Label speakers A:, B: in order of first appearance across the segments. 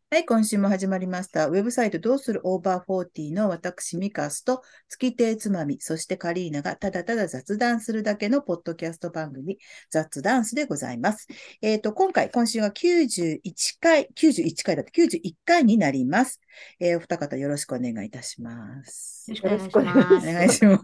A: はい、今週も始まりました。ウェブサイトどうするオーバーフォーティーの私、ミカスと月亭つまみ、そしてカリーナがただただ雑談するだけのポッドキャスト番組、雑ダンスでございます。今週は91回、91回だって91回になります。お二方よろしくお願いいたします。
B: よろしくお願いし
C: よろしくお願
A: お
B: ます。
A: 願いし
C: いします。
A: ます。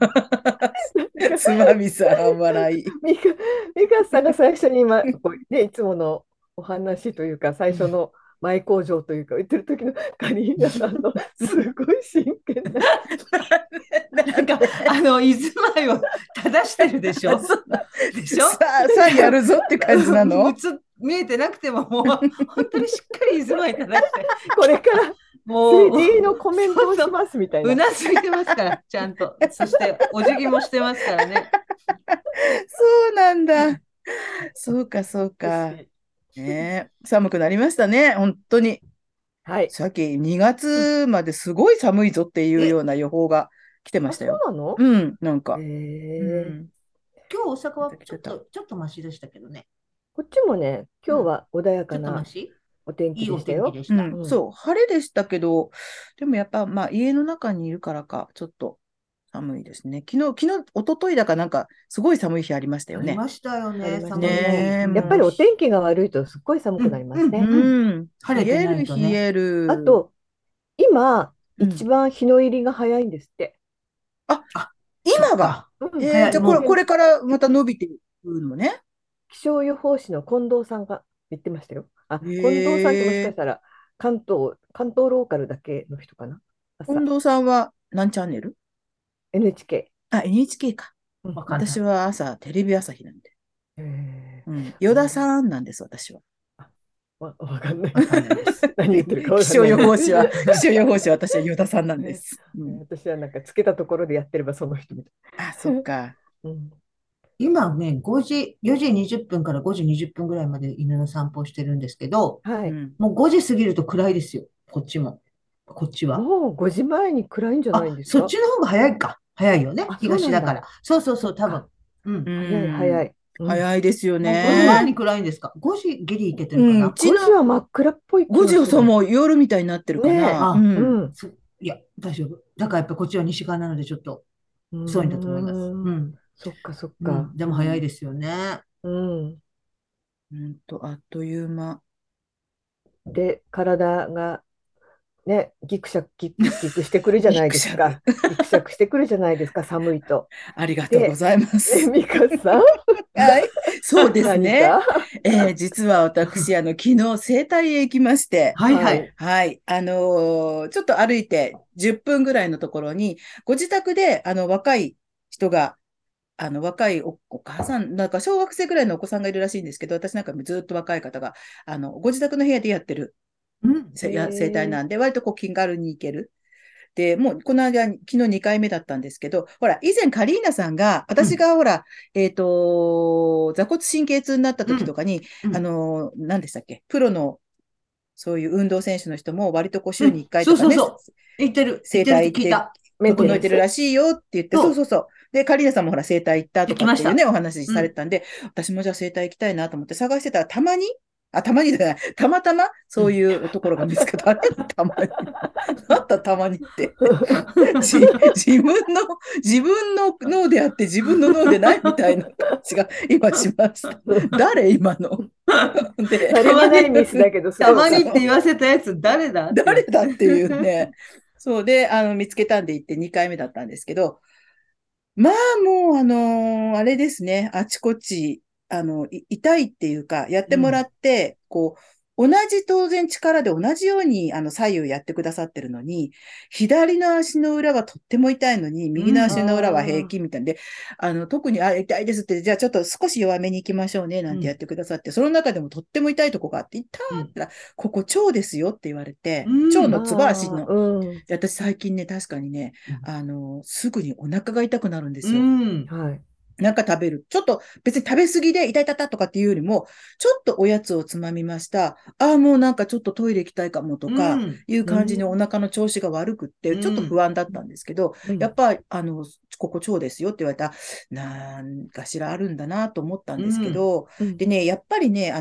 C: なんか、
A: つまみさん、笑い。
C: ミカ、ミカさんが最初に今、いつものお話というか、最初の前工場というか、言ってる時のカリーナさんのすごい真剣な、
B: なんか、居住まいを正してるでしょ
A: そう
B: でしょ
A: さあやるぞって感じなの？
B: 見えてなくても、もう、本当にしっかり居住まい正して、
C: これから
B: もう、
C: 政治のコメントを
B: そう
C: しますみたいな。
B: うなずいてますから、ちゃんと。そして、お辞儀もしてますからね。
A: そうなんだ。そうか、そうか。
C: 美しい。
A: ねえ、寒くなりましたね。本当に。
C: はい。
A: さっき2月まですごい寒いぞっていう
B: え、
A: ような予報が来てま
C: あ、そ
A: したよ。
C: うなの？
A: うん、なん
C: え
A: か。う
C: ー、
A: ん。
B: 今日大阪
A: 出た
B: は
A: 来てた。
B: ちょっとマシでしたけどね。
C: こっちもね、
B: うん。
C: 今日は穏や
B: ちょっとマ
C: かな
B: シ
C: お天気
B: いいお天気
C: でしたよ。
B: でした。
A: うん、
C: うん。
A: そう、晴れでしたけど、でもやっぱ、まあ、家の中にいるからか、ちょっと寒いですね。一昨日だかなんか、すごい寒い日ありましたよね。
B: ありましたよね、
C: ありました
B: 寒い日。
C: ね。
A: ねえ、
C: やっぱり
A: もう
C: お天気が悪いとすっごい寒くなりますね。
A: うん、
B: 晴れて
A: 冷える、
B: ないとね。
A: 冷える。
C: あと、今、
A: うん。
C: 一番日の入りが早いんですって。
A: あ、
B: あ、そ
A: 今が。
B: っか。
C: うん。
B: 早い、
A: じゃあこ
B: も
A: れからまた伸びていくのね。
C: 気象予報士の近藤さんが言ってましたよ。あ、近藤さんってもしかし
A: ええ、
C: たら関東ローカルだけの人かな。朝、
A: 近藤さんは何チャンネル？
C: NHK。
A: あ、NHK か。
C: うん。
B: うわかんない。
A: 私は朝、テレビ朝日なんで。
C: え
A: うん。依田
C: ー、
A: さんなんです、私は。
C: あ、わかんない。
B: わかんないです。
C: 何言ってるかわ
A: 気象
C: かんないです。
A: 予報士は、気象予報士は私は依田さんなんで
C: ね、
A: す。うん。
C: 私はなんかつけたところでやってればその人みたい。
A: あ、そっか。
C: うん。
B: 今ね、4時20分から5時20分ぐらいまで犬の散歩をしてるんですけど、
C: はい。
A: うん。
B: もう5時過ぎると暗いですよ。こっちも。こっちは。
C: もう5時前に暗いんじゃないん
B: あ、
C: ですか？
B: そっちの方が早いか。早いよね。
C: あ、そうなんだ。
B: 東だから。そうそうそう、多分。
C: そっか。
B: う
A: う
B: ん。
C: 早い早
A: ん。
C: い。うん。
A: 早いですよ
B: もう5時前に
A: ね。
B: 暗いんですか？ 5 時ギリいけてるか
A: うん。う
B: な？
A: ちの
C: 5時は真っ暗っぽい気
A: 5時をそう、
C: がする。
A: もう夜みたいになってるか
C: ねえ。
A: な。う
B: あ、
A: ん。
C: うん。
B: いや、大丈夫。だからやっぱこっちは西側なのでちょっと
C: う
B: 遅いんだと思います。う
C: ーん。
B: ん。
C: そっかそっ
B: うん。
C: か。
B: でも早い
A: うん。
B: ですよね。
C: うん。
A: あっという間。
C: で、体がね、ギクしてくるじゃない
A: ギクシャク。
C: ですか。ギクシャクしてくるじゃないですか、寒いと。
A: ありがとうご
C: で、
A: ざいま
C: ね、
A: す。
C: ミカさん、
A: はい。そうですね。
C: 何か？
A: 実は私、昨日、整体へ行きまして、
C: はい。
B: はいはい。
A: はい。ちょっと歩いて10分ぐらいのところに、ご自宅で、若い人が、若いお母さん、なんか小学生ぐらいのお子さんがいるらしいんですけど、私なんかずっと若い方が、ご自宅の部屋でやってる
B: うん。
A: 整体な
C: え
A: んで、割とこう気軽に行ける。で、もうこの間、昨日2回目だったんですけど、ほら、以前カリーナさんが、
B: うん。
A: 私がほら、座骨神経痛になった
B: うん。
A: 時とかに、
B: うん。
A: 何でしたっけ、プロの、そういう運動選手の人も割とこう週に1
B: うん。
A: 回とかね、
B: そうそうそう。言っ
A: 整
B: てるって
A: 体行って
B: 聞いた。
C: メンテナンス。
A: 整えてるらしいよって言って、そうそ
B: そ
A: うそう。で、カリーナさんもほら整体行った
B: う。
A: と
B: 行きました。
A: かっていうね、お話し
B: うん。
A: されてたんで、私もじゃあ整体行きたいなと思って探してたら、たまにじゃない、たまたま
B: うん。
A: そういうところが見つかった。あれたまに。あったたまにって。じ、自分の、自分の脳であって自分の脳でないみたいな感じが今しました。誰今の？で、
B: たまに、
C: 何気ないミスだけど、すごいわかる。
B: たまにって言わせたやつ誰だっていう。
A: 誰だっていうね。そうで、見つけたんで行って2回目だったんですけど、まあもう、あれですね、あちこち、痛いっていうか、やってもら
B: うん。
A: って、こう、同じ当然力で同じように左右やってくださってるのに、左の足の裏はとっても痛いのに、右の
B: うん。
A: 足の裏は平
C: あ
A: 気みたいで、特に、痛いですって、じゃあちょっと少し弱めに行きましょうね、なんてやっ
B: うん。
A: てくださって、その中でもとっても痛いとこがあって、痛
B: うん。
A: ーって言ったら、ここ腸ですよって言われ
B: う
A: て、腸
B: ん。
A: の素晴らしい
C: あ、
A: の。
C: うん。
A: で私最近ね、確かにね、
B: うん。
A: すぐにお腹が痛くなるんで
B: う
A: すよ。
B: ん。
C: はい。
A: なんか食べる。ちょっと別に食べ過ぎで痛いたたとかっていうよりも、ちょっとおやつをつまみました。ああ、もうなんかちょっとトイレ行きたいかもと
B: う
A: か
B: ん。
A: いう感じにお
C: うん。
A: 腹の調子が悪くって、ちょっと
B: うん。
A: 不安だったんですけど、
C: うん。
A: やっぱり、ここ腸ですよって言われたら、なんかしらあるんだなと思ったんですけ
B: うん。
A: ど、
C: うん。
A: でね、やっぱりね、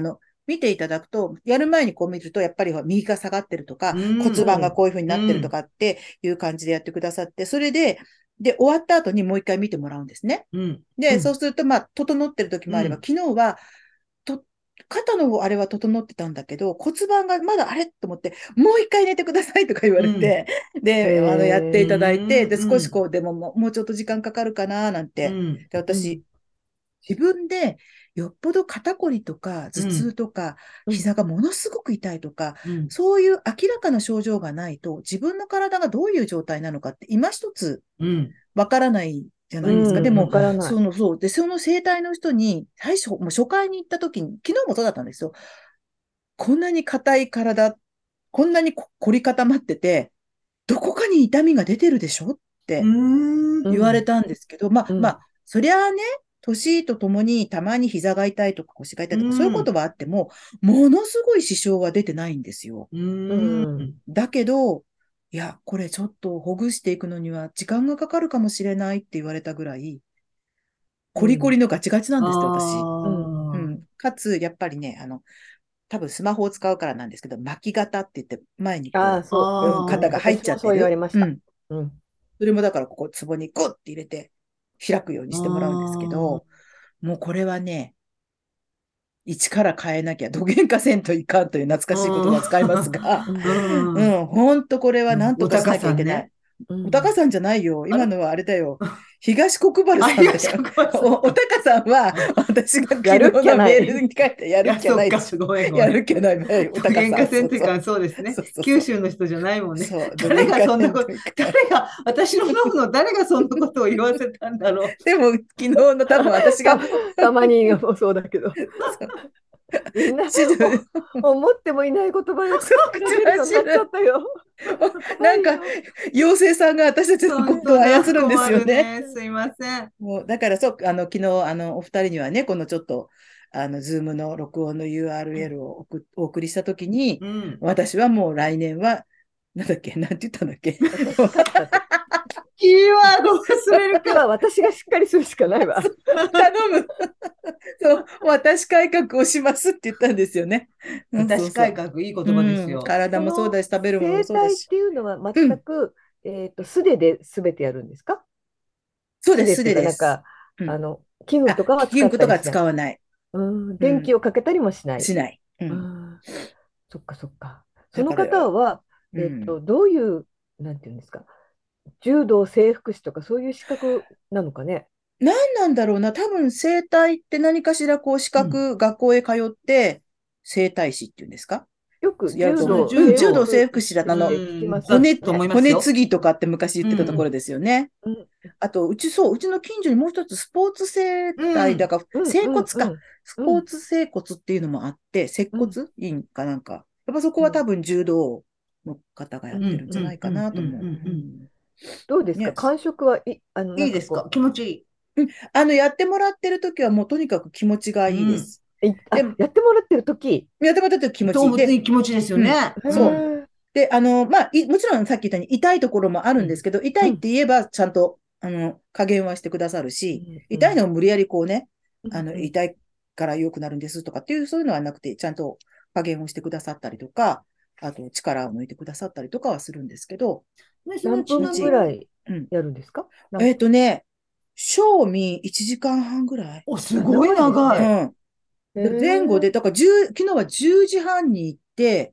A: 見ていただくと、やる前にこう見ると、やっぱり右が下がってるとか、
B: うん
A: 骨盤がこういう風になってると
B: うん
A: かっていう感じでやってくださって、それで、終わった後にもう一回見てもらうんですね。
B: うん
A: で、
B: うん
A: そうすると、まあ、整ってる時もあれば、
B: うん
A: 昨日は、肩のあれは整ってたんだけど、骨盤がまだあれと思って、もう一回寝てくださいとか言われて、で、やっていただいて、で、少しこう、でももうちょっと時間かかるかな、なんて。
B: うん
A: で、私、自分でよっぽど肩こりとか頭痛とか、膝がものすごく痛いとか、
B: うん
A: そういう明らかな症状がないと、自分の体がどういう状態なのかって今一つ
B: うん
A: わからないじゃないですか。
C: うん、
A: でも、
C: わからない。
A: そう。で、その整体の人に、最初、もう初回に行った時に、昨日もそうだったんですよ。こんなに硬い体、こんなに凝り固まってて、どこかに痛みが出てるでしょっ
B: う
A: て
B: ん
A: 言われたんですけど、
C: うん、
A: そりゃあね、年とともにたまに膝が痛いとか腰が痛いとか、そういうことはあっても、ものすごい支障は出てないんですよ。
C: うん
A: だけど、いや、これちょっとほぐしていくのには時間がかかるかもしれないって言われたぐらい、コリコリのガチガチなんですって、私。
B: あ
A: かつ、やっぱりね、多分スマホを使うからなんですけど、巻き肩って言って、前に
C: ああ、
A: こ
C: そ
A: う、
C: う。
A: 肩が入っ
C: 私もそう言わ
A: ちゃってる。
C: れました。うん。
A: それもだからここ、ツボにグッて入れて、開くように
B: あ
A: してもらうんですけど、もうこれはね、一から変えなきゃ、どげんかせんといかんという懐かしい言葉を使いますが、ほんとこれは何とかしなきゃいけない。おたかさんじゃないよ。今のはあれだよ。東国原さんだよ。おたかさんは、私が昨日のメールに書いてやるっきゃないでしょ。やるっきゃない。おたかさん。
B: 喧嘩戦っていうか、そうですね。九州の人じゃないもんね。誰がそんなこと、私のノブの誰がそんなことを言わせたんだろう。
A: でも、昨日の多分私が。
C: たまにもそうだけど。みんな思ってもいない言葉が口に出るようになっちゃったよ。
A: なんか、妖精さんが私たちのことを操るんですよね。
B: すいません。
A: もうだから昨日、お二人にはね、このちょっと、ズームの録音の URL をお送りしたときに、私はもう来年は、なんだっけ、なんて言ったんだっけ。
B: キーワード忘れるから。
C: 私がしっかりするしかないわ。
A: 頼む。そう、私改革をしますって言ったんですよね。
B: 私改革、いい言葉ですよ。
A: 体もそうだし、食べるものもそうだし。
C: 整体っていうのは全く、素手で全てやるんですか？
A: そうです、素
C: 手で
A: 手です。
C: 器具とかは使ったりしない。
A: 器具とか使わない。
C: 電気をかけたりもしない。
A: しない。
C: そっかそっか。その方は、どういう、なんていうんですか、柔道整復師とかそういう資格なのかね。
A: 何なんだろうな。多分、整体って何かしらこう資格、学校へ通って、整体師っていうんですか？
C: よく
A: やると思う。
C: 柔道
A: 柔道整復師だった骨継ぎとかって昔言ってたところですよね。あと、うちの近所にもう一つスポーツ整体だから、整骨か。スポーツ整骨っていうのもあって、接骨院かなんか。やっぱそこは多分柔道の方がやってるんじゃないかなと思う。
C: どうですか？感触はい
B: いですか？気持ちいい。
A: やってもらってる時はもうとにかく気持ちがいいです。
C: やってもらってる時
A: やってもらってる時気持ちいい。
B: 動物に気持ちいいですよね。
A: そう。で、もちろんさっき言ったように痛いところもあるんですけど、痛いって言えばちゃんと、加減はしてくださるし、痛いのを無理やりこうね、痛いから良くなるんですとかっていう、そういうのはなくて、ちゃんと加減をしてくださったりとか、あと力を抜いてくださったりとかはするんですけど、
C: 何分ぐらいやるんですか？
A: 賞味1時間半ぐらい。
B: すごい長い。
A: 前後で、だから昨日は10時半に行って、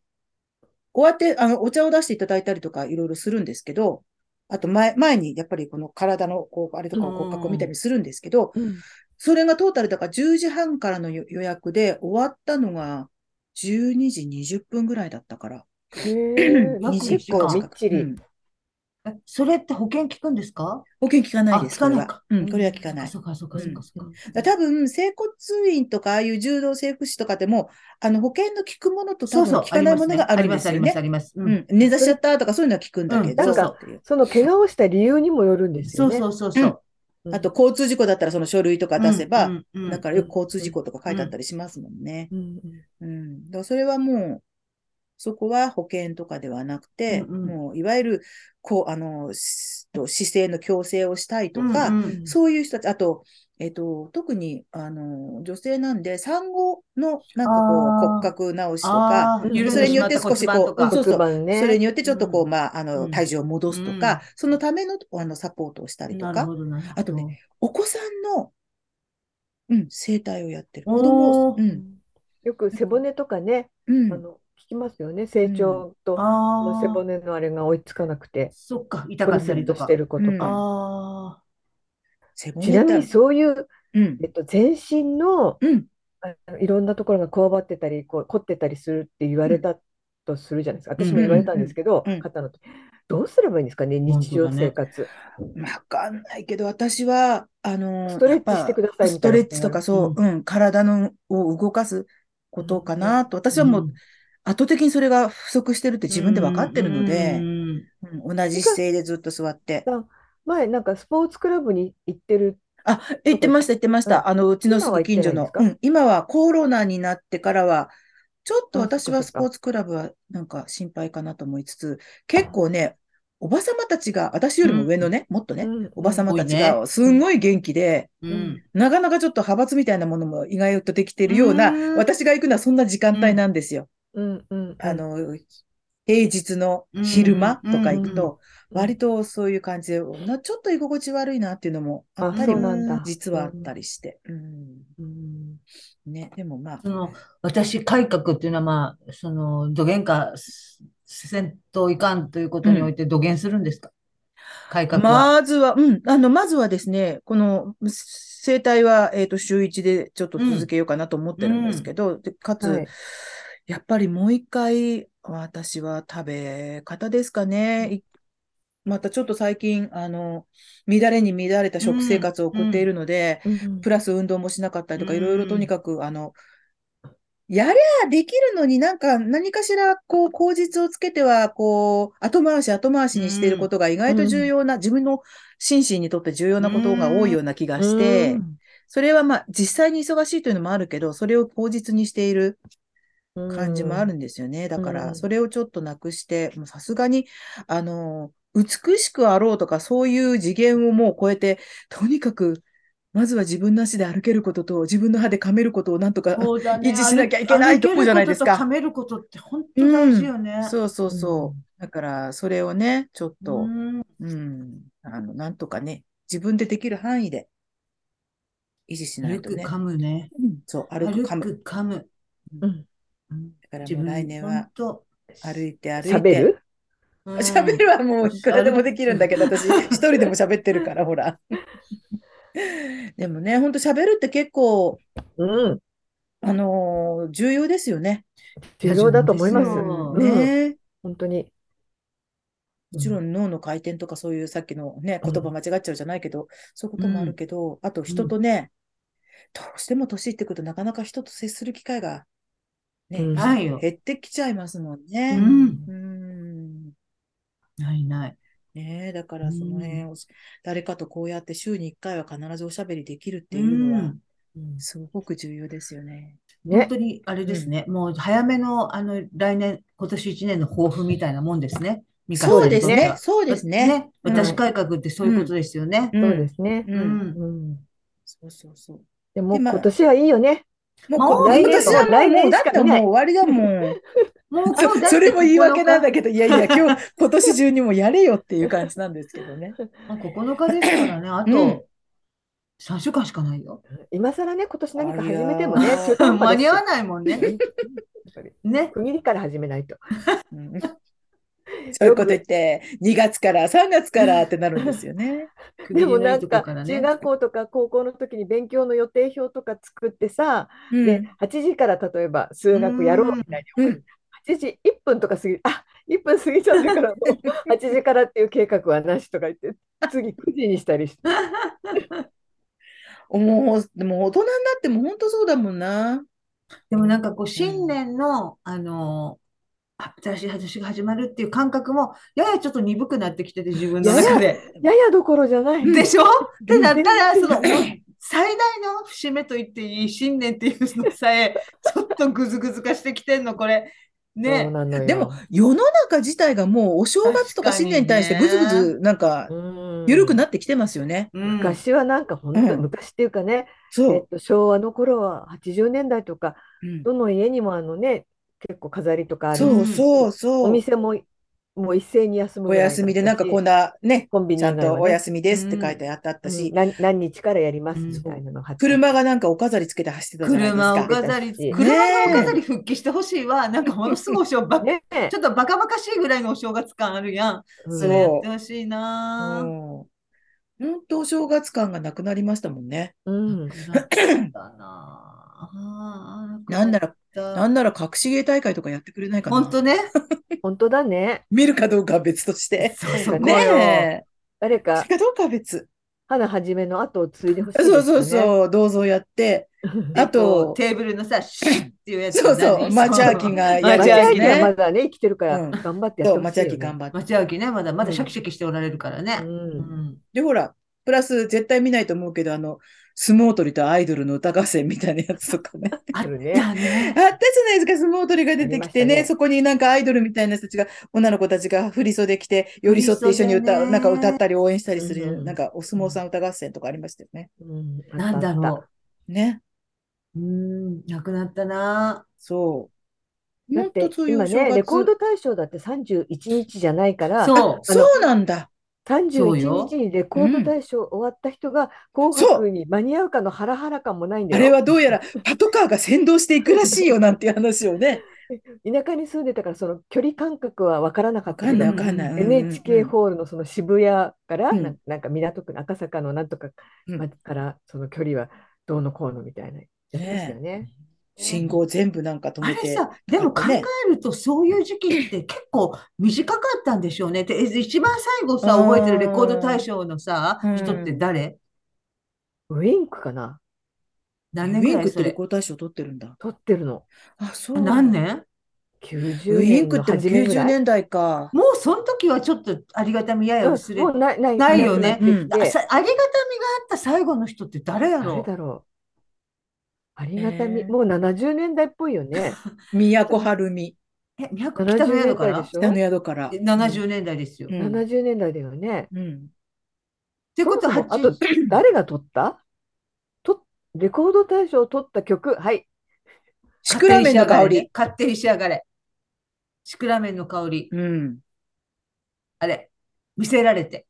A: 終わって、お茶を出していただいたりとかいろいろするんですけど、あと前にやっぱりこの体のこう、あれとかを骨格を見たりするんですけど、それがトータルだから10時半からの予約で終わったのが12時20分ぐらいだったから。
C: 結構みっちり。
B: それって保険効くんですか？
A: 保険効かないです。
B: 効かないか。
A: これは効かない。
B: そうか。
A: 多分、整骨院とか、ああいう柔道整復師とかでも、保険の効くものと多分効かないものがあるんですよね。
B: あります。
A: 寝座しちゃったとかそういうのは効くんだけど。
C: なんか、その怪我をした理由にもよるんですよね。
B: そう。
A: あと、交通事故だったらその書類とか出せば、だからよく交通事故とか書いてあったりしますもんね。だからそれはもう、そこは保険とかではなくて、もう、いわゆる、姿勢の矯正をしたいとか、そういう人たち、あと、 特に、女性なんで、産後の、なんかこう、骨格直しとか、
B: 緩ん
A: それによって
B: でしまった骨
A: 少しこう、
B: 盤とか。
A: そう
C: 骨
A: そう、
C: 盤ね。
A: それによってちょっとこう、まあ、体重を戻すとか、そのための、サポートをしたりとか、
B: なるほど、なる
A: あとね、
B: ほど。
A: お子さんの、整体をやってる。子供、
B: おー、
C: よく背骨とかね、
A: うん、
C: 聞きますよね。成長と背
B: ああ、
C: 骨のあれが追いつかなくて、
B: そっか、痛かっ
C: コルセットして
B: たりとか。
C: る子とか。
B: ああ、
A: 背
C: ちなみに
A: 骨って、
C: そういう、
A: うん、
C: 全身の、
A: うん、
C: いろんなところがこわばってたり、こう凝ってたりするって言わ
A: うん、
C: れたとするじゃないですか。
B: うん、
C: 私も言われたん
B: うん、
C: ですけど、
A: うん。
C: 肩の時。どうすればいいんですかね、
B: 本
C: 日常
B: 当だね。
C: 生活。
A: わかんないけど、私は、
C: ストレッチして
A: やっぱ、
C: くださいみ
A: ストレ
C: たいなこ
A: ッチとか
C: と言われる。
A: そう、体のを動かすことか
C: ね。
A: なと、私はもう、
B: うん、
A: 圧倒的にそれが不足してるって
B: う
A: 自分で分かってるので、
B: ん、
A: 同じ
C: 美香
A: 姿勢でずっと座って。
C: さん、前なんかスポーツクラブに行ってる
A: あ、言
C: とか、
A: ってました、言ってまし
C: うん、
A: た。うちのすぐ
C: 今は行って
A: 近所の。
C: ないんですか？
A: 今はコロナになってからは、ちょっと
C: あ、そっ
A: 私
C: かそっか。
A: はスポーツクラブはなんか心配かなと思いつつ、結構ね、おばさまたちが、私よりも
B: うん、
A: 上のね、もっとね、
C: うんうん
A: おばさまたち
B: 多いね。
A: がす
C: うん
A: んごい元気で、
C: うん
A: なかなかちょっと派閥みたいなものも意外とできてい
B: う
A: るような、
B: ん、
A: 私が行くのはそんな時間帯
B: うん、
A: なんですよ。
C: うんうんうん
A: あの、平日の
B: うん、
A: 昼間とか
B: うん、うん、
A: 行くと、
C: うん
A: 割とそういう感じで、ちょっと居心地悪いなっていうのもあっ
C: あ、
A: たり
C: そうなん
A: も、
C: だ。
A: 実はあった
C: うん
A: りして。
C: うん
A: ね、でもまあ、
B: その、私、改革っていうのは、まあ、土幻化せんといかんというこ
A: うん。
B: とにおいて、土幻するんですか？改革は。
A: まずは、まずはですね、この生態は、週1でちょっと
B: うん、
A: 続けようかなと思ってるんです
B: うん、
A: けど、で、かつ、
C: はい。
A: やっぱりもう一回、私は食べ方ですかね。またちょっと最近、乱れに乱れた
B: う
A: 食生
B: ん、
A: 活を送ってい
B: うん、
A: るので、
C: うん
A: プラス運動もしなかったり
B: う
A: とか、いろいろとに
B: ん、
A: かく、やればできるのになんか何かしら、こう、口実をつけては、こう、後回し
B: う
A: にしているこ
B: ん、
A: とが意外と重
C: うん
A: 要な、自分の心身にとって重要
B: う
A: なことが多い
B: ん、
A: ような気が
C: う
A: して、
C: ん
A: それはまあ、実際に忙しいというのもあるけど、それを口実にしている
C: う
A: 感じもある
C: ん
A: んですよね。だから、そ
C: うん
A: れをちょっとなくして、もうさすがに、美しくあろうとか、そういう次元をもう超えて、とにかく、まずは自分の足で歩けることと、自分の歯で噛めることをなんとか
B: そうだ
A: 維
B: ね。
A: 持しなきゃいけない
B: 歩け
A: と思うじゃな
B: ることと噛
A: いですか。
B: めることって本当大
A: うん。
B: 事よね。
A: そうそう
C: う
A: そう。
C: ん
A: だから、それをね、ちょっ
B: う
A: と、
B: ん、
A: なんとかね、自分でできる範囲で維持しないとね。
B: 歩く噛むね。
A: そう、歩く、噛む。
B: 歩く噛む。
A: うん
C: うん
B: うん、
A: だからもう来
B: 自分、
A: 年は
B: 本当、
A: 歩いて歩いて、
C: 喋る
B: う
A: 喋
B: ん、
A: るはもういくらでもできるんだけど、私一
B: 歩、
A: 人でも喋ってるから、ほら。でもね、ほんと喋るって結構、
C: うん。
A: 重要ですよね。
B: いや、
C: 重要だと
B: 重要です
C: 思います。
B: よ。
C: うん。
A: ねえ。
C: 本当に。
A: もちろん脳の回転とかそういうさっきのね、言葉
C: うん。
A: 間違っちゃうじゃないけど、そういうこともある
B: うん、
A: けど、あと
B: うん、
A: 人とね、どうしても年いってくるとなかなか人と接する機会がね、
C: うん。
B: ないよ。
A: 減ってきちゃいますもん
C: う
A: ね。
B: うん
C: ん。
B: ないない。
A: ねえ、だか
B: う
A: らその辺
B: ん。
A: を、誰かとこうやって週に1回は必ずおしゃべりできるっ
B: う
A: ていうのは、
B: ん。
C: うん
A: すごく重要ですよね。
C: ね。
B: 本当にあれ
A: うん。
B: ですね。もう早めの、来年、今年1年の抱負みたいなもんですね。ミカ
C: そう
A: そう
B: さんに
A: ですね。
B: とっては。
A: そうですね。
B: ね。私
A: うん。
C: はい。
B: 改革ってそういう
A: うん。
B: ことですよね。
C: そうで
A: うん。
C: すね。
A: うん。
B: うん。
C: うん。
A: そうそうそう。
C: で
A: で、
C: も今
A: まあ、
C: 年はいいよね。
B: もう
C: 来年、
A: 今年はもう、もう、
C: もう来年
A: だって
C: しか見ない。
A: もう終わりだもん。
B: もう今日だって
A: それも言い
B: 9日、
A: 訳なんだけど、いやいや、今年中にもやれよっていう感じなんですけどね。
B: もう9日ですからね。あ
A: うん。
B: と3週間しかないよ。
C: 今更ね、今年何か
A: いや
C: 始めてもね、中途半端
B: 間に合わ
C: だし。
B: ないもんね。
C: うん。やっぱり
B: ね。
C: 区切りから始めないと。
A: うん、そういうこと言っ
C: よく、
A: て、2月から3月からってなるんですよね。
B: 区
C: で
B: 切りのいいとこ
C: もなんか
B: からね。
C: 中学校とか高校の時に勉強の予定表とか作ってさ、で、
A: うん。
C: 8時から例えば
B: う
C: 数学やろうみたい
B: ん。
C: に送る。
A: うん。
C: 8時1分とか1分過ぎちゃってからもう8時からっていう計画はなしとか言って、次9時にしたりして。
A: でも大人になっても本当そうだもんな。
B: でもなんかこう、新
A: うん。
B: 年の、新しい話が始まるっていう感覚も、ややちょっと鈍くなってきてて、自分の
C: やや、
B: 中で。
C: ややどころじゃない。
A: うん。
B: でしょって
A: うん。
B: なったら、
C: 全然。
B: もう、最大の節目と言っていい新年っていうのさえ、ちょっとグズグズ化してきてんの、これ。
C: そう
B: ね。
C: なの
A: でも
C: よ。
A: 世の中自体がもうお正月とか新年に対してぐずぐずなんか緩くなってきてますよね。
B: うん。
C: 昔はなんか本当、
A: うん。
C: 昔っていうかね、
A: そ
C: 昭和の頃は80年代とか、
A: う。うん。
C: どの家にも結構飾りとかあるし、
A: そうそう
C: お
A: そう。
C: 店ももう一斉に休む
A: お
C: ぐらいだっ
A: 休みでなんかこん
C: たし、
A: なね、
C: コンビ
A: ちゃん
C: ニ以外はね、
A: とお休みですって書い
B: うん。
A: てあったし、
C: 何日からやりますみ
B: うん
C: たいなの貼ってあった
A: 車がなんかお飾りつけて走ってたじゃないです
B: 車お
A: か。
C: た
B: 飾り、
C: し、
A: ね
B: 車のお飾
A: え。
B: り復帰してほしいわ。なんかものすごい
C: ねえ、
B: ちょっとバカバカしいぐらいのお正月感あるやん。それやって
A: そ
B: ほしい
A: う。う
B: な。
A: ん。本当お正月感がなくなりましたもんね。
C: う
B: な
C: ん、
B: くなったな。なくなっ
A: なんなら、な
B: た。
A: んなら隠し芸大会とかやってくれないかな。
B: 本当ね。
C: 本当だね。
A: 見るかどうかは別として。
B: そ
C: なんかね、
B: こよ。
A: ねえ。
C: 誰か
A: 見るかどうかは別。
C: 花はじめの後を継いでほしいで
A: そうそう
C: すよね。
A: そう、銅像やって。あと、
B: テーブルのさ、シュッっていうやつ
A: そうそう、
B: 何そ
A: 町明
B: う。
A: がやる
C: 町
B: 町
A: やつ
C: 明がま
B: 明ね。
A: ね。
C: だね、生きてるから
A: うん。
C: 頑張ってやっ
A: そう、
C: てほし
A: 町
C: いよね。
A: 明頑張って。
B: 町明ね、まだシャキ
A: うん。
B: シャキしておられるから
C: う
B: ね。う
C: ん。
B: ん。
A: で、ほら、プラス絶対見ないと思うけど、相撲取りとアイドルの歌合戦みたいなやつとかね。
B: あっ
C: あるね。
B: たね。
A: あったじゃないですか、相撲取りが出
C: あり
A: てきてね、
C: ましたね。
A: そこになんかアイドルみたいな人たちが、女の子たちが振り袖着て、寄
B: 振
A: り添って一緒に
B: り袖
A: なんか歌っ
B: ね。
A: たり応援したり
C: う
A: する、なん
C: ん。
A: かお相撲さん歌合戦とかありましたよね。
C: うん。あっ
B: なん
C: たあった。
B: だろ
A: ね。
B: う。なくなったな。
A: そう。ほんと
C: だって
A: そういうお正
C: 今ね、レコー
A: 月。
C: ド大賞だって31日じゃないから、
B: そう。
C: あの、
A: そうなんだ。
C: 31日
B: そうよ。
C: にちにレコード
A: うん。
C: 大賞終わった人が紅
A: そう。
C: 白に間に合うかのハラハラ感もないんだ
A: あれ
C: よ。
A: はどうやらパトカーが先導していくらしいよなんていう話をね。
C: 田舎に住んでたからその距離感覚は分からなか
A: わかんないわ
C: ったけど、
A: かんない。うんうんう
C: NHK
A: ん。
C: ホールのその渋谷から
A: うん
C: なんか港区の赤坂のなんとか
A: うん
C: からその距離はどうのこうのみたいなやってました
A: ねえ。
C: よね。
A: 信号全部なんか止めて、
B: あれさ、でも考
A: パッとね。
B: えるとそういう時期って結構短かったんでしょうね。で、一番最後
A: う
B: さ、覚えてるレコード
A: ーん。
B: 大賞のさ、
A: う
B: 人って
A: ん。
B: 誰？
C: ウインクかな、
B: 何年ぐ
A: ウィンクっ
B: らいそれ？
A: てレコード大賞取ってるんだ。
C: 撮ってるの。
A: あ、そ
B: あ、
A: う。
B: 何年？
C: 90
A: ウィン
C: 年の
A: クっても90
C: 初めぐらい。
A: 年代か。
B: もうその時はちょっとありがたみやや
C: うん、
B: 薄れ、
C: もう
B: ないよね。
C: なくなってき
A: うん。
C: て、
B: ありがたみがあった最後の人って誰やろ
C: 誰だろう。ありがたみ、
A: え
C: もう70年代っぽいよね。
A: 都はるみ。
B: う？北
C: 70
B: の宿
C: 年
B: から
C: 代でしょ？
A: 北の宿から。う
B: 70
A: ん。
B: 年代ですよ。っ
A: うん。
C: 70 年代だよね。
A: うん。
B: てことは
C: そもそも、あと、
B: 80、
C: 誰が撮ったと、レコード大賞を取った曲、はい。
B: 勝手に
A: シクラメン
B: 仕上がれね。
A: の香り。
B: 勝手に仕上がれ。シクラメンの香り。
A: うん。
B: あれ。見せられて。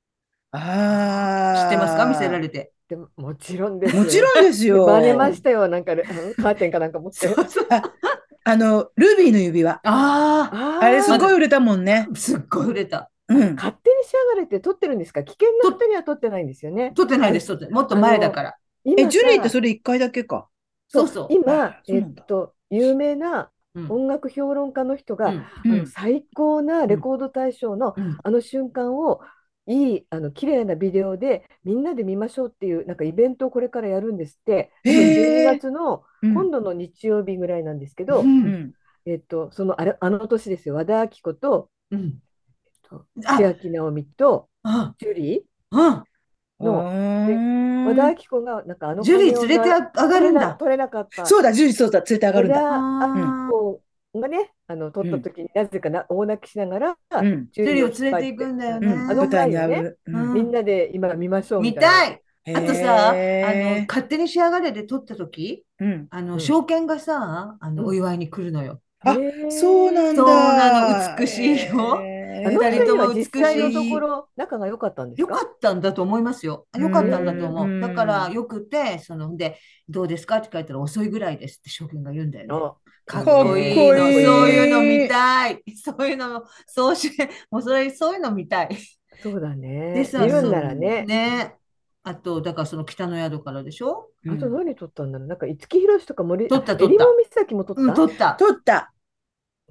B: 知ってますか？見せら
A: ああ。
B: れて。
C: でも、もちろんで
A: もち
C: す。
A: ろんです
C: で、真似ま
A: よ。
C: したよ。なんかカーテンかなんか持って。
B: そうそう。
A: あ、ルビーの指輪。
B: あ
A: あれす
B: あ、
C: あ
A: ごい売れたもんね。
B: すっごい売れた。
C: あ、
A: うん。
C: 勝手に仕上がれって撮ってるんですか？危険な
B: と、
C: 人には撮ってないんですよね。
B: 撮ってないです、撮ってない。もっと
C: あの、
B: 前だから。
A: ジュリーって
C: 今さ、
A: それ一回だけか。
C: そう、
B: そうそ
C: 今、
A: そうなんだ。
C: 有名な
B: う。うん、
C: 音楽評論家の人が、
B: うん、
A: うん。
C: 最高な
B: うん、
C: レコード大賞の
B: うん。
C: あの瞬間を、綺麗なビデオでみんなで見ましょうっていう、なんかイベントをこれからやるんですって、
A: へ
C: 多分12
A: え。
C: 月の
A: うん。
C: 今度の日曜日ぐらいなんですけど、
B: うん、
A: うん。
C: あの年ですよ、和田アキ子と、
B: うん。
C: 千
B: あ、
C: 秋直美と
B: あ、
C: ジュリ
B: うん。
C: ーの、で、和田ア
A: あー
C: キ子がなんかあの
B: ジュリー
C: 羽を
B: 連れて上がるんだ。
C: 取れなかった
A: そうだ、ジュリーそうだ、連れて上がるんだ。
C: 和田アキ
A: うん。
B: ああ、
C: 子がね、取った
A: うん。
C: 時になぜか大泣きしながら、
A: うん。
B: ジュリーを
C: ジュリーを引っ
B: 連れていく
C: 張って、
B: んだよ
A: うん。
C: あの
B: ね。
A: 舞台に
C: 前をね、
A: 上がる。うん。
C: みん
B: うん。
C: なで今見ましょうみたいな。
B: 見たい。
A: へ
B: あとさ、
A: え。
B: 勝手に仕上がれで撮った時、
A: うん。
C: うん、
B: 証券がさ、お
C: うん。
B: 祝いに来るのよ。
C: へ
A: あ、そうなん
C: え。
B: そうなの、
A: だ。
B: 美しいよ。
C: あの
A: かっ
B: 二人とも
C: 二人は実
B: 美し
C: 際のとこ
B: い。
C: ろ仲が良かったんです
B: よか
C: か？
B: ったんだと思いますよ。
A: う
B: よかったんだと
A: ん。
B: 思う。だか
A: うん。
B: ら、よくて、どうですかって書いたら遅いぐらいですって証券が言うんだよね。
C: あ、
B: かっ
C: いい
A: かっ
B: こ
C: ね。
A: こ
B: いいの。
C: かっこいい
B: そういうの
C: ね。
B: 見
A: いい。
B: たい。そういうのも、もうそういうの見たい。
C: そうだ
B: で
C: ね。見
B: さ、
C: るんならね。
B: ね。あと、だからその北の宿からでしょ？
C: あと
A: うん。
C: 何撮ったんだろう。なんか五木ひろしとか
B: 撮った撮った。
C: 襟裳岬も撮っ
B: うん、
C: た。
B: 撮った。
A: 撮った。
C: うん。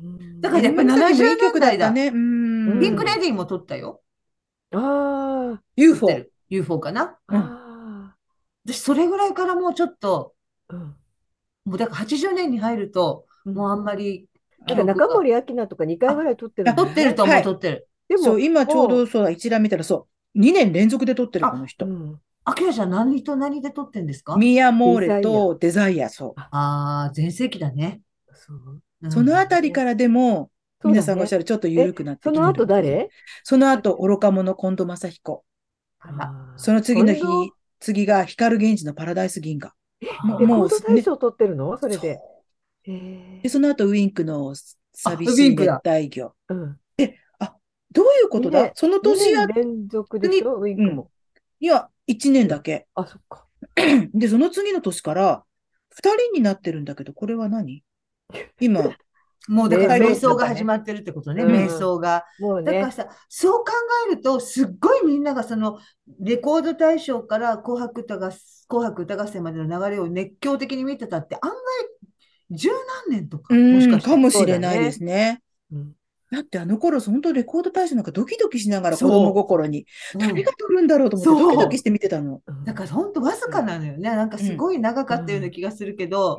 B: だからやっぱり
A: エリマ岬も
B: 70
A: いい曲だ
B: 年代だ。
A: ったね。う
C: う
B: ピンク
A: ん。
B: レディーも撮ったよ。
C: あ
B: 撮って
A: UFO。
B: る。UFO かな。
C: あ、
A: うん。
C: あ
B: 私、それぐらいからもうちょっと、
C: あ、うん。
B: もうだから80年に入ると、
C: うん。
B: もうあんまり
C: なんか
B: 記憶が。
C: 中森明菜とか2回ぐ
B: あ、
C: らい撮ってるん
A: あ、
C: だよね。
B: 撮ってると思う、
A: はい。
B: 撮ってる。
A: そう、
C: でも、
A: 今ちょうど
C: も
A: そうだ、一覧見たらそう、2年連続で撮ってる、この
B: あ、
C: う、う
A: 人。
C: ん。
B: アキラちゃん何と何で撮ってんですか？
A: ミヤモ
C: デ
A: ーレ
C: ザイア。
A: とデザイア、そ
C: あ、
B: ああー、全盛期だね。
C: そう。
A: そのあたりからでも、
C: そうだね。
A: 皆さんがおっしゃるちょっと緩くなって
C: その
A: きてるっていう。
C: 後誰？
A: その後、愚か者近藤正彦。その次の
C: 近藤。
A: 日、次が光源氏のパラダイス銀河。
C: レコ
A: もうね、
C: ード大賞取ってるのそれ
A: そ
C: で。
A: う。で、その後、ウィンクの
B: あ、
A: 寂しい熱
B: ウィンクだ。
A: 帯魚。
C: うん。
A: あ、どういうことだその
C: 2
A: 年や、
C: 年連続でし
A: 次、
C: ょウィン
A: うん。
C: クも。
A: いや、1年だけ。
C: あ、そっか。
A: で、その次の年から2人になってるんだけど、これは何今、
B: もうだから
A: パイロ
B: 瞑想
A: ットだね。
B: が始まってるってことね、瞑
C: うん。
B: 想が。
C: もうね。
B: だからさ、そう考えると、すっごいみんながそのレコード大賞から紅白歌合戦までの流れを熱狂的に見てたって、案外十何年とか、もし
A: うん、
B: かして。
A: かも
C: そう
A: しれないで
C: だね。
A: すね。
C: うん。
A: だってあの頃、本当レコード大賞なんかドキドキしながら子供
B: そ
A: 心に、
B: う。うん。
A: 誰が撮るんだろうと思ってドキドキし
B: そう。
A: て見てたの。
C: うん。
B: だから本当わずかなのよね。なんか
A: うん、
B: すごい長かったような
C: うん。
B: 気がするけど、
A: うん。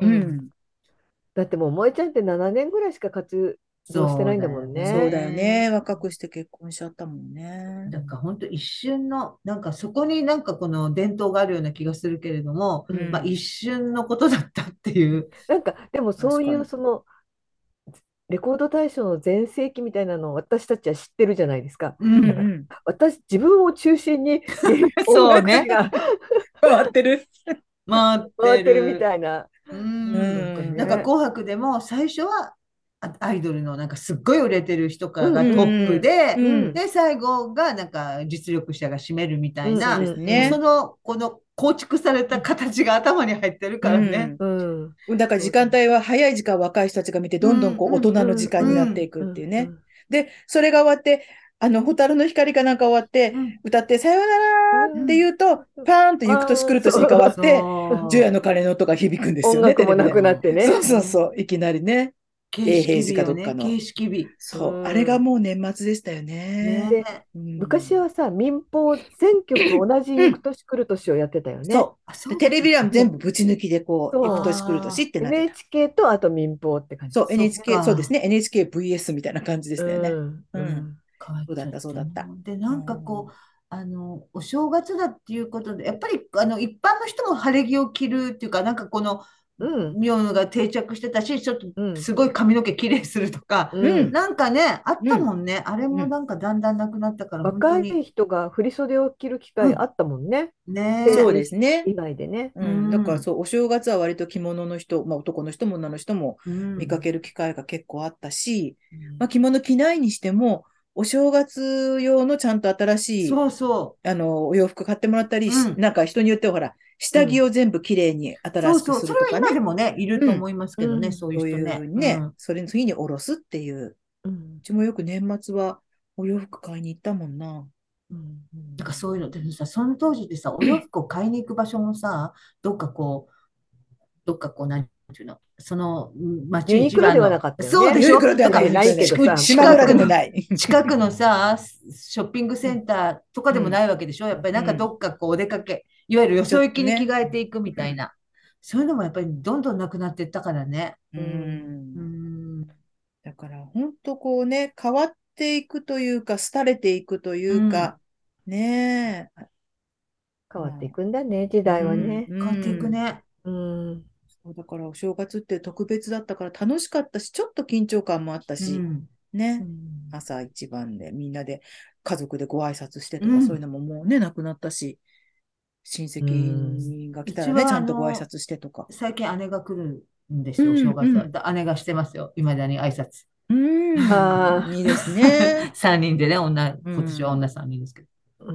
C: だってもう萌えちゃんって7年ぐらいしか活動してないんだも
B: そうだよ
C: んね。
A: そうだよね。
B: ね。
A: 若くして結婚しちゃったもんね。
B: だから本当一瞬の、なんかそこになんかこの伝統があるような気がするけれども、
C: うん。
B: まあ一瞬のことだったっていう。
C: なんか、でもそうい
A: 確かに。
C: うそのレコード大賞の全盛期みたいなのを私たちは知ってるじゃないですか。
B: う
A: うんう
C: だから
B: ん。
A: ん。
C: 自分を中心に音
B: そうね。
C: 楽誌が
A: 変わってる。
B: 回っ
C: 回ってるみ
B: てる。
C: たいな。
B: う
A: う
B: ん。
C: なんか
B: なんか
A: ん。
C: ね。
B: 紅白でも最初はアイドルのなんかすっごい売れてる人か
C: うん
B: らがトッ
C: うん
B: プで、
C: うん。うん
A: うん。
B: で、最後がなんか実力者が占めるみた
C: うんう
B: いな、
A: そうです
C: んうん
A: ね。
B: この構築された形が頭に入ってる
A: う
B: からね。
A: ん。
C: うん。
A: だから時間帯は早い時間若い人たちが見て、
B: う
A: どんどん
B: ん、
A: こう大人の時
C: うん
A: 間になってい
B: うん、
A: くっていうね。
C: うん
A: で、それが終わって、蛍の光かなんか終わって、
B: うん、
A: 歌って、さようなら
C: うん。
A: って言うと、パーンと行く年来る年に変わ
C: そう。
A: って、除夜
B: そう。
A: の鐘の音が響くんですよね、
C: 音楽
A: テレビで。
C: もなくなっ
B: そ
C: てね。
A: そうそう
B: ね。
A: そう、いきなりね。
B: 形式
A: 永平寺か
B: 美よね。
A: どっかの。
B: 形式美。
C: う
A: そう、あれが
C: ん。
A: もう年末でしたよね。
C: で、
B: ね。
A: うん。
C: 昔はさ、民放全局同じ
A: うん、
C: 行く年来る年をやってたよね。
A: そ
B: あ、
A: う。で、
B: そうだ
A: テレビ欄
B: ったっけ。
A: 全部ぶち抜きでこう、行く
C: そう。
A: 年来る年っ
B: ああ、
A: てなってた。
C: NHK とあと民放って感じ。
A: そう、
B: そっ
A: NHK、そうです
B: か。
A: ね。NHKVS みたいな感じで
C: う
A: したよね。
C: ん。
A: うん。
C: うん。
B: 変わっ
A: そうだった、そう
B: ちゃった
A: だった。
B: の。で、
A: う
B: なんかこう、
A: ん。
B: お正月だっていうことで、やっぱり、一般の人も晴れ着を着るっていうか、なんかこの、
C: うん。
B: 妙のが定着してたし、ちょっと
C: うん。
B: すごい髪の毛きれいするとか、
C: う
A: うん。
C: ん。
B: なんかね、あっ
A: うん。
B: たもんね。あれ
A: うん。
B: もなんかだんだんなくなったから、本当
C: 若い
B: に。
C: 人が振袖を着る機
B: うん。
C: 会あったもんね。成
A: そう
B: ね
A: ですね。
C: 人以外でね。
B: え。う
A: うん。だから
B: ん。
A: そう、お正月は割と着物の人、まあ男の人も女の人も
B: うん。
A: 見かける機会が結構あったし、まあ
B: うん。
A: 着物着ないにしても、お正月用のちゃんと新しい、
B: そうそ
A: お洋服買ってもらったり
B: う。う
A: し、
B: ん。
A: なんか人によってはほら、下着
C: うん。
A: を全部きれいに新しく
B: そうそう。それは
A: するとかね。
B: 今でもね、いると
A: うん。
B: 思いますけどね、
C: うん。
B: そういう
A: そういうふう
B: 人ね。
A: にね、
B: うん。
A: それの次におろすっていう。う
C: うん。
A: ちもよく年末はお洋服買いに行ったもんな。
C: うん。うん。
B: なんかそういうのでもさ、その当時でさ、お洋服を買いに行く場所もさ、どっかこう、なんていうの、その
C: ユ
B: 町
C: ニクロではな
B: 一番の、
C: かったよね。
B: そうでしょ
A: ユニクロではない、
B: だから
A: ユニクロではない。島村で
B: 近くの、
A: もない。
B: 近くのさ、ショッピング
C: うん。
B: センターとかでもな
A: うん。
B: いわけでしょやっぱりなんか
A: うん。
B: どっかこうお出かけ、いわゆるよ
A: ちょっ
B: そ行きに着
A: とね。
B: 替えていくみたいな、そういうのもやっぱりどんどんなくなっていったからね。
A: う
C: うん。
B: う
A: ん。
B: ん。
A: だから本当こうね、変わっていくというか、廃れていくとい
B: うん。
A: うか、ねえ。
C: 変わってい
A: まあ、
C: くんだね、時
A: う
C: 代は
A: ん、
C: ね。
A: う
B: 変わっていく
A: ん。
B: ね。
C: うん。
A: そうだからお正月って特別だったから楽しかったし、ちょっと緊張感もあったし、
B: うん。う
A: ね。
B: ん。
A: 朝一番でみんなで家族でご挨拶してとかそういう
B: うん。
A: のももうね、なくなったし、親
C: うん。
A: 戚が来たらね、ち
B: うちは
A: ゃんとご挨拶してとか。
B: 最近姉が来るんですよ、お
A: うん、
B: 正月は。
A: うん。
B: 姉がしてますよ、いまだに挨拶。
A: うん、
C: ああ、
A: いいですね。
B: 3人でね、
A: う
B: 今年は
A: ん。
B: 女3人ですけど、
C: うん。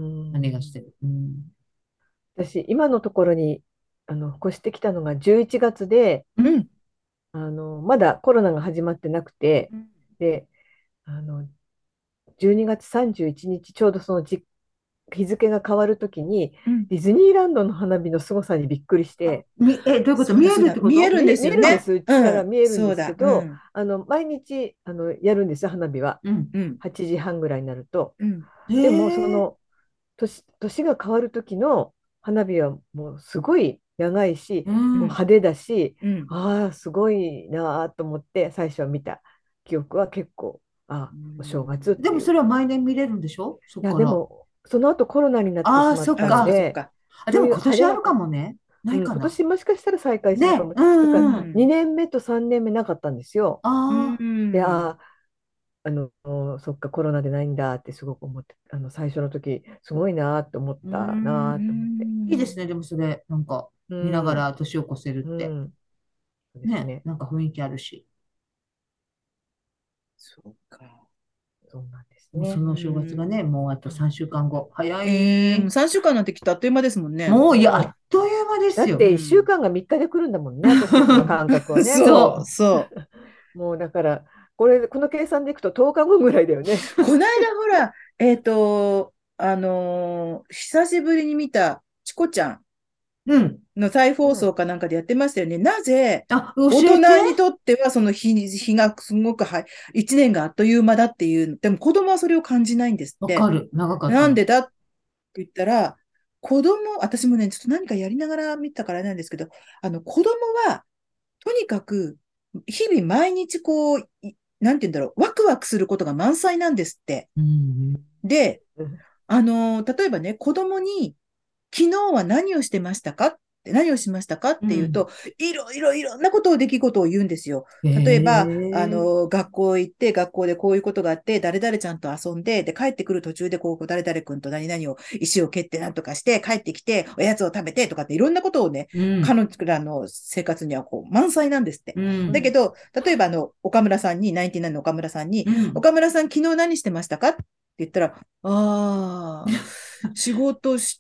B: 姉がしてる。うん。
C: 私、今のところに越してきたのが11月で、
A: うん。
C: まだコロナが始まってなくて、で、あの、12月31日、ちょうどその日付が変わるときに、
A: うん。
C: ディズニーランドの花火の凄さにびっくりし
B: あ、
C: て、
B: どういうこと見えるっ
A: そうだそうだ。
B: てこと？
A: 見えるんです
C: 見
A: よね。
C: えるんです、うちから
A: うん。
C: 見えるんですけ
A: そうだ。う
C: ど、
A: ん。
C: 毎日やるんですよ、花火は。
B: うん。
A: うん。
C: 8時半ぐらいになると。
A: うん。
C: でも、
B: ええ。
C: 年が変わる時の花火はもうすごい長いし、
B: うん。
A: うん。
C: もう派手だし、
A: うん。
C: ああ、すごいなあと思って最初は見た記憶は結構、
A: う
C: お正月っ
A: ん。
C: ていう。
B: でもそれは毎年見れるんでしょそっ
C: いや、
B: から。
C: でも、その後コロナになって
B: ああ、
C: しまった
A: あ、
C: ので、
A: そっか。
B: あ、で
C: そういう
B: も今年あるか
C: 派手な
B: もね。
C: 今
B: ないかな。
C: 年もしかしたら再開するか
B: ね、
C: も。
B: う
C: だから
B: んうん。
C: 2年目と3年目なかったんですよ。
A: う
B: ああ、
C: で、
A: ん。
C: そっか、コロナでないんだってすごく思って、最初の時、すごいなって思っ
B: う
C: たなって思って。
B: いいですね。でもそれ、なんか、
C: う
B: 見なが
C: ん、
B: ら年を越せるって。
C: うん、そうです
B: ね、
C: ね。
B: なんか雰囲気あるし。
A: そうか。
C: そうなんです
B: もうそ
C: ね。
A: う
B: の正月がね、
A: ん。
B: もうあと3週間後。早
A: もう
B: い。
A: 3週間なんてきっとあっという間ですもんね。
B: もう、いや、あっ
C: も
B: という間ですよ。
C: だって1週
A: うん。
C: 間が3日で来るんだもんね、私たちの感覚はね、
A: そう、
C: も
A: そ
C: もうだから、この計算でいくと10日後ぐらいだよね。
A: う。この間ほら、久しぶりに見たチコちゃん
B: うん。
A: の再放
C: うん。
A: 送かなんかでやってましたよね。なぜ、
B: あ、教
A: 大
B: えて。
A: 人にとってはその日がすごく1年があっという間だっていう、でも子供はそれを感じないんですって。
B: わかる。長かったの。
A: なんでだって言ったら、私もね、ちょっと何かやりながら見たからあれなんですけど、子供は、とにかく、日々毎日こう、なんて言うんだろう、ワクワクすることが満載なんですって。
B: うん。
A: で、
C: うん。
A: 例えばね、子供に、昨日は何をしてましたかって、何をしましたかっ
B: うん。
A: ていうと、いろんなことを、出来事を言うんですよ。
B: へ
A: 例えば、
B: え。
A: 学校行って、学校でこういうことがあって、誰々ちゃんと遊んで、で、帰ってくる途中で、誰々君と何々を、石を蹴ってなんとかして、帰ってきて、おやつを食べてとかっていろんなことをね、
B: うん。
A: 彼女らの生活にはこう満載なんですって。
B: うん。
A: だけど、例えば岡村さんに、ナインティナインの岡村さんに、
B: うん。
A: 岡村さん昨日何してましたかって言ったら、仕事して、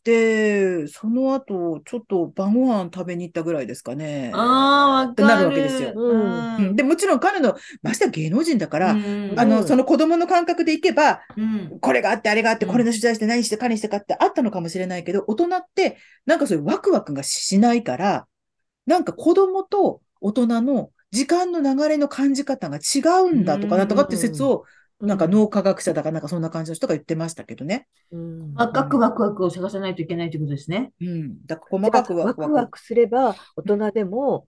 A: その後、ちょっと晩ご飯食べに行ったぐらいですか
B: ああ、
A: ね。ってなる
B: わか
A: わけですよ。
B: る。う
C: うん。
A: うん。で、
B: ん。
A: もちろん彼の、ましては芸能人だか
B: う
A: ら、
B: ん。
A: そ
C: うん。
A: の子供の感覚でいけば、
B: うん。
A: これがあって、あれがあって、
B: うん。
A: これの取材して何して、かにしてかってあったのかもしれないけど、大人って、なんかそういうワクワクがしないから、なんか子供と大人の時間の流れの感じ方が違う
B: う
A: んだとかなんとかっていう説
B: ん。
A: を、なんか
C: うん。
A: 脳科学者だかなんかそんな感じの人が言ってましたけどね。
C: うん。
A: うん。
B: 細かくワクワクを探さないといけないということですね。
A: うん。だから細かく
C: じゃあ、ワ
A: ワクワク。
C: クワクすれば、大人でも、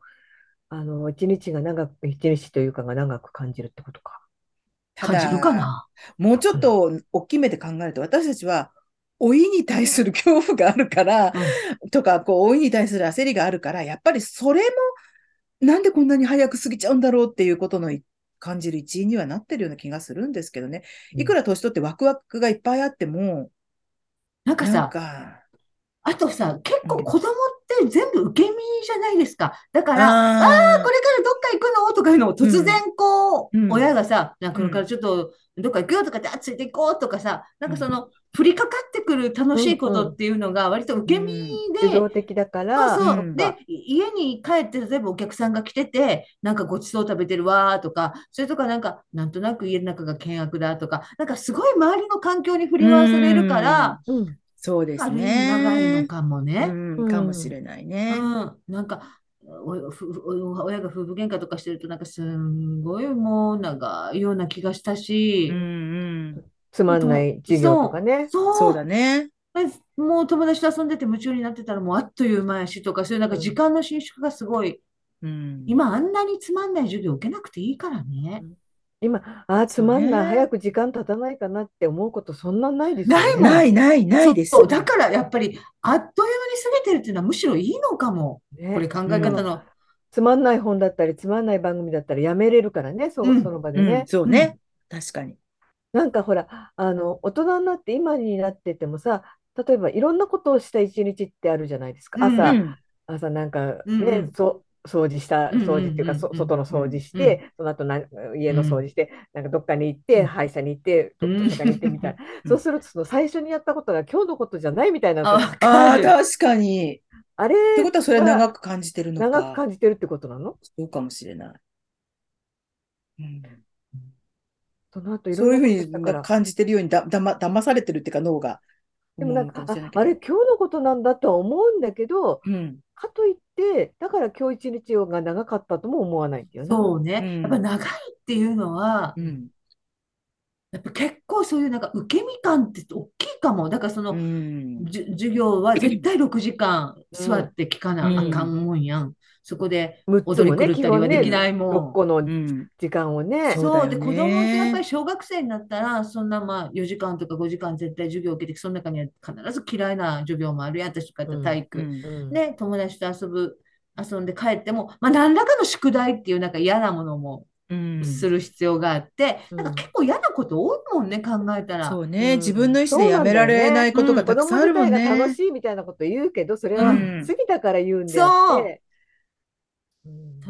C: 一日というかが長く感じるってことか。
A: た
B: 感じるか
A: だ、
B: な。
A: もうちょっと大きめで考えると、私たちは老いに対する恐怖があるから、
B: うん。
A: とか、こう、老いに対する焦りがあるから、やっぱりそれも、なんでこんなに早く過ぎちゃうんだろうっていうことの感じる一因にはなってるような気がするんですけどね。いくら年取ってワクワクがいっぱいあっても、なん
B: なんかさ、
A: か、
B: あとさ、結
A: うん、
B: 構子供って全部受け身じゃないですか。だから、こ
A: ああ、
B: れからどっか行くのとかいうのを突然
A: うん、
B: こう、
A: うん、
B: 親がさ、これから
A: うん、
B: ちょっとどっか行くよとかって、ついていこうとかさ、なん
A: うん、
B: かその、降りかかってくる楽
C: う
B: しいことっ
C: んうん。
B: ていうのが割と
A: う
B: 受け身
A: ん、
C: 受動
B: で、
C: 的だか
B: そう
C: ら、
A: う
B: そう。で、
A: ん、
B: 家に帰って、例えばお客さんが来てて、なんかごちそう食べてるわーとか、それとかなんか、なんとなく家の中が険悪だとか、なんかすごい周りの環境に振
A: う
B: り回されるか
A: ん、
B: ら、
C: うん、
A: そうです
B: ある意味長いの
A: ね。
B: かもね。
A: うん、かもし
C: うん、
A: れない
B: う
A: ね。
B: ん。なんか、親が夫婦喧嘩とかしてると、なんかすんごいもう長いような気がした
A: う
B: し、
A: ん、うん、
C: つまんない授業とかね。
A: そうだ
B: そう。
A: ね。
B: もう友達と遊んでて夢中になってたらもうあっという間やしとか、そういうなんか時
C: うん、
B: 間の伸縮がすごい、
A: うん、
B: 今あんなにつまんない授業受けなくていいからね。
C: うん。今、つ
A: そう
C: まんない、早
A: ね。
C: く時間経たないかなって思うことそんなないですよね。
B: ないもん。
A: ないないな
B: そ
A: いです。
B: う。だからやっぱりあっという間に過ぎてるっていうのはむしろいいのかも。これ
C: ね。
B: 考
A: うん、
B: え方の。
C: つまんない本だったり、つまんない番組だったらやめれるからね、そ
B: うん。
C: の場
A: うん、
C: でね。
A: そうね。
B: うん。
A: 確かに。
C: なんかほら、大人になって今になっててもさ、例えばいろんなことをした一日ってあるじゃないですか。
B: うん。
A: うん
C: 朝なんかね、
B: うん。
C: 掃
B: うん。うん。
C: 除っていうか、
B: うん。うん。
C: 外の掃除し
B: うん。
C: て、その後家の掃
B: うん。
C: 除して、なんかどっかに行って、
B: うん。
C: 歯医者に行って、
B: うん。
C: 図書館に行ってみたいな。
A: うん。
C: そうすると、その最初にやったことが今日のことじゃないみたいな
B: あ、わ
C: 時、
B: か
A: ああ、
B: る。
A: 確かに。っ
C: あれ
A: てことはそれは長
C: は
A: く感じてるの
C: 長く
A: か。
C: 感じてるってことなの？
A: そうかもしれない。うん、
C: その後いろんなこと
A: そういうふう
C: したから、
A: に感じてるように騙されてるっていうか脳が思うのか
C: でもなんか、
A: もしれないけど。
C: 今日のことなんだとは思うんだけど、
A: うん。
C: かといって、だから今日一日が長かったとも思わないんだよな。
B: そうね。やっぱ
A: うん。
B: 長いっていうのは、
A: うん。
B: やっぱ結構そういうなんか受け身感って大きいかも。だからそ
A: う
B: の
A: ん。
B: 授業は絶対6時間
C: うん、
B: 座って聞か
A: う
B: なあか
A: ん。
B: んもんやん。 そこで
C: 6つ
B: 踊り
C: もね、
B: 狂ったりはで
C: 基本ね、
B: きないも
C: 6
B: ん。
C: 個の
A: うん。
C: 時間をね。
A: そうだよ
B: そうで、子供ってやっぱ
A: ね。
B: り小学生になったら、そんなまあ4時間とか5時間絶対授業を受けて、その中には必ず嫌いな授業もあるやん、私とかやったら体
C: うん、
B: 育。
A: うん。
C: うん、
B: ね、友達と遊んで帰っても、まあ何らかの宿題っていうなんか嫌なものも
A: うん。
B: する必要があって、なんか結
C: うん、
B: 構嫌なこと多いもんね、考えたら。
A: そうね。自分
C: うん。
A: の意思で
C: そうなんだ
A: やめら
C: よね。
A: れないこと
B: うん、
A: がたくさんあるもん
C: 子供自体が楽
A: ね。
C: しいみたいなこと言うけど、それ
B: う
C: は
B: ん。
A: うん。
C: 過ぎたから言うんであっ
B: そう。
C: て、うん、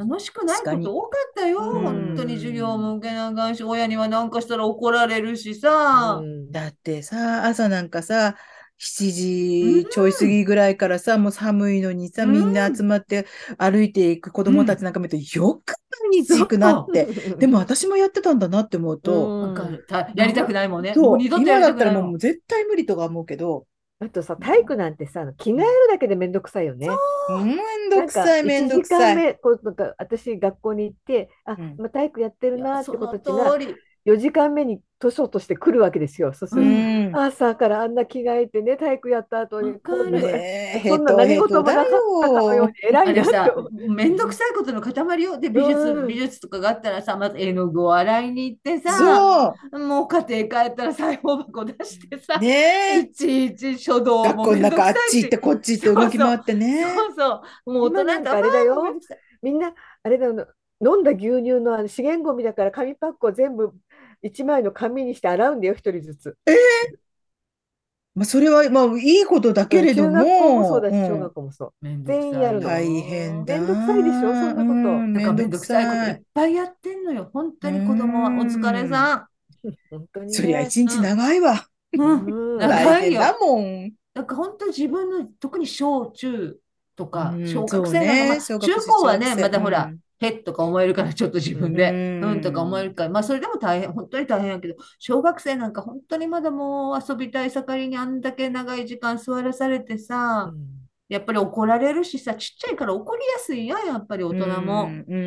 B: 楽しくない
A: 確かに。
B: こと多かったよ。
C: う
B: 本当に授業
C: ん、
B: も受けなあかんし、親には何かしたら怒られるし
C: う
B: さ。
C: ん、
A: だってさ、朝なんかさ、7
B: うん、
A: 時ちょい過ぎぐらいからさ、もう寒いのにさ、
B: う
A: みんな集
B: ん、
A: まって歩いていく子
B: うん。
A: 供たちなんか見ると、よく毎日行くなっ
B: そう。
A: て。でも私もやってたんだなって思う
C: う
A: と、
B: わかる。
C: ん。
B: やりた
A: なん
B: くないもんね。もう
A: そう、
B: 二度とやり
A: 今だったら
B: たくないもん。
A: もう絶対無理とか思うけど、
C: あとさ、体育なんてさ、着替えるだけでめんどくさいよね。
A: めんど
C: なんか
A: くさい、めん
C: 1
A: どくさい。
C: 時間目、こうなんか私学校に行って、あ、
A: うん。
C: 今体育やってる
B: いや、
C: なって子
B: その通
C: たちが
B: り。
C: 4時間目に図書として来るわけですよ。そうす
A: う
C: ると、
B: うん。
A: ん。
C: 朝からあんな着替えてね、体育やった後
B: わ
C: に、今度、
B: かる。
A: ねえ、ヘ
C: そんな何
A: トヘトだ
C: 事もなかったかのように
A: よ。
C: 偉いなって
B: あれさ、
C: 思う。
B: めんどくさいことの塊よ。で、美
C: うん、
B: 術とかがあったらさ、まず絵の具を洗いに行ってさ、
A: そ
B: もう家庭帰ったら裁縫箱出して
A: う。
B: さ、
A: ねえ。
B: いちいち書道
A: 学校の
B: もめんどく
A: 中あっち行って
B: さいし、
A: こっち行って動き回
B: そうそう、
A: ってね。
B: そうそう、もう大人とはま
C: 今なんかあれだよ。
B: あもうめんどくさい。
C: みんな、あれだよ、飲んだ牛乳の資源ゴミだから紙パックを全部1枚の紙にして洗うんだよ、1人ずつ。
A: まあ、それは、まあ、いいことだけ
C: うん、
A: れど
C: 中学校もそう
A: も、
C: だし、小
A: うん。
C: 学校もそう。
B: めんどく
C: 全員や
B: さい
C: るの。
A: 大変
B: よ。
A: だ。
C: めんどくさいでしょ、そん
A: う
C: なこと。
A: ん、
B: だからめん
A: めんどく
B: どくさいことい
A: さい。
B: っぱいやってんのよ。本
A: う
B: 当に子供は。お疲れ
A: ん。
B: さ
C: 本当に
A: そりゃ
C: ね。
A: 一日長いわ。
B: ん。うん。
C: うん。
A: 大変だ
B: 長いよ。
A: もん。
B: なんか本当に自分の、特に小中と
A: う
B: か、
A: ん、
B: 小学
A: そう
B: 生なんか、ま
A: ね。
B: あ、中
A: 小学生、
B: 高はね、
A: 中学生。
B: まだほら、
A: うん。
B: へっとか思えるから、ちょっと自分
C: うん。
A: う
B: で、うんとか思え
A: ん。
B: るから、まあ、それでも大変、本当に大変やけど、小学生なんか本当にまだもう遊びたい盛りにあんだけ長い時間座らされてさ、
C: うん。
B: やっぱり怒られるしさ、ちっちゃいから怒りやすいやん、やっぱり大
A: う
B: 人も。
A: ん。うん。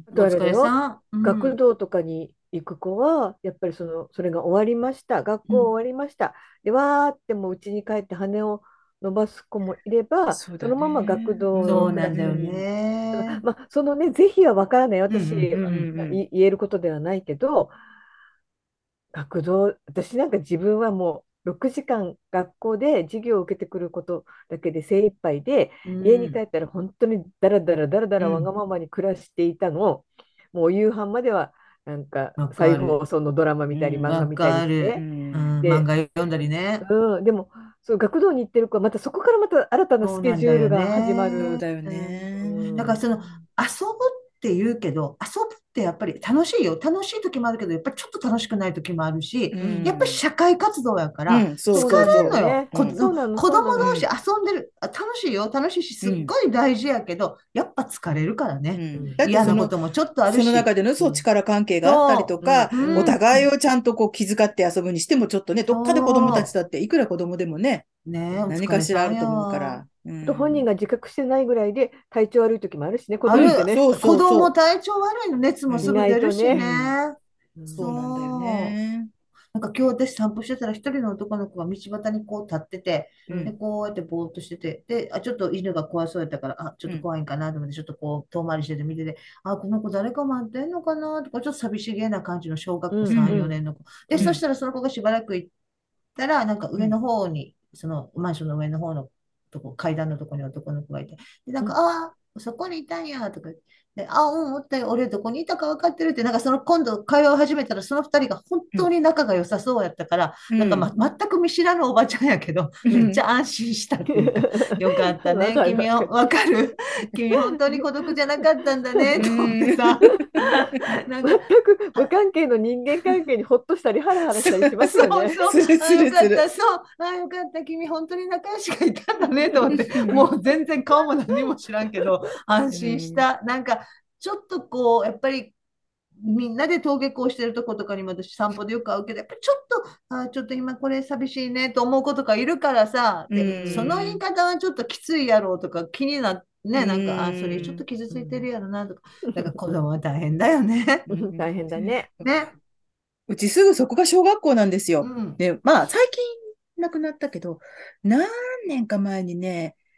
C: あ
B: お疲れ
C: とあれだよ。
B: さん。うん。
C: 学童とかに行く子は、やっぱりそれが終わりました。学
B: うん。
C: 校終わりました。で、わーってもう家に帰って羽を伸ばす子もいれば、
A: そうだ
C: そのまま学
A: ね。う
C: 童のク
B: そうなんだよ
C: ラスに。
A: ん。
C: だから
B: ね。
C: まあ、そのね、是非は分からない。
B: うんう
C: 私、
A: うん。
B: んうん
A: うん。
C: 言えることではないけど、学童、私なんか自分はもう6時間学校で授業を受けてくることだけで精一杯で、
B: うん。
C: 家に帰
B: うん。
C: ったら本当にダラダラダラダラわが
B: うん
C: ままに暮らしていたのを、もうお夕飯まではなんか
B: わかる。
C: 再放送のドラマ見たり漫画
B: わ
C: 見たり
B: かる。
A: う
C: して、
B: うん、漫
C: で、
B: 画読んだりね。
C: でもそう学童に行ってる子はまたそこからまた新たな
B: そう
C: スケジュール
B: なんだよ
C: が始まる。
A: そうだよ
B: ね。だから
A: ね。
B: その遊ぶって言うけど、遊ぶってやっぱり楽しいよ。楽しい時もあるけど、やっぱりちょっと楽しくない時もあるし、
A: う
C: うん、
B: やっぱり
A: ん。
B: 社会活動やから
A: うん、そう
B: 疲
A: そう
C: そうなんだ
B: れんのよ。
A: そう。
C: よね。
A: うん。
C: そうなの、
B: 子供
C: そうなの。
B: 同士
A: うん。
B: 遊んでる。楽しいよ。楽しいし、すっ
A: うん。
B: ごい大事やけど、やっぱ疲れるからね。
A: うん。
C: うん、
A: だって
B: 嫌なこともちょっとある
A: その中
B: し。
A: での
C: うん、
A: 力関係があったりと
B: そ
A: か、
C: うん、
B: う。
A: お
C: うん、
A: 互いをちゃんとこう気遣って遊ぶにしてもちょっとね、どっかで子供たち
B: そ
A: だって、いくら子供でもね、
B: う。ねえ、お
A: 何
B: 疲れさん
A: かしらあると思うか
B: よ。
A: ら。う
C: と本人
A: ん。
C: が自覚してないぐらいで体調悪い時もあるしね、子
B: ある。
C: 供ってね。
A: そう
B: 子供
A: そうそ
B: 体調悪いの、熱
A: う。う
B: もす
A: ん。
C: 意
B: ぐ出るし
A: う
C: 外とね。
A: ん。
B: ね。
C: うん、
A: そうなんだよ
B: そう。
A: ね。
B: なんか今日私散歩してたら一人の男の子が道端にこう立ってて、で、
C: うん、
B: こうやってぼーっとしてて、で、ちょっと犬が怖そうやったから、ちょっと
A: うん。
B: 怖いんかなと思って、ちょっとこう遠回りしてて見てて、この子誰か待ってんのかなとか、ちょっと寂しげな感じの小学校
C: うん、
B: 3、
C: うん、
B: 4年の子。で、
A: うん。
B: そしたらその子がしばらく行ったら、なんか
A: うん。
B: 上の方に、そのマンションの上の方のとこ、階段のとこに男の子がいて、で、なんか、
C: うん、
B: そこにいたんや、とか言って、で、うん、おったよ、俺どこにいたか分かってるって、なんかその今度会話を始めたら、その二人が本
A: うん。
B: 当に仲が良さそうやったから、なんか、
A: うん。
B: 全く見知らぬおばちゃんやけど、めっち
A: うん。
B: ゃ安心したっていうか、よかったね、
C: わかるわ
B: 君を、
C: かる。
B: わかる君本当に孤独じゃなかったんだね、
A: う
B: と思って
A: ん。
B: さ、なんか、
C: 全く無関係の人間関係にほっとしたりハラハラしたりしますよね。
B: そうそう、
A: するす
B: よかった、
A: るする。
B: そう、よかった、君、本当に仲良しがいたんだね、と思って、
A: うん。
B: もう全然顔も何も知らんけど、安
A: うん。
B: 心した。なんか、ちょっとこう、やっぱり、みんなで登下校してるとことかにも私散歩でよく会うけど、やっぱりちょっと、ちょっと今これ寂しいねと思う子とかいるからさ、
A: う
B: で、その言い
A: ん。
B: 方はちょっときついやろうとか気になって、
A: う
B: ね、なんか、それちょっと
A: ん。
B: 傷ついてる
C: うん、
B: やろなとか、だから子供は大変だよね。
C: 大変だね。
B: ね。
A: うちすぐそこが小学校なんですよ。
B: うん。
A: で、まあ、最近亡くなったけど、何年か前にね、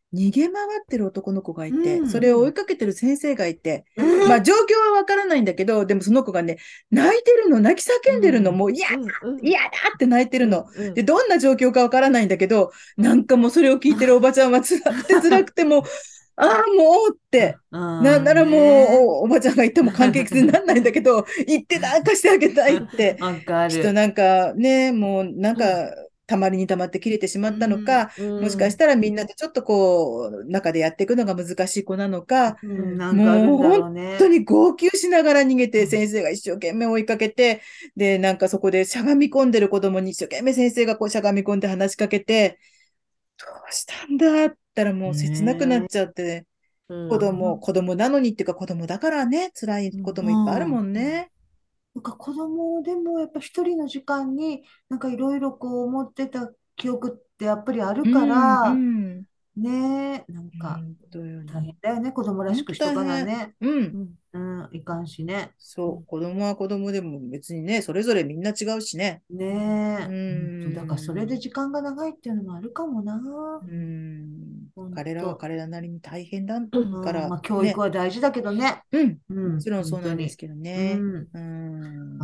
A: 逃げ回ってる男の子がいて、
B: うん
A: それを追いかけてる先生がいて、
B: え
A: まあ状況はわからないんだけど、でもその子がね、泣いてるの、泣き叫んでるの、もう嫌だ、嫌だって泣いてるの。で、どんな状況かわからないんだけど、なんかもうそれを聞いてるおばちゃんは辛くてもう、ああ、もうって、なんならもうおばちゃんが言っても関係にならないんだけど、言ってなんかしてあげたいって、
B: わかる。
A: きっとなんかね、もうなんか、たまりにたまって切れてしまったのか、もしかしたらみんなでちょっとこう、中でやっていくのが難しい子なのか、
B: なんかあるんだろう
A: もう本当
B: ね。
A: に号泣しながら逃げて、先生が一生懸命追いかけて、で、なんかそこでしゃがみ込んでる子供に一生懸命先生がこうしゃがみ込んで話しかけて、どうしたんだって言ったらもう切なくなっ
B: ね
A: ちゃって、
B: あ、
A: 子供なのにっていうか子供だからね、辛いこともいっぱいあるもんね。
B: なんか子供でもやっぱ一人の時間になんかいろいろこう思ってた記憶ってやっぱりあるか
A: うん、う
B: ら、
A: ん。
B: ねえ、なんか
A: 本当よ
B: 大
A: ね。
B: 変だよね、子供らし
A: 本当
B: くしとかな
A: 大変。
B: ね。
A: うん。
B: いかんしね。
A: そう。子供は子供でも別にね、それぞれみんな違うしね。
B: ね
A: う
B: え、だからそれで
A: ん。
B: 時間が長いっていうのもあるかもな。
A: うん。
B: ほん
A: 彼らは
B: と。
A: 彼らなりに大変だから
B: まあ教育
A: ね。
B: は大事だけどね。
A: うん。もちろんそう
B: 本当に。
A: なんですけどね。
B: 頑
A: うん。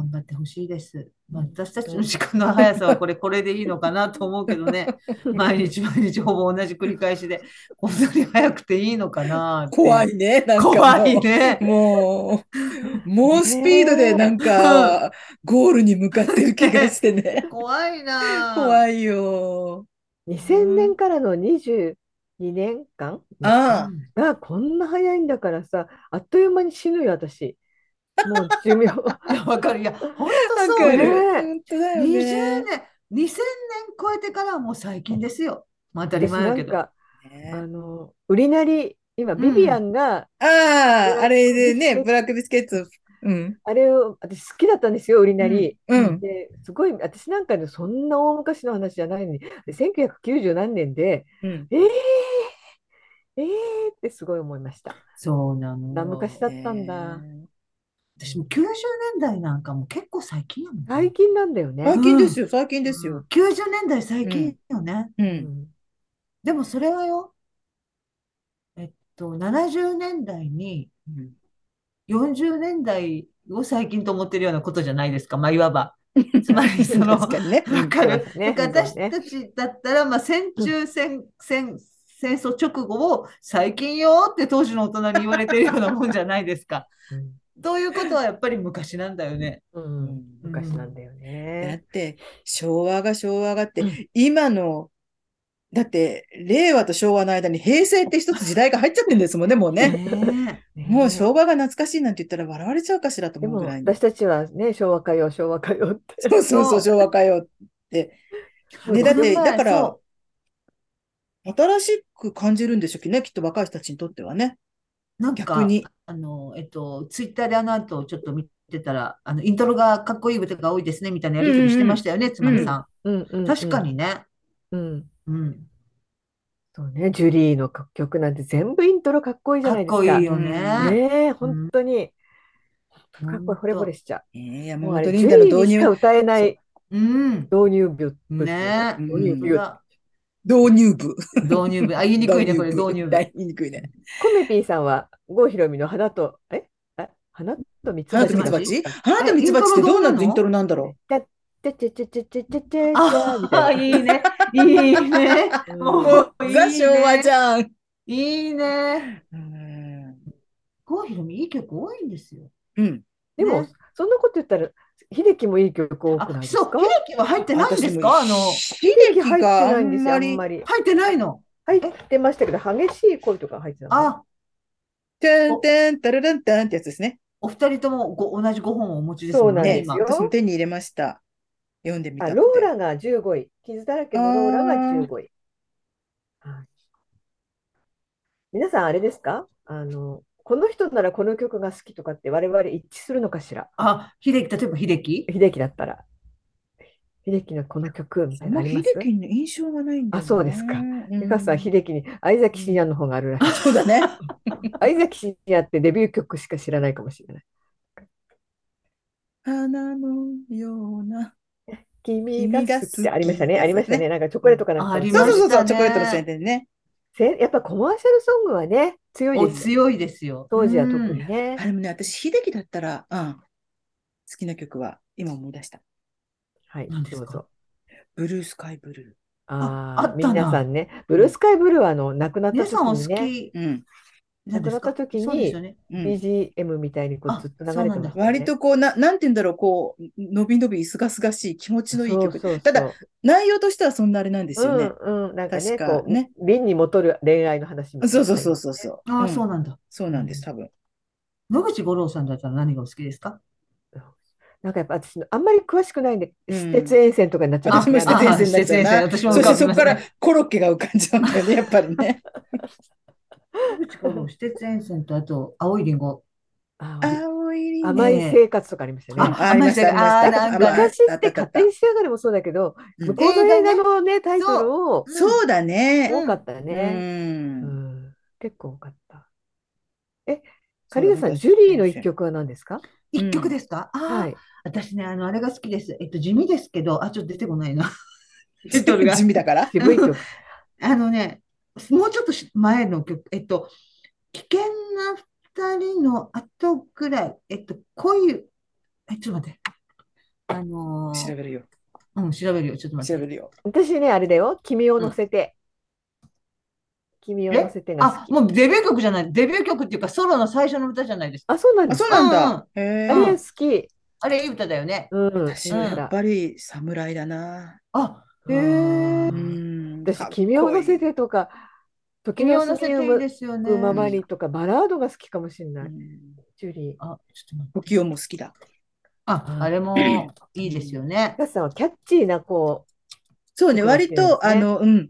B: 張ってほしいです。まあ、
A: 本
B: 私たちの
A: 当。
B: 時間の速さはこれでいいのかなと思うけどね。毎日毎日ほぼ同じ繰り返しで、こんなに速くていいのかなっていう。
A: 怖いね。なんか
B: 怖い
A: う、
B: ね。
A: もうスピードでなんか、ゴールに向かってる気がしてね。
B: 怖いな。
A: 怖いよ。
C: 2000年からの22年間
A: ああ。
C: がこんな早いんだからさ、あっという間に死ぬよ、私。もう寿命。
B: いや、わかる。いや、本当
A: わ
B: そうよ。
A: かる。
C: ねえ。
A: 本当だよ
B: 20
A: ね。
B: 年、2000年超えてからはもう最近ですよ。まあ当たり
C: 私
B: 前やけど。
C: なんか、
A: ね。
C: 売りなり、今、ビビア
B: うん。
C: ンがブ
A: ああ、あ
C: ラック
A: れでね、
C: ビスケット、
A: ブラックビスケッツ。うん。
C: あれを私好きだったんですよ、売りな
B: うん。
C: り。
A: うん。
B: うん。
C: で、すごい、私なんかのそんな大昔の話じゃないのに、1990何年で、
A: うん。
C: えー、えーってすごい思いました。
B: そうな
C: な昔だ
B: の。
C: ったんだ。
B: 私も90年代なんかも結構最近やもんね。
C: 最近なんだよね。
A: 最近ですよ、最近ですよ。
B: 90年代最近
A: うん。
B: よね。
A: うん。
C: うん。
B: でもそれはよ、70年代に
A: うん。
B: 40年代を最近と思ってるようなことじゃないですか。まあ、いわば。つまり、
A: 確かにね。うん。
B: わかる。なん
C: そうですね。
B: か私
C: そうね。
B: たちだったら、まあ、戦
C: うん。
B: 中戦争直後を最近よって当時の大人に言われてるようなもんじゃないですか。
C: うん。
B: ということはやっぱり昔なんだよね。
C: う
A: う
C: ん、昔なん
B: ん。
C: だよね。
A: だって、昭和があって、
C: うん。
A: 今の、だって、令和と昭和の間に平成って一つ時代が入っちゃってるんですもんね、もうね。
B: ね
A: もう
C: ねえ。
A: 昭和が懐かしいなんて言ったら笑われちゃうかしらと
C: でも、
A: 思うぐらいに。
C: 私たちはね、昭和歌謡、昭和歌謡って。
A: そうそうそう、
B: そ
A: 昭和かよって。
B: う。
A: ね、だ
C: そうですよ。
A: って、だ
B: この前、
A: から、
B: そ
A: 新しく感じるんでしょうね、きっと若い人たちにとってはね。
B: う。なんか、
A: 逆に。
B: ツイッターであの後ちょっと見てたら、イントロがかっこいい歌が多いですね、みたいなや
A: う
B: りとりして
A: んうん
B: ましたよね、つ
A: うん。うん。
B: まみさん。
C: うんうんう
B: 確か
C: ん
B: にね。
C: うん。
B: うん。
C: そうね、ジュリーの曲なんて全部イントロかっこいいじゃ
B: か
C: ないですか。
B: っこいいよ
A: うん。
B: ね。
C: ねえ、本
B: うん。
C: 当にかっこいい、惚れ惚れ
B: ほんと。
C: しちゃう。もうあ
A: 山本
C: れ、ジュ
A: リンダの導入、
C: リーにしか歌えな
A: そ
C: い
B: うん。
C: 導入部っていうの
B: ねえ。
A: う。う
C: 導入部。
A: ん。
B: ほんとだ。
A: 導入部。
B: 導入部。あ、言いにくいね、これ、
A: 導入部。
B: 導入部。
A: 大言いにくいね。
C: コメピーさんは郷ひろみの花と、花と蜜
A: 花と
C: 蜂
B: 蜜蜂
A: 蜜蜂
C: が好きか。
A: 花と
B: イントロ
A: 蜜蜂ってどんなイント
B: どんなの？
A: ロなんだろ
C: ちゃっちゃちゃちゃちゃちゃちゃちゃちゃみたい
B: ああ、
C: な。
B: いいね。いいね。
A: う。
C: うん。
A: もう、
B: もう、
A: ザ
B: いい
A: 昭和じ
B: ね。
A: ゃん。
B: いいね。
A: うん。
B: 郷ひろみ、いい曲多いんですよ。
A: うん。
C: でも、
B: ね。
C: そんなこと言ったら、秀樹もいい曲多く
A: あ、
B: あ、そう、
C: ないですか？
B: 秀樹は入ってないんで
A: 私も、
B: すか？
C: 秀樹入って
A: 秀樹があ
C: ないんですよ、
A: んまり、
C: あんまり。
B: 入ってないの？
C: 入っ
B: え、
C: てましたけど、激しい恋とか入ってたのかな。
B: あ、
A: てん
B: お、
A: てんたるるんたんってやつですね。
B: お二人とも同じ5本をお持ちです
C: そうなん
B: もんね、
A: ね、
C: です
B: 今。
A: 私も
C: よ。
A: 手に入れました。読んでみ
C: あ、
A: たくて。
C: ローラが15位。傷だらけ
A: あ
C: のローラが
A: ー、
C: 15位。はい。皆さん、あれですか？この人ならこの曲が好きとかって我々一致するのかしら？
B: あ、秀樹、例えば秀樹。
C: 秀樹だったら。秀樹のこの曲みたいなの
A: あんま
C: あります？
A: 秀樹に印象がないんだ
C: あ、
A: よな。
C: そうですか。
A: う
C: ゆかさん、
A: ん。
C: 秀樹に相崎
A: うん。
C: 真也の方があるらしいで
A: そう
C: す。
A: だね。
C: 相崎真也ってデビュー曲しか知らないかもしれない。
A: 花のような
C: 君が
A: 君が
C: 好きって
A: 好き
C: ありましたね。
A: ってやつですね。
C: ありましたね。なんかチョコレート
A: うん。
C: かなん
B: あ、あ
C: か
B: りまし
A: そうそうそうそう、チョコレートの
B: たね。
A: 宣伝ね。
C: やっぱコマーシャルソングはね、強い
B: お、
C: ですよ。
B: 強いですよ。
C: 当時は特
B: うん。
C: にね。
A: あれもね、私、秀樹だったら、好きな曲は、今思い出した。
C: はい、
B: 何ですか？
C: どうぞ。
A: ブルースカイブル
B: あったな。
C: 皆さんね、
A: ー。うん。
C: ブルースカイブルーは亡くなった
B: 皆さんお
C: 時にね、
B: 好き、
A: うん。
C: 亡くなった
B: なんですか？
C: 時に
B: そうですよね。
A: うん。
C: BGM みたいにこうず
B: あ、
C: っと流れて
B: そうなんだ。
C: ましたよね。
A: 割とこう、なんて言うんだろう、こう、のびのび、すがすがしい、気持ちのいい曲。
C: そうそう
A: ただ、
C: そ
A: 内容としてはそんなあれなんで
C: う。
A: すよね。
C: なんか
A: 確
C: ね、こ
A: かね。
C: う、瓶に戻る恋愛の話みたい
A: そうそう
C: な感じ。
A: そうそうそう。
B: ああ、
A: うん。
B: そうなんだ。
A: そうなんです、
C: うん。
A: 多分。
B: 野口五郎さんだったら何がお好きですか？
C: なんかやっぱ私、あんまり詳しくないんで、私鉄
A: うん。
C: 沿線とかになっちゃいます
A: 私も
C: ね。
A: して前線になっちゃうな。
B: 施設衛生、私も浮
A: そして
B: かび
A: そこから
B: ますね。
A: コロッケが浮かんじゃうんだよね、やっぱりね。
B: 野口五郎、私鉄沿線と、あと、青いりんご。
A: 青いりん
C: 甘い
B: ええ
C: 生活とかありましたよね。
A: あ、ありました、あ
B: 甘い世界、ああ、
A: りました。
B: なんかね、
C: 昔っ
A: あったあったあった。
C: て勝手に仕上がりもそうだけど、
A: うん。
C: 向こうの映画
B: 映画ね、
C: のね、タイトル
B: そ
C: を
B: う、うん、
A: そうだね。
B: うん。
C: 多かった
A: う
C: ね。
A: ん。
C: 結構多かった。え、カ
A: そうだ、
C: リナさん、ジ
A: 昔、
C: ュリーの一
A: 先生。
C: 曲は何ですか？
B: 一曲
A: うん。
B: ですか？ああー、
C: はい。
B: 私ね、あれが好きです。地味ですけど、ちょっと出てこないな。タイトルが。
A: 地味だから。
C: 渋い曲。
B: あのね、もうちょっと前の曲、危険な二人の後ぐらい、恋、ちょっと待って、
A: 調べるよ。
B: 調べるよ、ちょっと待って。
A: 調べるよ。
C: 私ね、あれだよ。君を
B: うん。
C: 乗せて。君を乗せてが好き。
B: もうデビュー曲じゃない、デビュー曲っていうか、ソロの最初の歌じゃないです
C: あ、
B: か。
C: そうなん
A: あ、そう
C: ですか？
A: なんだ。
B: うんうん、
A: へ
C: あれ好
A: え。
C: き。
B: あれ、いい歌だよね。
A: 私はやっ
B: うん。
C: いい歌。
A: ぱり侍だな。
B: へえ、
A: う
C: 私、
A: かっ
C: 君を乗せ
A: こいい。
C: てとか、時の
B: 君を乗
C: 過ぎゆむ
B: せていいですよ
C: くま
B: ね。
A: うん。
C: まにとか、バラードが好きかもしれない。ジュリー。
B: ちょっと待って。
A: 時代も好きだ。
B: あれもいいです
A: うん。
B: よね。
C: ガスさんはキャッチーなこ
A: そうね、
C: 曲が好きなんで
A: 割と、
C: すね。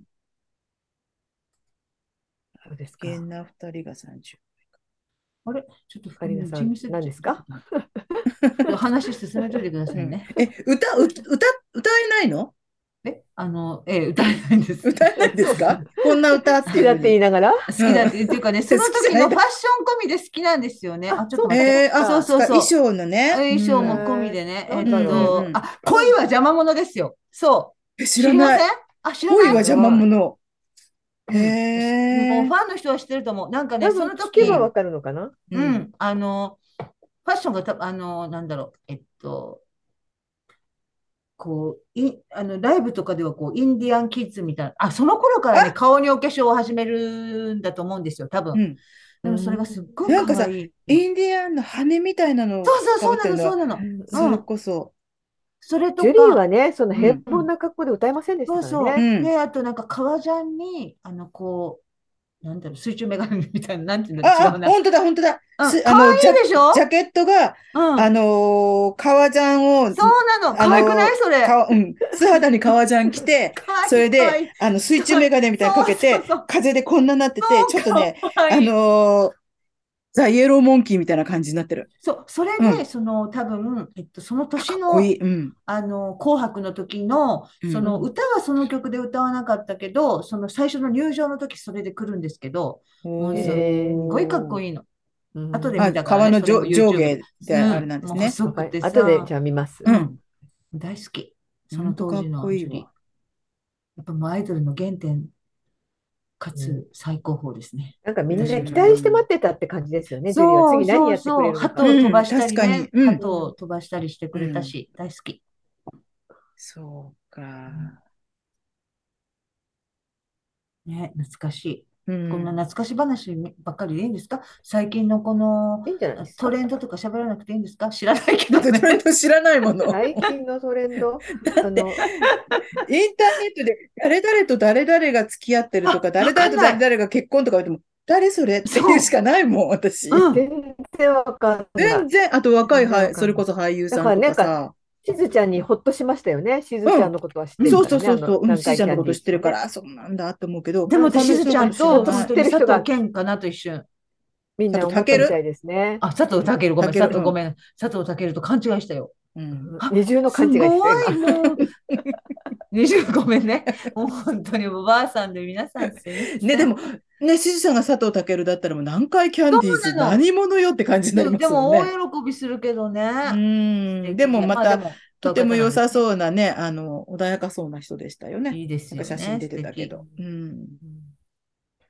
C: そうですか。
A: 危険な二人が30。
B: あれちょっと、
C: カリナさん、
B: 地味すぎて、
C: 何ですか？
B: ちょっと話進めといてくださ
A: うん。
B: いね。
A: 歌えないの？
B: 歌えないんです。
A: 歌えないんですか？こんな歌っ
C: 好きだって
A: ていうふうに。
C: 言いながら。
B: 好
A: うん。
B: きだっていうかね、そ
A: 好
B: の
A: きじゃないんだ。
B: 時のファッション込みで好きなんですよね。
C: あ、
B: ちょっと
C: そうか、そう
B: 待って。そう
C: か。
B: そう
A: 衣
B: そう。
A: 装のね。う
B: 衣装も込み
A: ん。
B: でね。
C: なんだろ
A: うん。
B: 恋は邪魔者ですよ。そう。
A: 知らない。
B: 知りません？知ら
C: う。
B: ない？
A: 恋は邪魔
C: 知らない。
A: 者。へ
B: うん。もうフ
A: え。
B: ァンの人は知ってると思う。なんかね、そ
C: 多分
B: の時、
C: 聞けばわかるのかな。
A: うん。
B: ファッションがなんだろう、ライブとかではインディアンキッズみたいな、その頃からね、
A: あ、
B: 顔にお化粧を始めるんだと思うんですよ、多分。
A: うん。
B: でもそれが
C: うん。
B: すっごい
A: なんかさ、
B: 可愛いの。
A: インディアンの羽みたいなのを
B: そうそう、そうなの、
A: かぶってるのは、
B: そうなの。
A: それ
B: うん。
A: こそ、
B: それ
C: ジュリー
B: とか、
C: はね、その平
A: うん。
B: うん。
C: 凡な格好で歌えませんでした
B: そう
C: からね。
B: そう。
A: うん。
B: で、あとなんか革ジャンに、なんだろう、水中メガネみたいな、なんていうんだろう、違うな。
A: 本当だ、本当だ。
B: 可愛いでしょ？
A: ジャケットが、
B: うん。
A: 革ジャンを、
B: そうなの。可愛くないそれ？
A: 素肌に革ジャン着て、
B: 可愛い、
A: それで、
B: 可愛い。
A: 水中
B: 可愛い。
A: メガネみたいにか
B: そう
A: けて、
B: そうそう。
A: 風でこんなになってて、ちょっと
B: そう、
A: ね、
B: 可愛い。
A: ザ・イエローモンキーみたいな感じになってる。
B: そう、それで、
A: うん。
B: 多分、その
A: か
B: 年の、
A: っこいい。うん。
B: 紅白の時の、
A: うん。
C: うん。
B: 歌はその曲で歌わなかったけど、その最初の入場の時それで来るんですけど、もうすっごいかっこ
A: おー。
B: いいの。後で
C: うん。
B: 見たからね、それも
A: 革の上
B: YouTube で。
A: 下であれなんですね。
B: もう細く
C: わかり、
B: てさ、
C: 後でじゃあ見ます。
A: うん。
B: うん、大好き。その
A: ほんとかっ
B: 当時
A: こいいわ。
B: のジュリー。やっぱもうアイドルの原点か
C: うん。
B: つ最高峰ですね。
C: なんかみん
A: う
B: 私に
C: な期
B: とっては。
C: 待して待ってたって感じですよね、ジュリーは。
B: そう
C: 次何やってく
B: そうそう。
C: れるのか。
B: 鳩を飛
A: うん、
B: ばした
A: 確かに。
B: りね。
A: うん。
B: 鳩を
C: うん。
B: 飛ばしたりしてく
A: うん。
B: れたし、大好き。
A: そう
B: うん、
A: か。
B: ね、懐かしい。こんな
A: うん。
B: 懐かし話ばっかりでいいんですか？最近のこの
C: いいんじゃないですか。
B: トレンドとか喋らなくていいんですか？知らないけ
A: だってトレン
B: どね。
A: ド知らないもの。
C: 最近のトレンド、
A: だって、インターネットで誰々と誰々が付き合ってるとか、誰
B: わか
A: 々と
B: んない。
A: 誰々が結婚とか言っても、誰それっていうし
B: そ
A: かないもん、私。
B: う。うん。
C: 全然わかんない。
A: 全然、あと若い
C: 全然わ
A: それ
C: かんない。
A: こそ俳優
C: だ
A: さんと
C: からなんか、
A: かさ、
C: しずちゃんにほっとしましたよね。しずちゃん
A: うん。
C: のことは知っ
B: うん。
A: そう
C: てるからね。
A: そうそうそう、
C: 南
A: しずちゃんのこと
C: 海キャンディ
A: 知ってるから、
C: ーズのね。
A: あ、そうなんだって思うけど、
B: でも私、
A: 他の
B: しずちゃん
A: 人のこと知ら
C: もっと知っ
A: ない。
B: と本当に佐藤
C: てる人が
B: 健かなと一瞬。
C: みん
A: あと、
C: な思ったみた
A: たける
C: いですね。
B: 佐藤健、ごめん、
A: たける、うん。
B: ごめん。佐藤健と勘違いしたよ。
A: うん。
C: 二重の
B: す
C: 勘違いしてた、
B: ごい、
C: 今。
B: もう、20ごめんね。もう本当におばあさんで皆さんすいま
A: ね、
B: せん。
A: でも、ね、しずさんが佐藤健だったらもう南海キャンディーズ
B: なの。
A: 何者よって感じになりま
B: でも大
A: すもんね。
B: 喜びするけど
A: う
B: ね。素
A: ーん。で
B: 敵で。
A: もまた、
B: まあでも、
A: と
B: そういう方な
A: ても良さ
B: んですね。
A: そうなね、穏やかそうな人でしたよね。
B: いいです
A: なんか
B: よね。
A: 写真出
B: 素敵。
A: てたけど。うん。
C: うん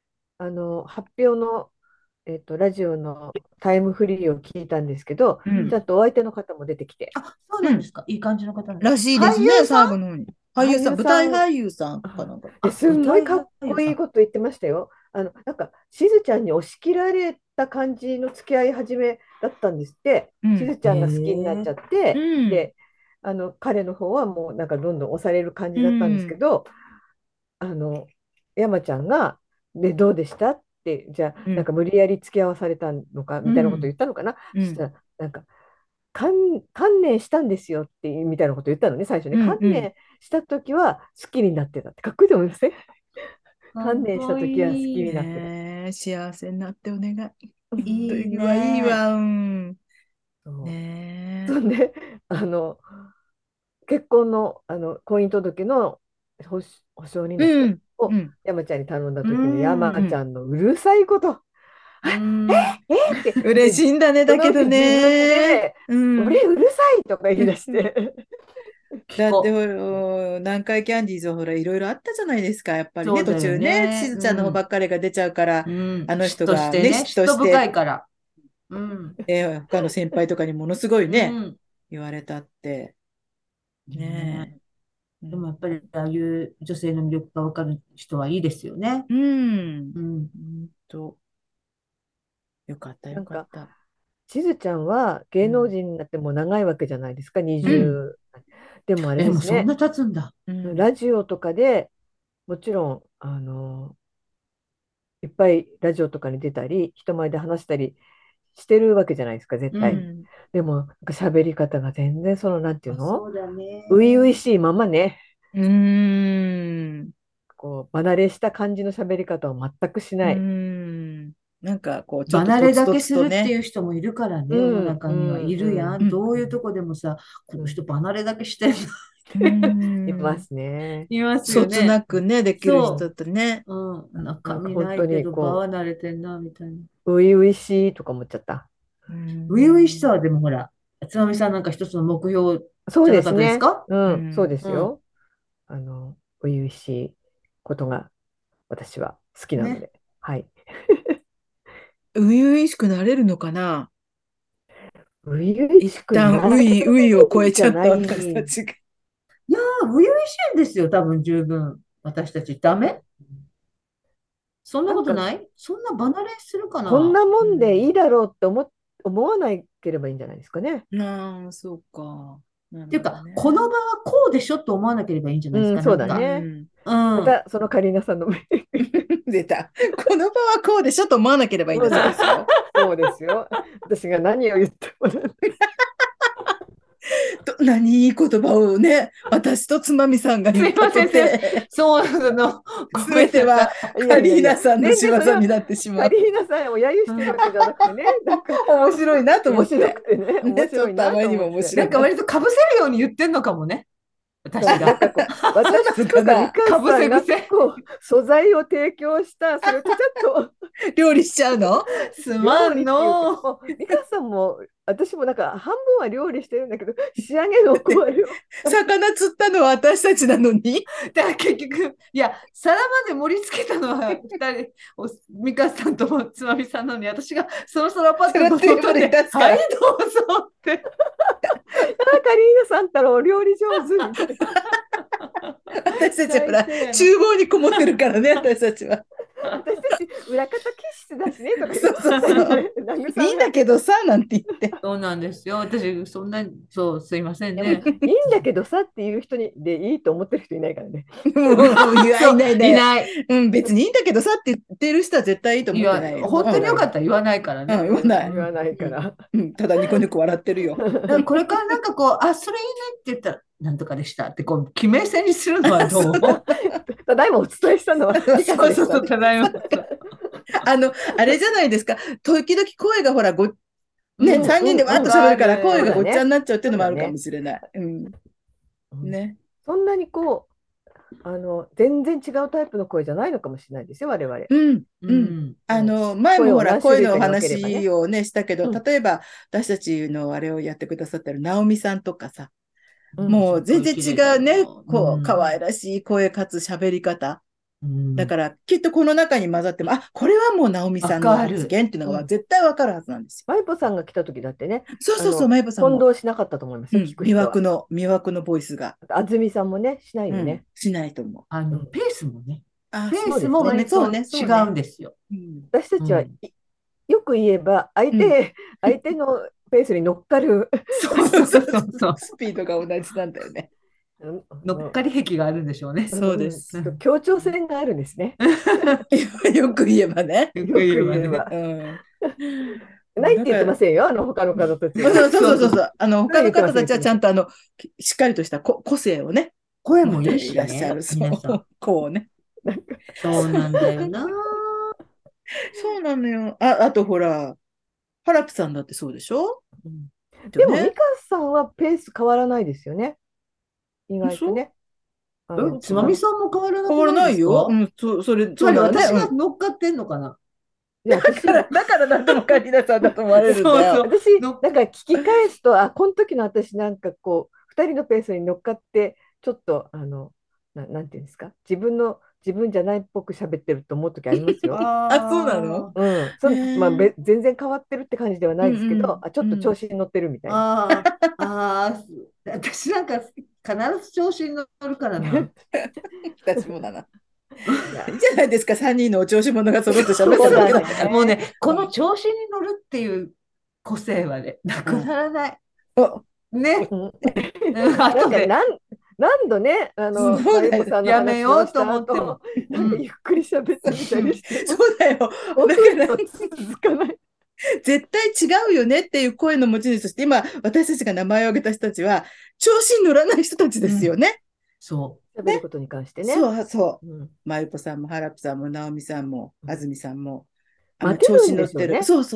C: 発表の、ラジオのタイムフリーを聞いたんですけど、
A: うん。
C: ちゃんとお相手の方も出てきて、
B: あ、そうなんですか。いい感じの方なんです。
A: らしいで
B: 俳
A: すね、
B: 優さん。
A: 最後の方に。俳優さん、
C: 俳優
A: 舞
C: さん、
A: 台俳優さんかなんか。
B: あ、
C: すんご
B: 舞台俳
C: いかっこいい
B: 優さん。
C: こと言ってましたよ。なんか、しずちゃんに押し切られた感じの付き合い始めだったんですって。し
A: うん。
C: ずちゃんが好きになっちゃっ
A: う
C: て、
A: ん。
C: で、彼の方はもうなんかどんどん押される感
A: う
C: じだったんですけ
A: ん。
C: ど、あの、山ちゃんが、で、どうでしたって、じゃあ、
A: うん。
C: なんか無理やり付き合わされたのか
B: う
C: みたいなこと言
B: ん。
C: ったのかな。
A: うん。
C: そしたら、なんか、観念したんですよってみたいなこと言ったのね、最初ね。
A: うん。うん。
C: 観念した時は好きになってたって、かっこいいと思いません？
B: かっ
C: 観念した
B: こ
C: 時は好き
B: いい。
C: になってた。
A: ねえ、幸せになってお願い。本当
B: いい
A: にはいい
B: ね。
A: わ、うん。
C: そう
A: ね
C: そんで、あの、結婚の、婚姻届の保証人
A: え。
C: だっけ
A: うん。
C: を
A: うん。
C: 山ちゃんに頼んだ
B: う
C: 時の
B: ん。
A: うん。
C: 山ちゃんのうるさいこと。
B: うん。
C: って、
A: 嬉し
C: で、
A: いんだね、
C: そのう
A: だけど
C: ち自分
A: ね。
C: で、
A: うん。
C: 俺うるさいとか言い出して。
A: だってほ
B: 聞こ
A: ら、南海キャンディーズはほら、いろいろあったじゃないですか、やっぱ
B: う。
A: りね、
B: そうだよ
A: 途中ね、し
B: ね。
A: ずちゃんの方ば
B: うん。
A: っかりが出ちゃうから、
B: うん。
A: あの
B: 嫉
A: 人がね、
B: 妬してね。
A: 嫉妬
B: 嫉妬深
A: して、
B: いから。うん。
A: 他の先輩とかにものすごい
B: う
A: ね、
B: ん。
A: 言われたって。ね
B: ね
A: え。う
B: でもやっぱり、
A: ん。
B: ああいう女性の魅力がわかる人はいいですよね。
A: うん。
B: うん。
A: ほんと、よかった、よ
C: なんか、
A: かった。
C: しずちゃんは芸能
A: うん。
C: 人になってもう長いわけじゃないですか、
B: うん。
C: 20。でもあれ
B: え、
C: ですね、
B: もうそんな経つんだ。
A: うん。
C: ラジオとかでもちろん、いっぱいラジオとかに出たり、人前で話したりしてるわけじゃないですか、絶対に。
B: うん。
A: うん。
C: でも、なんか喋り方が全然なんていう
B: あ、
C: の、
B: そうだね。
C: 初々しいままね、
A: うーん。
C: こう、離れした感じの喋り方を全くし
A: うー
C: ない。
A: ん。なんか、こう、ちょっと
B: 離れだ
A: とつと
B: けするって
A: つとね。
B: いう人もいるからね、世の
C: うん、う
B: 中にはい
C: ん、
B: るやん。
A: うん。
B: どういうとこでもさ、この
C: うん、
B: 人離れだけしてるの
A: うー
C: いま
A: ん。
C: すね。
B: います
A: そつな
B: よね。
A: くね、できる人
B: そ
A: ってね。
B: う。うん。中
C: なんか
B: 身
C: 本当に
B: ないけど場は
C: こ
B: 慣れてんな、みたいな。
C: う、初々しいとか思っちゃった。
A: うー
B: 初々しさ
A: ん。
B: はでもほら、つまみさんなんか一つの目標
C: そう
B: じゃなかったです
C: ですね。
B: か？
C: う
A: う
C: ん、そうで
A: ん。
C: す
B: うん。
C: よ。初々しいことが私は好きなの
B: ね。
C: で。はい。
A: 初々しくなれるのかな。
C: 初々
A: 一
C: しく
A: 旦、
C: なれ
A: ういを超えちゃった
C: るんじゃない。
A: 私たちが。
B: いやー、初々しいんですよ、多分十分。私たち。ダメ？そんな
C: なんか、
B: ことない？そんな離れするかな？
C: こんなもんでいい
B: うん。
C: だろうって思わなければいいんじゃないですかね。
A: ああ、そうか。なるほど
B: っていうか、この
A: ね。
B: 場はこうでしょと思わなければいいんじゃないです
C: うん、
B: か、
C: そ
B: なんか。
C: うだね。
A: うん。
B: うん。
C: また、そのカリーナさんの目。
A: 出た。この場はこうでしょと思わなければいいんだ
C: そうです。
A: そうですよ。
C: そうですよ。私が何を言ってもね。
A: どんなにいい言葉をね、私とつまみさんが
B: す
A: 言ったと
B: いません、すいません。
A: て、
B: そうなの。
A: す
B: ごめんな
A: べては
B: さ
C: い
A: カ
C: やいやいや、
A: リーナさんの仕
C: 全然それは
A: 業になってしまう。
C: カリーナさんを揶揄
B: い。
C: してるわ
B: うん。
C: けじゃなくてね、なんか
A: 面白いなと思
C: 面白
A: って。
C: くてね、面
A: ね、ちょ
C: 白いな
A: っとあまりにも
C: と思って。
A: 面白いな。
B: なんか割と被せるように言ってんのかもね。私
C: そう、なん
B: が。
C: かこう、
A: そうな
C: 私とか三
A: のかな。
C: 橋さんが
B: 被せ癖。
C: こう素材を提供した、それをちゃちゃっと
A: 料理しちゃうの。
B: すまん
C: 料理っていうか、
B: の。
C: もう三橋さんも私もなんか半分は料理してるんだけど、仕上げのこうあれを、
A: 魚釣ったのは私たちなのに。
B: だから結局、いや、皿まで盛り付けたのは二人、美香さんとつまみさんなのに、私がその皿パッ
A: それ
B: と
A: テーブルに
B: 取って、はい、
A: 立つから。
B: どうぞって。
C: あ、カリーナさんったらお料理上手みたいな。
A: 私たちほ
B: 最
A: ら、
B: 低やな。
A: 厨房にこもってるからね、私たちは。
C: 私たち裏方気質だしねとか言って
A: そうそうそう。いいんだ
C: 慰め合って。
A: けどさ、なんて言って。
B: そうなんですよ。私、そんな、そう、すいません
C: でもい
B: ね。
C: いんだけどさっていう人にでいいと思ってる人いないからね。
A: もう、いや、
B: そう、
A: いないいない。
B: いない。
A: うん、別にいいんだけどさって言ってる人は絶対いいと思ってないよ。
B: 本当によか
A: うん、
B: ったら言わないからね。
A: 言わない。
C: 言わない
B: うん。
C: から。
A: うん、ただニコニコ笑ってるよ。
B: だからこれからなんかこう、あ、それいいねって言ったら、なんとかでしたって、こう、決め線にするのはどう？
A: そうだ。
C: ただいまお伝えしたのはミカでした
B: そうそうそう、ただいま。
A: あれじゃないですか。時々声がほら、ね、
C: うん
B: うん。
A: 3人でわーっと
C: うんうん。
A: 喋るから声
C: そうだね。
A: がごっちゃになっちゃうっていうのもあるかも
C: そうだね。
A: しれない。うん。
C: うん、
A: ね。
C: そんなにこう、全然違うタイプの声じゃないのかもしれないですよ、我々。
A: うん。
B: う
A: うん。
B: ん。
A: 前もほら、
C: 声を何種
A: 声のお
C: 類かに分ければね。
A: 話をね、したけど、
C: うん、
A: 例えば、私たちのあれをやってくださってる直美さんとかさ、
C: うん、
A: もう
B: すっごい
A: 全然違
B: 綺麗だ
A: うね、
B: よ。う
A: こう、可
B: ん。
A: 愛らしい声かつ喋り方。 だから、きっとこの中に混ざっても、あ、これはもう直美さんの
B: わかる。
A: 発言っていうの
B: うん
A: が絶対わかるはずなんですよ。
C: マイポさんが来た時だってね、
A: そうそうそう、まゆぽさん
C: 混
A: も。
C: 同しなかったと思いますよ、聞く
A: 魅
C: 人は。
A: 惑のボイスが。
C: あと安住さんもね、しないよね。
A: しないと思う。
B: ペースもね。
A: あ、
B: ペース
C: そうですね。
B: も割と
A: そうね、
B: 違うんですよ。
C: 私たちは、よく言えば、相手のペースに乗っかる、
A: そうそうそうそう。スピードが同じなんだよね。
B: 乗っかり癖があるんでしょうね。
A: そうです。
C: 協調性があるんですね。
A: よく言えばね。
B: よく言えば
A: ね。
C: ないって言ってませんよ、他の方たちは。
A: そうそうそう。他の方たちはちゃんとしっかりとした個性をね、
B: 声もいい
A: い
B: しね、
A: らっしゃる。
B: 皆さん。
A: こうね。
B: そうなんだよな。
A: そうなのよ。あとほら、ハラプさんだってそうでしょ？
C: でも、ミカさんはペース変わらないですよね。意外とね。
B: つまみさんも変わらな
A: 変わら
B: くない
A: ないよ。
B: ですか？つまり私が乗っかってんのかな？
C: だ
A: からなんでもカリナさんだと思われるんだよ。
C: 私、なんか聞き返すと、この時の私なんかこう、二人のペースに乗っかって、ちょっと、なんていうんですか、自分じゃないっぽく喋ってると思う時ありますよ。
A: そうなの？
C: 全然変わってるって感じではないですけど、ちょっと調子に乗ってるみたいな。
B: 私なんか必ず調子に乗るからな。
A: 私もだな。いいじゃないですか、3人のお調子者が揃って喋
B: ってる
A: わけ
B: だから。もうね、この調子に乗るっていう個性はね、なくならない。ね。
C: あとね、何度ね、マリコさんの
B: やめようと思っても、
C: なんかゆっくり喋ってみたりして。
A: そうだよ。だから
C: 続かない。
A: 絶対違うよねっていう声の持ち主として、今、私たちが名前を挙げた人たちは、調子に乗らない人たちですよね。
B: そう。
C: 喋ることに関してね。
A: そう。まゆぽさんも、はらぷさんも、なおみさんも、あずみさんも、
C: 待てるんでしょうね。
A: そう。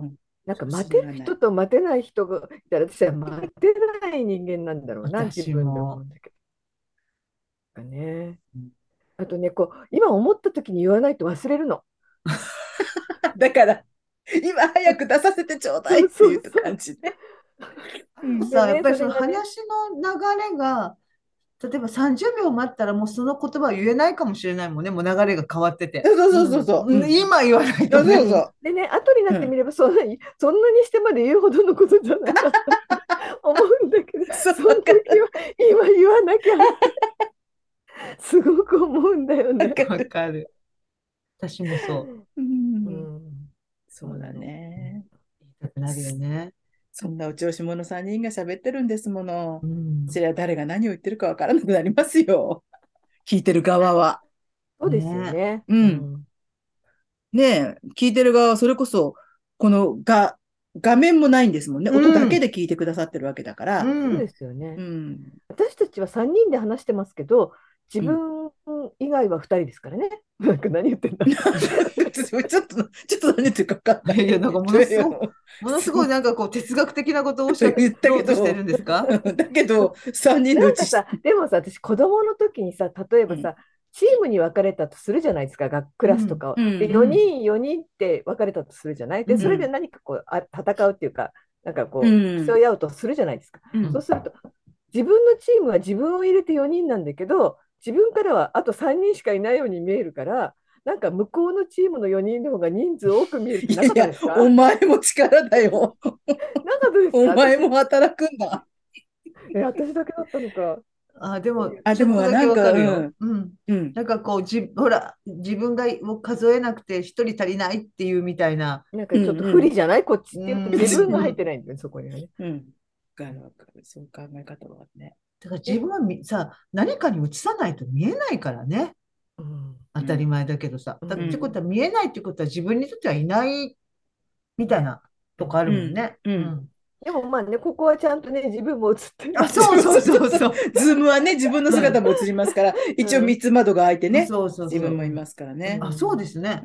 C: なんか待てる人と待てない人がいたら、私は待てない人間なんだろうな、自分で思うんだけど。ね。あとね、今思った時に言わないと忘れるの。
A: だから、今早く出させてちょうだいっていう感じね。
B: やっぱりその話の流れが、例えば30秒待ったらもうその言葉を言えないかもしれないもんね。もう流れが変わってて。
A: そう。
B: 今言わないとね。
C: でね、後になってみればそんなにしてまで言うほどのことじゃなかった思うんだけど、その時は今言わなきゃすごく思うんだよね。
B: わかる。私もそう。
A: そうだね。
B: 言いたくなるよね。
A: そんなお調子者3人が喋ってるんですもの。それは誰が何を言ってるかわからなくなりますよ。聞いてる側は。
C: そうですよね。
A: ねえ、聞いてる側はそれこそ、画面もないんですもんね。音だけで聞いてくださってるわけだから。
C: そうですよね。私たちは3人で話してますけど、自分以外は2人ですからね。なんか何言ってんだ。
A: ちょっと何言ってるか分かんない。
B: いや、なんかものすごいなんかこう哲学的なことをおっしゃってしてるんですか？
A: だけど、3人のうち。
C: でもさ、私子供の時にさ、例えばさ、チームに分かれたとするじゃないですか、クラスとかを。で、4人って分かれたとするじゃない。で、それで何か戦うっていうか、なんか競い合うとするじゃないですか。そうすると、自分のチームは自分を入れて4人なんだけど、自分からはあと3人しかいないように見えるから、なんか向こうのチームの4人の方が人数多く見えるってなかったですか？
A: お前も力だよ。
C: なかったですか？
A: お前も働くんだ。
C: 私だけだったのか。
B: でも
A: なんか、
B: なんかこう、ほら、自分が数えなくて1人足りないっていうみたいな。
C: なんかちょっと不利じゃない、こっちって言うと自分が入ってないんだよ、そこにはね。
A: そういう考え方はね。
B: だから自分は何かに移さないと見えないからね。当たり前だけどさ。ってことは見えないってことは自分にとってはいないみたいなとこあるもんね。
C: でもまあね、ここはちゃんとね、自分も映ってる。
B: そう。ズ
A: ームはね、自分の姿も映りますから、一応3つ窓が開いてね、自分もいますからね。
B: そうですね。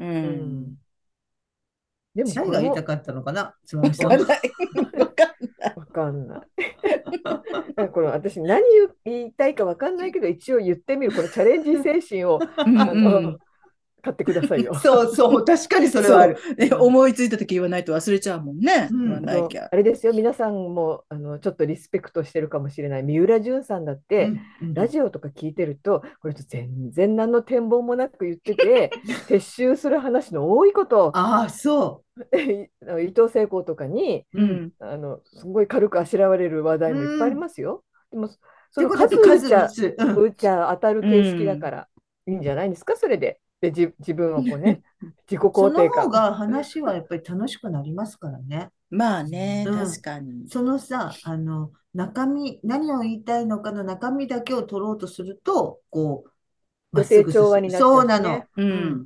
C: でも
B: 何が言いたかったのかな、つまみさん。
A: わ
C: かんない。私何言いたいかわかんないけど、一応言ってみる、このチャレンジ精神を買ってくださいよ。
B: そうそう、確かにそれはある。
A: ね、思いついた時言わないと忘れちゃうもんね。
B: うん
A: 言わなきゃ。
C: あれですよ、皆さんもちょっとリスペクトしてるかもしれない三浦淳さんだって、ラジオとか聞いてると、これ全然何の展望もなく言ってて、撤収する話の多いことを
B: ああ、そ
C: 伊藤聖子とかに
B: う。っ
C: すごい軽くあしらわれる話題もいっぱいありますよ。でも、そ
B: て
C: の
B: ことは数
C: 数打ちゃ、
B: 打つ。
C: 打ちゃ当たる形式だからいいんじゃないですか、それで。で、自分をこうね、自己
B: そ
C: 肯定感。
B: の方が話はやっぱり楽しくなりますからね。
A: まあね、
B: うん
A: 確かに。
B: そのさ、中身、何を言いたいのかの中身だけを取ろうとすると、こう、まっす
C: 予定
B: ぐ進む。
C: 調和になっちゃ
B: そうなの。
C: うしね。
A: うん。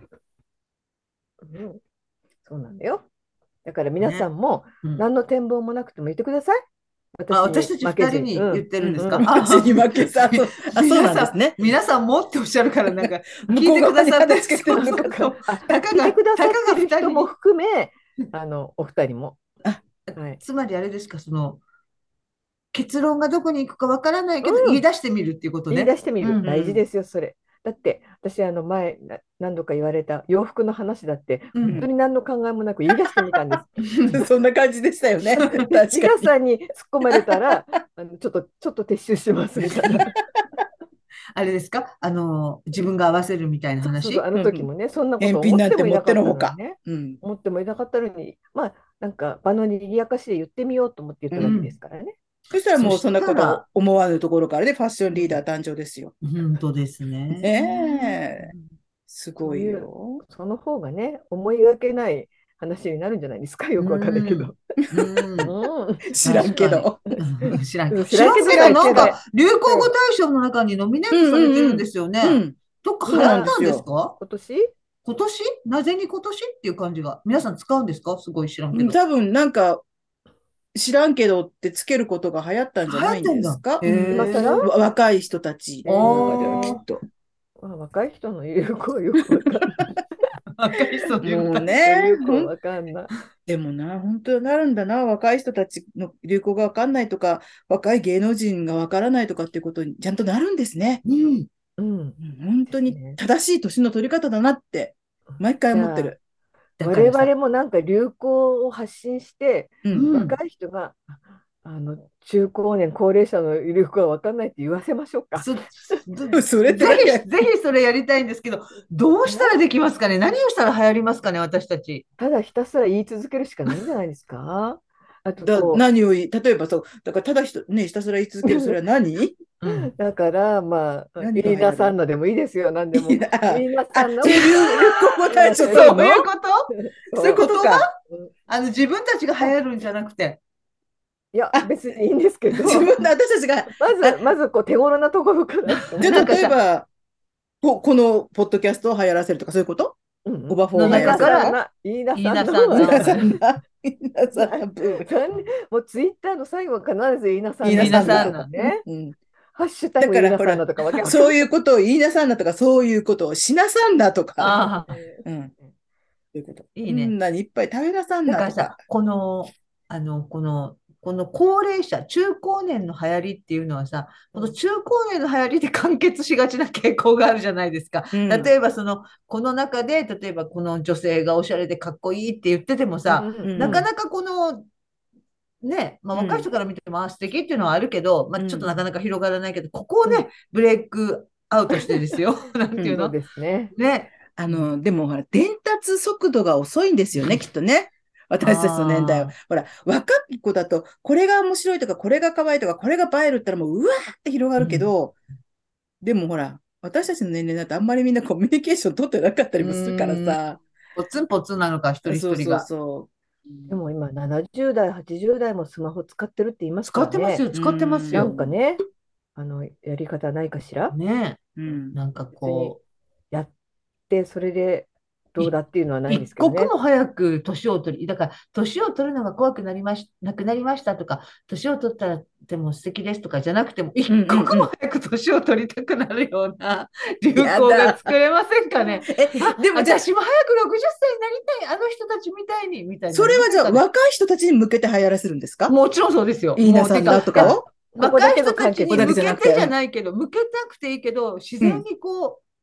C: うん、そうなんだよ。だから皆さ
B: ね。
C: んも
B: うん
C: 何の展望もなくても言ってください。
B: あ、
C: 私に
B: 私たち二
C: 負けずに。
B: 人に言ってるんですか？
C: うん。
A: 私に負けさ、そうなんですね。
B: 皆さんもっておっしゃるから、なんか、
A: 向
B: 聞いてくだ
A: こう側に
B: さってる。
A: 話しかけてるの
B: そう
A: かと。
B: そうそう。
C: あ、
B: たかが、
C: 聞いてくださってる
B: たかが二人
C: 人も
B: に。
C: 含め、お二人も。
A: あ、
C: はい。
B: つまりあれですか、結論がどこに行くかわからないけど、
C: うん。
B: 言い出してみるっていうこと
C: 言い
B: ね。
C: 出してみる。
B: うん。
C: 大事ですよ、それ。だって、私、前、何度か言われた洋服の話だって、
B: うん。
C: 本当に何の考えもなく言い出してみたんです。
A: そんな感じでしたよね。確か
C: 皆
A: に。
C: さんに突っ込まれたら、ちょっと撤収しますみたいな。
B: あれですか自分が合わせるみたいな
C: そうそうそう、
B: 話。
C: あの時もね、そんなこと
A: 返品
C: 思って
A: なんてもっ
C: もいなかった
A: てのほか。
C: のにね、
A: うん。
C: 思ってもいなかったのに、まあ、なんか場の賑やかしで言ってみようと思って言っただけですからね。
A: そしたらもう
B: そし
A: そんなこと
B: たら、
A: 思わぬところからでファッションリーダー誕生ですよ。
B: 本当ですね。
A: ねえ、すごい
C: そういう、
A: よ。
C: その方がね、思いがけない話になるんじゃないですか、よくわかんないけど。
B: うん。
C: うん。
A: 知らんけ
B: 確かに。
A: ど。
B: 知らん。
C: 知らんけど
B: 知らんけど、なんか、
C: じゃないけど、
B: 流行語大賞の中にノミネートされてるんですよね。
A: うん。
B: どっか
A: そうなんで
B: 流行ったんです
A: すよ。
B: か？
C: 今年
B: 今年なぜに今年っていう感じが。皆さん使うんですか？すごい知らんけど。
A: 多分なんか知らんけどってつけることが流行ったんじゃ
B: 流行
A: ないん
B: ってんだ。
A: ですか？
B: へ
A: うん。
C: 今更
B: え。
A: 若い人たちの中ではきっ
B: あ
A: と。
C: 若い人の流行はよくわかんない。
B: あ。若い人の言う
A: もう
B: た。
A: ね、
C: 流行わかんない。
A: でもな、本当になるんだな。若い人たちの流行がわかんないとか、若い芸能人がわからないとかっていうことにちゃんとなるんですね。
B: うん。
C: うん。
A: うん本当に
C: ですね。
A: 正しい年の取り方だなって、毎回
C: じゃあ、
A: 思ってる。
C: 我
B: だからさ。
C: 々もなんか流行を発信して、
A: うん。
B: うん。
C: 若い人が、中高年、高齢者の流行がわかんないって言わせましょうか。
B: ぜ
A: それってなんか、
B: ぜひそれやりたいんですけど、どうしたらできますかね？何をしたら流行りますかね、私たち。
C: ただひたすら言い続けるしかないんじゃないですか。あとこ
A: 何を言い、例えばそう、だからただね、ひたすら言い続ける、それは何
B: うん
C: だから、まあ、
A: 何が
C: イーナ
A: 流行る
C: さんのでもいいですよ、何でも。イ
A: いいなあ、
C: ーナさんの。
A: それ流行語大賞
C: そう
A: 取るの
B: そういうこと
A: そういうことか。
B: 自分たちが流行るんじゃなくて。
C: いや、
A: あ、
C: 別にいいんですけど、
A: 自分で私たちが、
C: まずこう手頃なところからって思
A: じゃあ
C: う。
A: 例えば、このポッドキャストを流行らせるとかそういうことオバフォー
B: の
A: を流行ら
C: だか
A: せるとか
C: らイーナ
B: 飯田
C: さんの
B: さんの
A: 皆さんが、皆さんのブーム。
C: もうツイッターの最後は必ずイーナさん
A: 飯
C: の
A: 田さんの
C: とかね、
A: うん
C: ハッシュタグイーナ
A: だからほら、
C: さんのとかわけわかんない。
A: そういうことを言いなさんだとか、そういうことをしなさんだとか、
B: ああ、
A: うん、そういうこと。
B: いいね。
A: こんなにいっぱい食べなさんなとか。
B: だからさ、この高齢者、中高年の流行りっていうのはさ、この中高年の流行りで完結しがちな傾向があるじゃないですか。
A: うん
B: 例えばこの中で、例えばこの女性がおしゃれでかっこいいって言っててもさ、
C: うん
B: なかなかね、まあ、若い人から見ても、素敵っていうのはあるけど、まあ、ちょっとなかなか広がらないけど、ここをね、ブレイクアウトしてですよ。なんていうの
C: そうですね。
B: ね。
A: でもほら、伝達速度が遅いんですよね、きっとね。私たちの年代は。ほら、若い子だと、これが面白いとか、これが可愛いとか、これが映えるって言ったらもう、うわーって広がるけど、でもほら、私たちの年齢だとあんまりみんなコミュニケーション取ってなかったりもするからさ。
B: ポツンポツンなのか、一人
A: そうそう
B: 一人が。
A: そう。
C: でも今70代、80代もスマホ使ってるって言いますからね。
B: 使ってます
C: な
B: よ。
C: んかね、やり方ないかしら。
B: ね。
A: うん。
B: なんか
C: 別にやって、それでどうだっていうのはないんです
B: 一
C: けどね。
B: 刻も早く年を取り、だから年を取るのが怖くなくなりましたとか、年を取ったらでも素敵ですとかじゃなくても、一刻も早く年を取りたくなるような流行が作れませんかね。
A: でもじゃあ、
B: 私も早く60歳になりたい、あの人たちみたいに、みたいな。
A: それはじゃあ若い人たちに向けて流行らせるんですか？
B: もちろんそうですよ。
A: いいなさんだとかを
C: ここだけの
B: 若い人たちに向け
A: ここだけじゃなくて
B: てじゃないけど、向けなくていいけど、自然にこ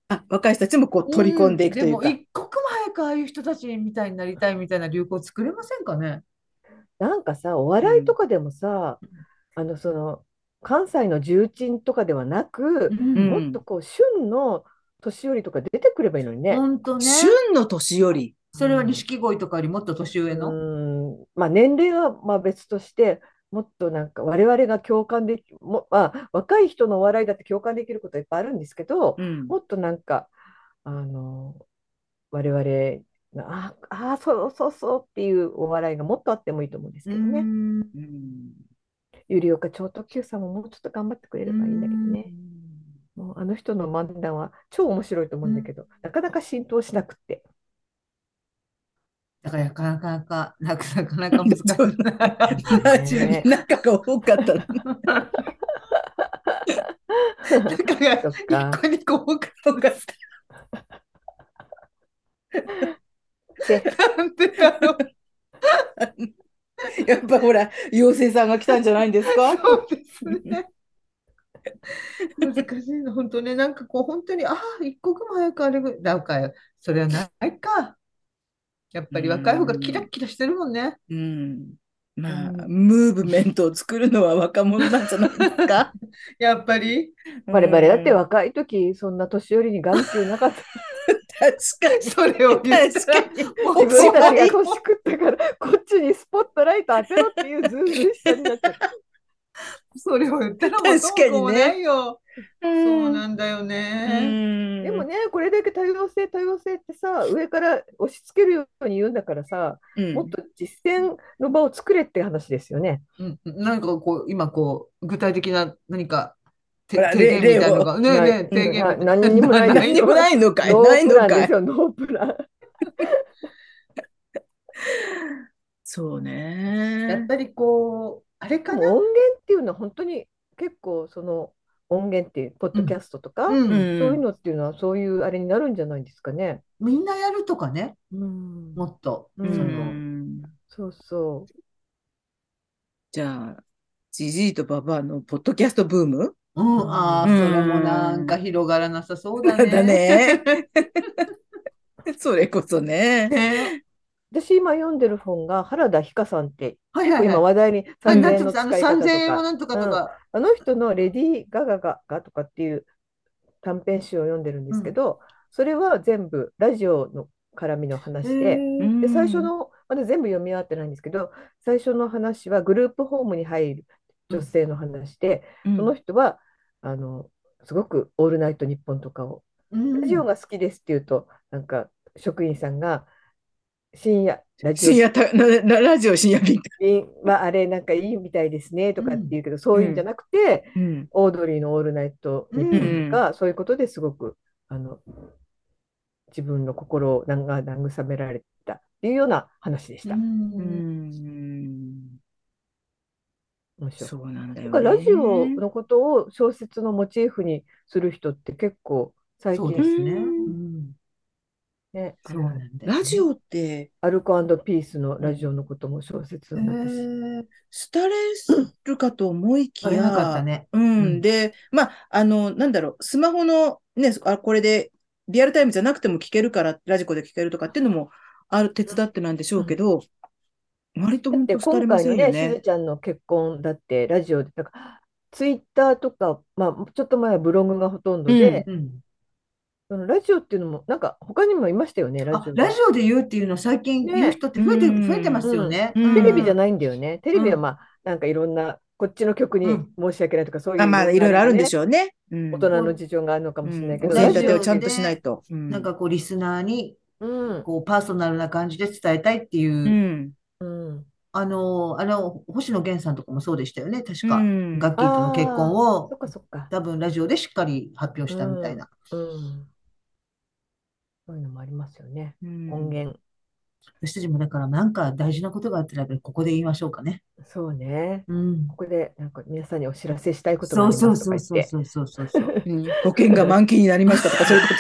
A: 若い人たちもこう取り込んでいくと
B: でも
A: いうか。
B: 一刻も早くああいう人たちみたいになりたいみたいな流行作れませんかね。
C: なんかさ、お
A: うん
C: 笑いとかでもさ、その、関西の重鎮とかではなく、もっとこう、旬の年寄りとか出てくればいいのにね。
B: 本当ね。
A: 旬の年寄り。
B: それは錦鯉とかよりもっと年上の。
C: まあ、年齢はまあ別として、もっとなんか我々が共感でき、若い人のお笑いだって共感できることはいっぱいあるんですけど、もっとなんか、あの、我々が、そうそうそうっていうお笑いがもっとあってもいいと思うんです
B: う
C: けどね。
B: ん。
C: ゆりおか超特急さんももうちょっと頑張ってくれ
B: う
C: ればいいんだけど
B: ん。
C: ね。もうあの人の漫談は超面白いと思うんだけど、なかなか浸透しなくって。
B: だからなかなか難しい。
C: ね
A: 仲が多かったの。
B: 仲が
C: そっ
B: 一
C: か。
B: 個二個多か
A: 多かっ
B: なんでだろう。
A: た。やっぱほら、妖精さんが来たんじゃないんですか？
B: そうですね。難しいの、本当ね。なんかこう、本当に、一刻も早くあれぐらい。だから、それはないか。やっ
A: う
B: ぱり若い方がキラ
A: ん。
B: ッキラしてるもんね。
A: うん。まあ、
B: うん。
A: ムーブメントを作るのは若者なんじゃないですか？
B: やっぱり、
A: う
C: 我々だって
A: ん。
C: 若い時、そんな年寄りに眼中なかった。
A: 確かに。
B: それを言ったら、
A: 確かに。
B: もう
C: 自分たちが
A: 違い。
C: 年食ったから、こっちにスポットライト当てろっていうずうずうしさになっちゃった。
B: それを言ったら元
A: 確か
B: も子もな
A: にね。
B: いよ。
A: う
B: そう
A: ん。
B: なんだよ
A: う
B: ね。
A: ん。
C: でもね、これだけ多様性ってさ、上から押し付けるように言うんだからさ、
A: うん。
C: もっと実践の場を作れって話ですよね。
B: うん、何かこう、今こう、具体的な何か
A: ほら、
B: 提言み
A: 例を。
B: たいのが、ねえねえ、提言みたい
C: 何にも
B: な、
C: ないですよ。
A: 何にもないのかい、ない
C: ノープ
A: のかい。
C: ランですよ、ノープラン。
A: そう
B: やっ
A: ね。
B: ぱりこう、あれかな。
C: でも音源っていうのは本当に結構その音源っていう、ポッ
B: うん。
C: ドキャストとか、
B: うん。
C: そういう
A: うん。
C: のっていうのはそういうあれになるんじゃないですかね。
B: みんなやるとかね。
C: うん。
B: もっと、
C: う
A: う
C: ん。
A: ん。
C: そうそ
A: じゃあ、ジジイとババアのポッドキャストブーム。
B: う
C: う。う
B: ん、
A: う
B: それ
C: ん。
B: もなんか
A: ん。
B: 広がらなさそうだ
A: だ
B: ね。
A: ね。それこそね。
B: ね。
C: 私今読んでる本が原田ひかさんって結構
B: はいはいはい。
C: 今話題に
B: はい、
C: 3000
B: なんつうの、
C: 円の使い方
B: 3000
C: とか、
B: 円をなんとか
C: うん、
B: とか。
C: あの人のレディー・ガガとかっていう短編集を読んでるんで
B: うん。
C: すけど、それは全部ラジオの絡みの
B: へ
C: 話で、
A: う
B: え。
C: で、最初
A: ん。
C: の、まだ全部読み終わってないんですけど、最初の話はグループホームに入る
B: うん。
C: 女性の話で、その
A: うん。
C: 人は、あの、すごくオールナイトニッポンとかを、
B: うん。
C: ラジオが好きですって言うと、なんか職員さんが、深夜、ラジオ
A: 深夜た、ラジオ深夜便か。
C: はあれなんかいいみたいですねとかって
B: うん。
C: 言うけど、そ
A: うん。
C: ういうんじゃなくて、
A: うん。
C: オードリーのオールナイト
B: う
C: ニッポンと
B: ん。
A: うん。
C: か、そういうことですごく、あの、自分の心を慰められたっていうような話でし
B: う
C: た。
A: う
B: ん。
A: ん。
C: 面白い。
A: そうなんだよ
C: だからラジオ
A: ね。
C: のことを小説のモチーフにする人って結構最
B: そう
A: う
C: 近
B: ですね。う
A: ん。
B: ん。
C: ね、
B: そうなんだよね。
A: ラジオって、
C: アルコピースのラジオのことも小説
B: へ
C: になったし。
B: え。
A: 廃れるかと思いき
B: あれなかった
A: や、
B: ね。
A: うん。
B: うん。
A: で、まあ、なんだろう、スマホのね、これでリアルタイムじゃなくても聞けるから、ラジコで聞けるとかっていうのも手伝ってなんでしょ
B: うん。
A: うけど、割と
C: だって
A: 本当廃れま
C: 今回のね、しず
A: せんよね。
C: ちゃんの結婚だってラジオで、なんかツイッターとか、まあ、ちょっと前はブログがほとん
A: うん。
C: どで、
B: うん。
C: そのラジオっていうのも、なんか他にもいましたよね、ラジオで。
B: ラジオで言うっていうの最近言う
C: ね、
B: 人って
A: う
B: 増えてま
A: ん。
B: すよ
C: うん。
B: ね。
A: う
C: テレビじゃ
A: ん。
C: ないんだよね。テレビはま
B: うん。
C: あ、なんかいろんな、こっちの局に
B: うん。
C: 申し訳ないとか、そう
A: あ、まあ、
C: いういろん
A: いろいろあるんで
C: なあれがね、
A: しょうね。う
C: 大
A: ん。
C: 人の
B: こ
C: 事情があるのかもしれな
A: うん。お
C: いけど、
A: 膳
B: ラジ
C: ラジオっ
A: 立てをちゃんと
C: て、
A: しない
B: オで、
A: と。うん。
B: なんかこう、リスナーに、
C: うん、
B: こう、パーソナルな感じで伝えたいっていう、
A: うん。
C: うん。
B: 星野源さんとかもそうでしたよね。確
A: う
B: か。ガ
A: ん。
B: ッキーとの結婚
C: ああ、そ
B: を、
C: っかそっか。
B: 多分ラジオでしっかり発表したみたい
C: うん、
B: な。
C: うん。そういうのもありますよね。
A: うん。
C: 音源。
B: 私たちもだからなんか大事なことがあったら、ここで言いましょうかね。
C: そうね。
B: うん。
C: ここでなんか皆さんにお知らせしたいことが
B: そうそう
C: ありますと
B: そうそう
C: か言って。
B: そうそうそうそう。
A: 保険が満期になりましたとか、そういうこと？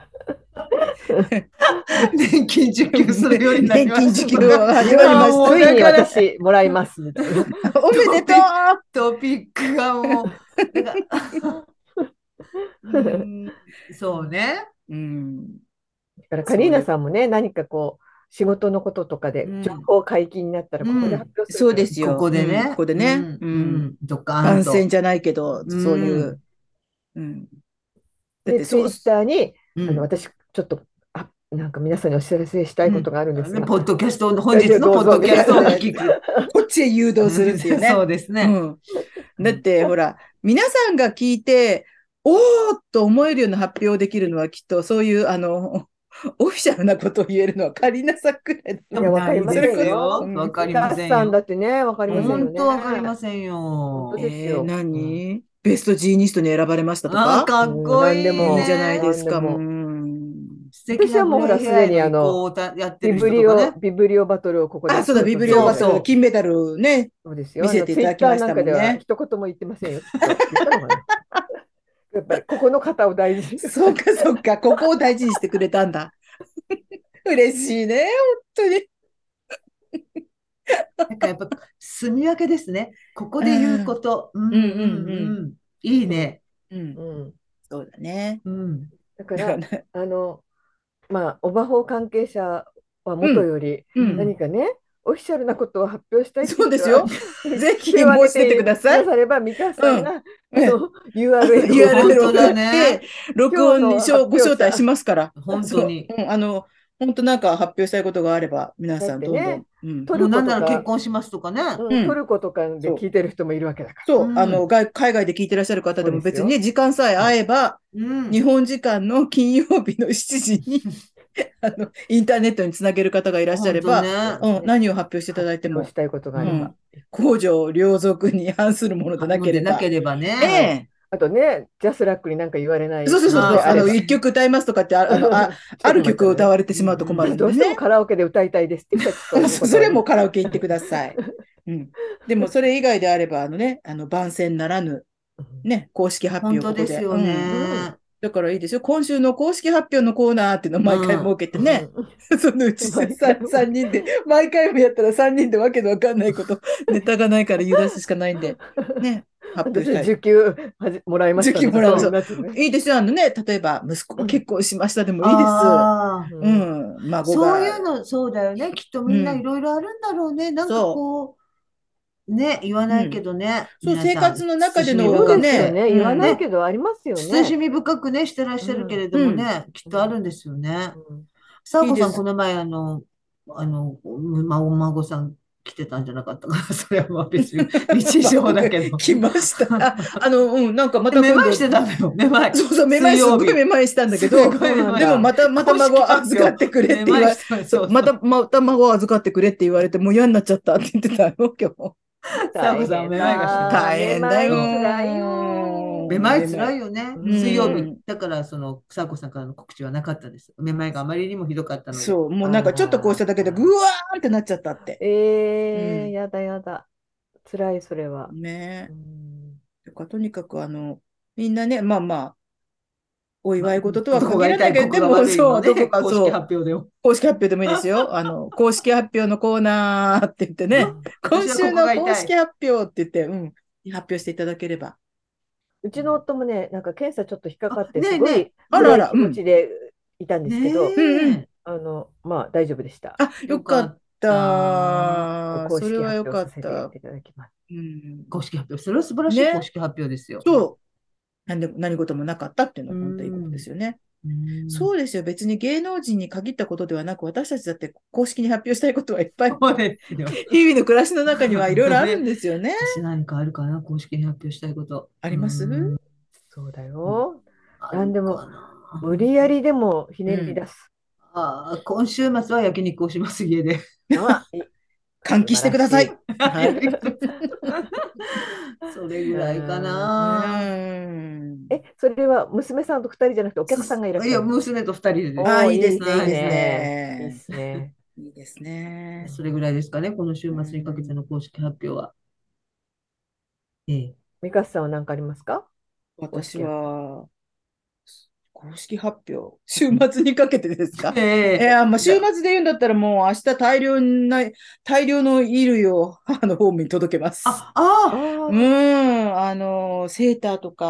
B: 年金受給するようになり
A: 年金受給
B: ましたとか。
A: が始まりました。
B: もう
C: ついに
B: だから
C: 私もらいますみたいな。
A: おめでと
B: トピック、トピックがもう、なんか、うん、 そうね。
A: うん。
C: だからカリーナさんもね、何かこう、仕事のこととかで情
B: うん。
C: 報解禁になったら、ここで発
B: うん。
C: 表する
A: そう
C: といい。
A: ですよ。
B: ここで
A: うん、こ
B: ね。
A: こでね。
B: うん。う
A: うん。
B: ん。ドカーンと。
A: 番宣じゃないけど、
B: う
A: そういう、
B: ん。
A: うん。だっ
C: で、
A: てそう、
C: ツイッターに、
B: うん。
C: 私、ちょっと、なんか皆さんにお知らせしたいこと
B: うん。
C: があるんですが、
B: ポッドキャストの、本
C: じゃあ
B: 日のポッ
C: どうぞ、みたいな
B: ドキャストをお
C: 感じで。
B: 聞き。
A: こっちへ誘導するっていう
B: そ
A: ね。
B: うですね。
A: うん。
B: うん。
A: だって、ほら、皆さんが聞いて、おーっと思えるような発表できるのはきっと、そういう、オフィシャルなことを言えるのはカリナさんくらいだと
C: いや、
A: 思う。
C: わかりま
B: ないで
C: せんよ。
A: それこそ、う
B: すよ。わ
A: ん。
B: かりま
C: ミカさんだ
B: せんよ。
C: ってね、わかりませんよね。
B: 本当わかりません
C: 本当
B: よ。
C: ですよ。
A: 何ベストジーニストに選ばれましたと
B: ああ、
A: か
B: かっ
C: うん、
B: こ
C: なんで
B: いい
A: いいじゃ
C: も、
A: ない
B: ね。
A: ですか。う
C: なんでも。
A: ん。
B: 素敵なグ
C: 私はもうほら、
B: レーヘアへの
C: すでに
B: 移行をやってる人とかね。
C: ビブリオバトルをここで
A: あ、そうだ、
C: ちょっ
A: ビブリオバトル、
C: と言わせて、
B: そうそ
A: 金メダルね、
C: そうですよ。
A: 見せてい
C: ツイッ
A: ただきまし
C: ターなんかで
A: たもんね。
C: は一言も言ってませんよ、きっと。言ったのかな。やっぱり、ここの方を大事に。
A: そうか、そうか、ここを大事にしてくれたんだ。嬉しいね、本当に。
B: う。なんかやっぱ、住み分けですね。ここ
A: う
B: で言うこ
A: ん、
B: と。うんう
A: うん、うん、うん。
B: んうん。いい
C: そ
B: ね。
A: うん、
C: う。うん。
A: そうだね。
B: うん。
C: だから、
A: だからね、
C: あの、まあ、オバホー関係者はも
A: うん、
C: とより、
A: うん。
C: 何かね、オフィシャルなことを発表したいっていう人は、
A: そうですよ。ぜひ
C: 手を挙げ
A: 申し出てく
C: てく
A: ださい。
C: だされば、ミカさ
A: うん。
C: んが、
A: ね、
C: URL を送っ
A: URL
B: 本当だ
A: 送っ
C: て、
A: て、
B: ね。
A: 録音に
C: 今日の発
A: ご招待し
C: 表者、
A: ますから。そう。
B: 本当に。
A: うん、本当なんか発表したいことがあれば、皆
C: だっ
A: さんどんどん。
C: てね、
A: うん。
C: トル
B: もうなんなら結
C: コとか、
B: 婚しますとかね。
C: うん、ト
A: うん。
C: ルコとかで
A: そう。
C: 聞いてる人もいるわけだから。
A: そう。
B: うん。
A: 海外で聞いてらっしゃる方
C: そう
A: でも
C: ですよ。
A: 別にね、時間さえ
C: うん。
A: 合えば、
B: うん。
A: 日本時間の金曜日の7時に、インターネットにつなげる方がいらっしゃ
B: 本当
A: れば、
B: ね。
A: うん、
C: ね、
A: 何を発表していた
C: 発
A: だいても、
C: 表したいことがあれば。
A: うん、公序良俗に反するものでな
B: のでなけ
A: ければ、
B: ればね。
C: そう。
A: ね
C: あとね、ジャスラックになんか言われな
A: そう
C: い
A: そうそうそう、
B: ああ、
C: のであれば。
B: そうです。
A: 一曲歌いますとかって、
C: ちょっ
A: ある
C: と待ったらね。
A: 曲を歌われてしまうと困るん
C: どうしても
A: でね。
C: カラオケで歌いたいですって言ったらちょっとお
A: それ
C: 断り。
A: もカラオケ行ってください。うん。でも、それ以外であれば、番宣ならぬ、ね、公式発
B: 本
A: 表ここで。
B: 当ですよ
A: うん。
C: うん。
B: ね。
A: だからいいですよ。今週の公式発表のコーナーっていうのを
B: う
A: 毎回設
B: ん。
A: けてね。
C: うん。
A: そのうち
C: 毎回も。
A: 3人で、毎回もやったら3人でわけのわかんないこと、ネタがないから言い出すしかないんで、ね、発表し
C: 私、
A: たい。
C: 受給もらいまし
A: 受
C: たとか、そういう
A: 給もらいましょう。
C: やつね。
A: いいですよ。例えば、息子が結婚しましたでもいいです。
B: ああ、
C: うん。
A: うん。孫
B: そう
A: が、
B: いうの、そうだよね。きっとみんない
A: うん。
B: ろいろあるんだろうね。なんか
A: そ
B: こう、ね、言わ
A: う。う
B: ないけ
A: ん。
B: どね。
A: そう、
B: 皆さん、
A: 生活の中で
B: 慎み
C: そう
A: のね、
B: 深く、
C: ですよね。言わない
A: うん。
B: ね、
C: けどありますよね。
B: 慎み深くね、してらっしゃるけ
C: うん。
B: れど
A: うん。
B: もね、きっ
C: うん。
B: とあるんですよね。
C: うん。
B: さあこさん、こ
A: いいです。
B: の前、お孫さん来てたんじゃなかったかな。それはまあ別に日常
A: 孫が
B: だけど。
A: 来ました。なんかまた今度、
B: めまいしてたのよ、めまい。
A: そうそう、
B: 水曜日。
A: すっごいめまいしたんだけ
B: す
A: ど、
B: ごいめ
C: そうなん
B: まいして。
A: でも
C: だ。
A: また
B: 公式
A: 孫を預かっ
B: 発表、
A: てくれっ
B: め
A: て言われ、
B: まいした。
A: そう、
B: そうそう。
A: また孫を預かってくれって言われて、もう嫌になっちゃったって言ってたの、今日。
B: さあこさん、
C: 大変
B: めまいがしてた。
C: だ。
A: 大
C: め
A: 変だよ
C: まいつらい
B: め
C: よ。
B: まい辛
A: めまい。
B: いよね。
C: う
B: 水曜日。
C: ん。
A: うん。
B: だから、さあこさんからの告知はなかったです。めまいがあまりにもひどかったので。
A: そう、もうなんかちょっとこうし
C: あ
A: ただけで、ぐ
C: あ。
A: わーんってなっちゃったって。うん。
C: やだやだ。辛い、それは。う
A: ね
C: ん。
A: え。だからとにかくみんなね、まあまあ、お
B: まあ、
A: 祝い事とは
B: どこが痛い、
A: 限らないけど、
B: ここが
A: でもそう、
B: 悪いのね。
A: どこか
B: 公式
A: そう、
B: 発表でも。
A: 公式発表でもいいですよ。公式発表のコーナーって言ってね、
C: うん。
A: 今
B: 私はここ
A: 週の公
B: が痛い。
A: 式発表って言って、うん、発表していただければ。
C: うちの夫もね、なんか検査ちょっと引っかか
B: あ、
C: って、
B: ねえねえ。
C: すごい
A: あらあら、
C: 辛い気
A: うん。
C: 持ちでいたんですけど、
A: うんうん。
B: ねえ。
C: まあ大丈夫でした。
A: あ、よかっ
B: よかった。
A: た。
C: 公
A: それ
C: 式発表
A: はよかった。
C: させていただきます。
A: うん。
B: 公式発表。それは素晴らしい公
A: ね。
B: 式発表ですよ。
A: そう。何事もなかったっていうの
B: う
A: は本当にいいことで
B: ん。
A: すよね。
B: うん。
A: そうですよ。別に芸能人に限ったことではなく、私たちだって公式に発表したいことはいっぱい、
B: そうですよ。
A: 日々の暮らしの中にはいろいろあるん
B: ね。
A: ですよね。
B: 私何かあるかな、公式に発表したいこと。
A: あります
C: そうだよ。
B: ある
C: なんでも、
B: かな。
C: 無理やりでもひねり
A: うん。
C: 出す。
B: ああ、今週末は焼肉をします、家で。
C: あ、
A: 換気し
C: 素晴らしい。
A: てください。はい。
B: それ
C: う
B: ぐらいか
C: ーん。
A: う
B: な。
A: ん。
C: それは娘さんと二人じゃなくてお客さんがいらっ
B: いや、
C: しゃるの？
B: 娘と二人でです。
A: ああ、
C: おー、
A: いいですね、いい
C: いい
B: はい。
A: です
C: ね。いいっ
A: ね。
C: すね。
A: いいですね。
B: それぐらいですかね、この週
A: う
B: 末にかけての
A: ん。
B: 公式発表は。ええ。
C: ミカさんは何かありますか？公
A: 私
C: 式発表。
A: は、公式発表、週末にかけてですか？
B: ええ。
A: まあ、週末で言うんだったらもう明日大量の衣類を母のホームに届けます。
B: あ、あ
C: あ
B: あ、
A: う
C: あ、
A: ん、セーターとか、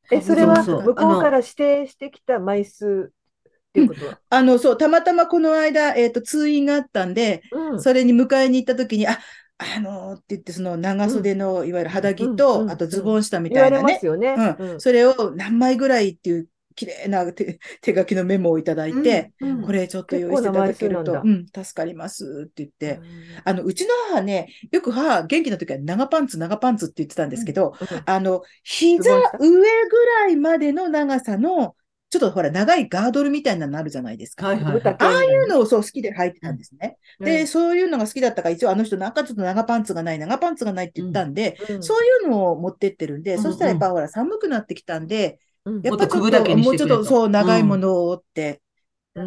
C: それは
B: そうそう。
C: 向こうから指定してきた枚数っていうことは。
A: そう、たまたまこの間、通院があったんで、
C: うん。
A: それに迎えに行った時に、って言って、その長
C: うん。
A: 袖の、いわゆる肌
C: うん。う
A: 着と、あ
C: ん。
A: とズ
C: うん。
A: ボン下み
C: 言われま
A: たいなね、
C: すよね。うん。
A: それを何枚ぐらいっていう綺麗な手書きのメモをいただいて、これちょっと
C: 結
A: 用意していた
C: 構な枚
A: だけると、
C: 数なんだ。
A: 助かりますって言っ
C: う
A: て、
C: ん。
A: うちの母ね、よく母、元気な時は長パンツ、長パンツって言ってたんですけど、
C: うん。ズ
A: 膝
C: ボン下。
A: 上ぐらいまでの長さの、ちょっとほら、長いガードルみたいなのあるじゃないですか。
B: はいはいはい。
C: 五分
A: ああい
C: 丈みたいなね。
A: うのをそう好きで履いてたんですね。で、
C: うん。
A: そういうのが好きだったから、一応あの人なんかちょっと長パンツがないって言ったんで、
C: うん。
A: そういうのを持ってってるんで、
B: うん
A: そしたらやっ
B: うん。
A: ぱほら寒くなってきたんで、
C: うん。
A: やっ
B: もっと
A: ぱちょっと、
B: くぶだけにし
A: もうちょっと
B: てくれと。
A: そう長いものをって、
C: うん。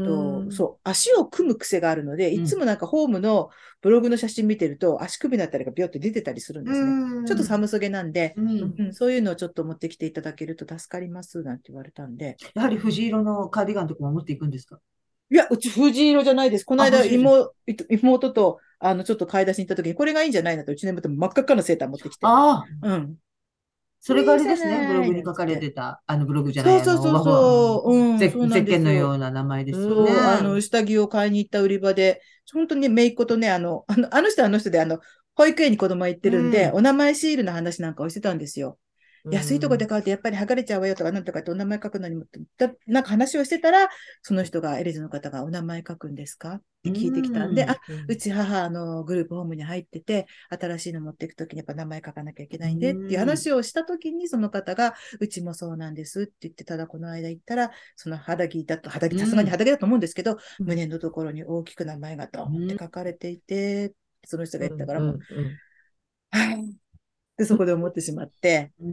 A: そう、足を組む癖があるので、いつもなんかホームのブログの写真見てると、足首だったりがビョって出てたりするん
B: う
A: ですね。ちょっと
B: ん。
A: 寒すぎなんで、
B: うん。
A: そういうのをちょっと持ってきていただけると助かりますなんて言われたんで。
B: やはり藤色のカーディガンとかも持っていくんですか？
A: いや、うち藤色じゃないです。この
B: あ、
A: 間
B: 藤色。
A: 妹と、ちょっと買い出しに行った時に、これがいいんじゃないなと、うちの妹も真っ赤っかなセーター持ってきて。
B: ああ、
A: うん。
B: それがあ
A: これいいじゃ
B: れですね。ブロ
A: ない
B: グに書かれ
A: なんつって。
B: てた、ブログじゃない、
A: そうそうそう
B: ワファ、
A: そう。そうなん
B: ゼッケンのよ
A: ですよ。
B: うな名前ですよね。
A: そう、下着を買いに行った売り場で、本当にね、姪っ子とね、あの人はあの人で、保育園に子供が行って
B: う
A: るんで、
B: ん。
A: お名前シールの話なんかをしてたんですよ。
C: う
A: 安いとこで
C: ん。
A: 買うとやっぱり剥がれちゃうわよとか、なんとかってお名前書くのにも、なんか話をしてたら、その人が、エレズの方がお名前書くんですかっ
B: う
A: て聞いてきたんで、
B: ん。
A: うち母、グループホームに入ってて、新しいの持っていくときにやっぱ名前書かなきゃいけ
B: う
A: ないんでっていう
B: ん。
A: 話をしたときに、その方が、うちもそうなんですって言って、ただこの間行ったら、その肌着、さすがに
B: うん。
A: 肌着だと思うんですけど、
C: うん。
A: 胸のところに大きく名前がドーンって
B: うん。
A: 書かれていて、その人が言ったからもう、
C: うん。うん。
A: はい。で、そこで思ってしまって、
B: うん。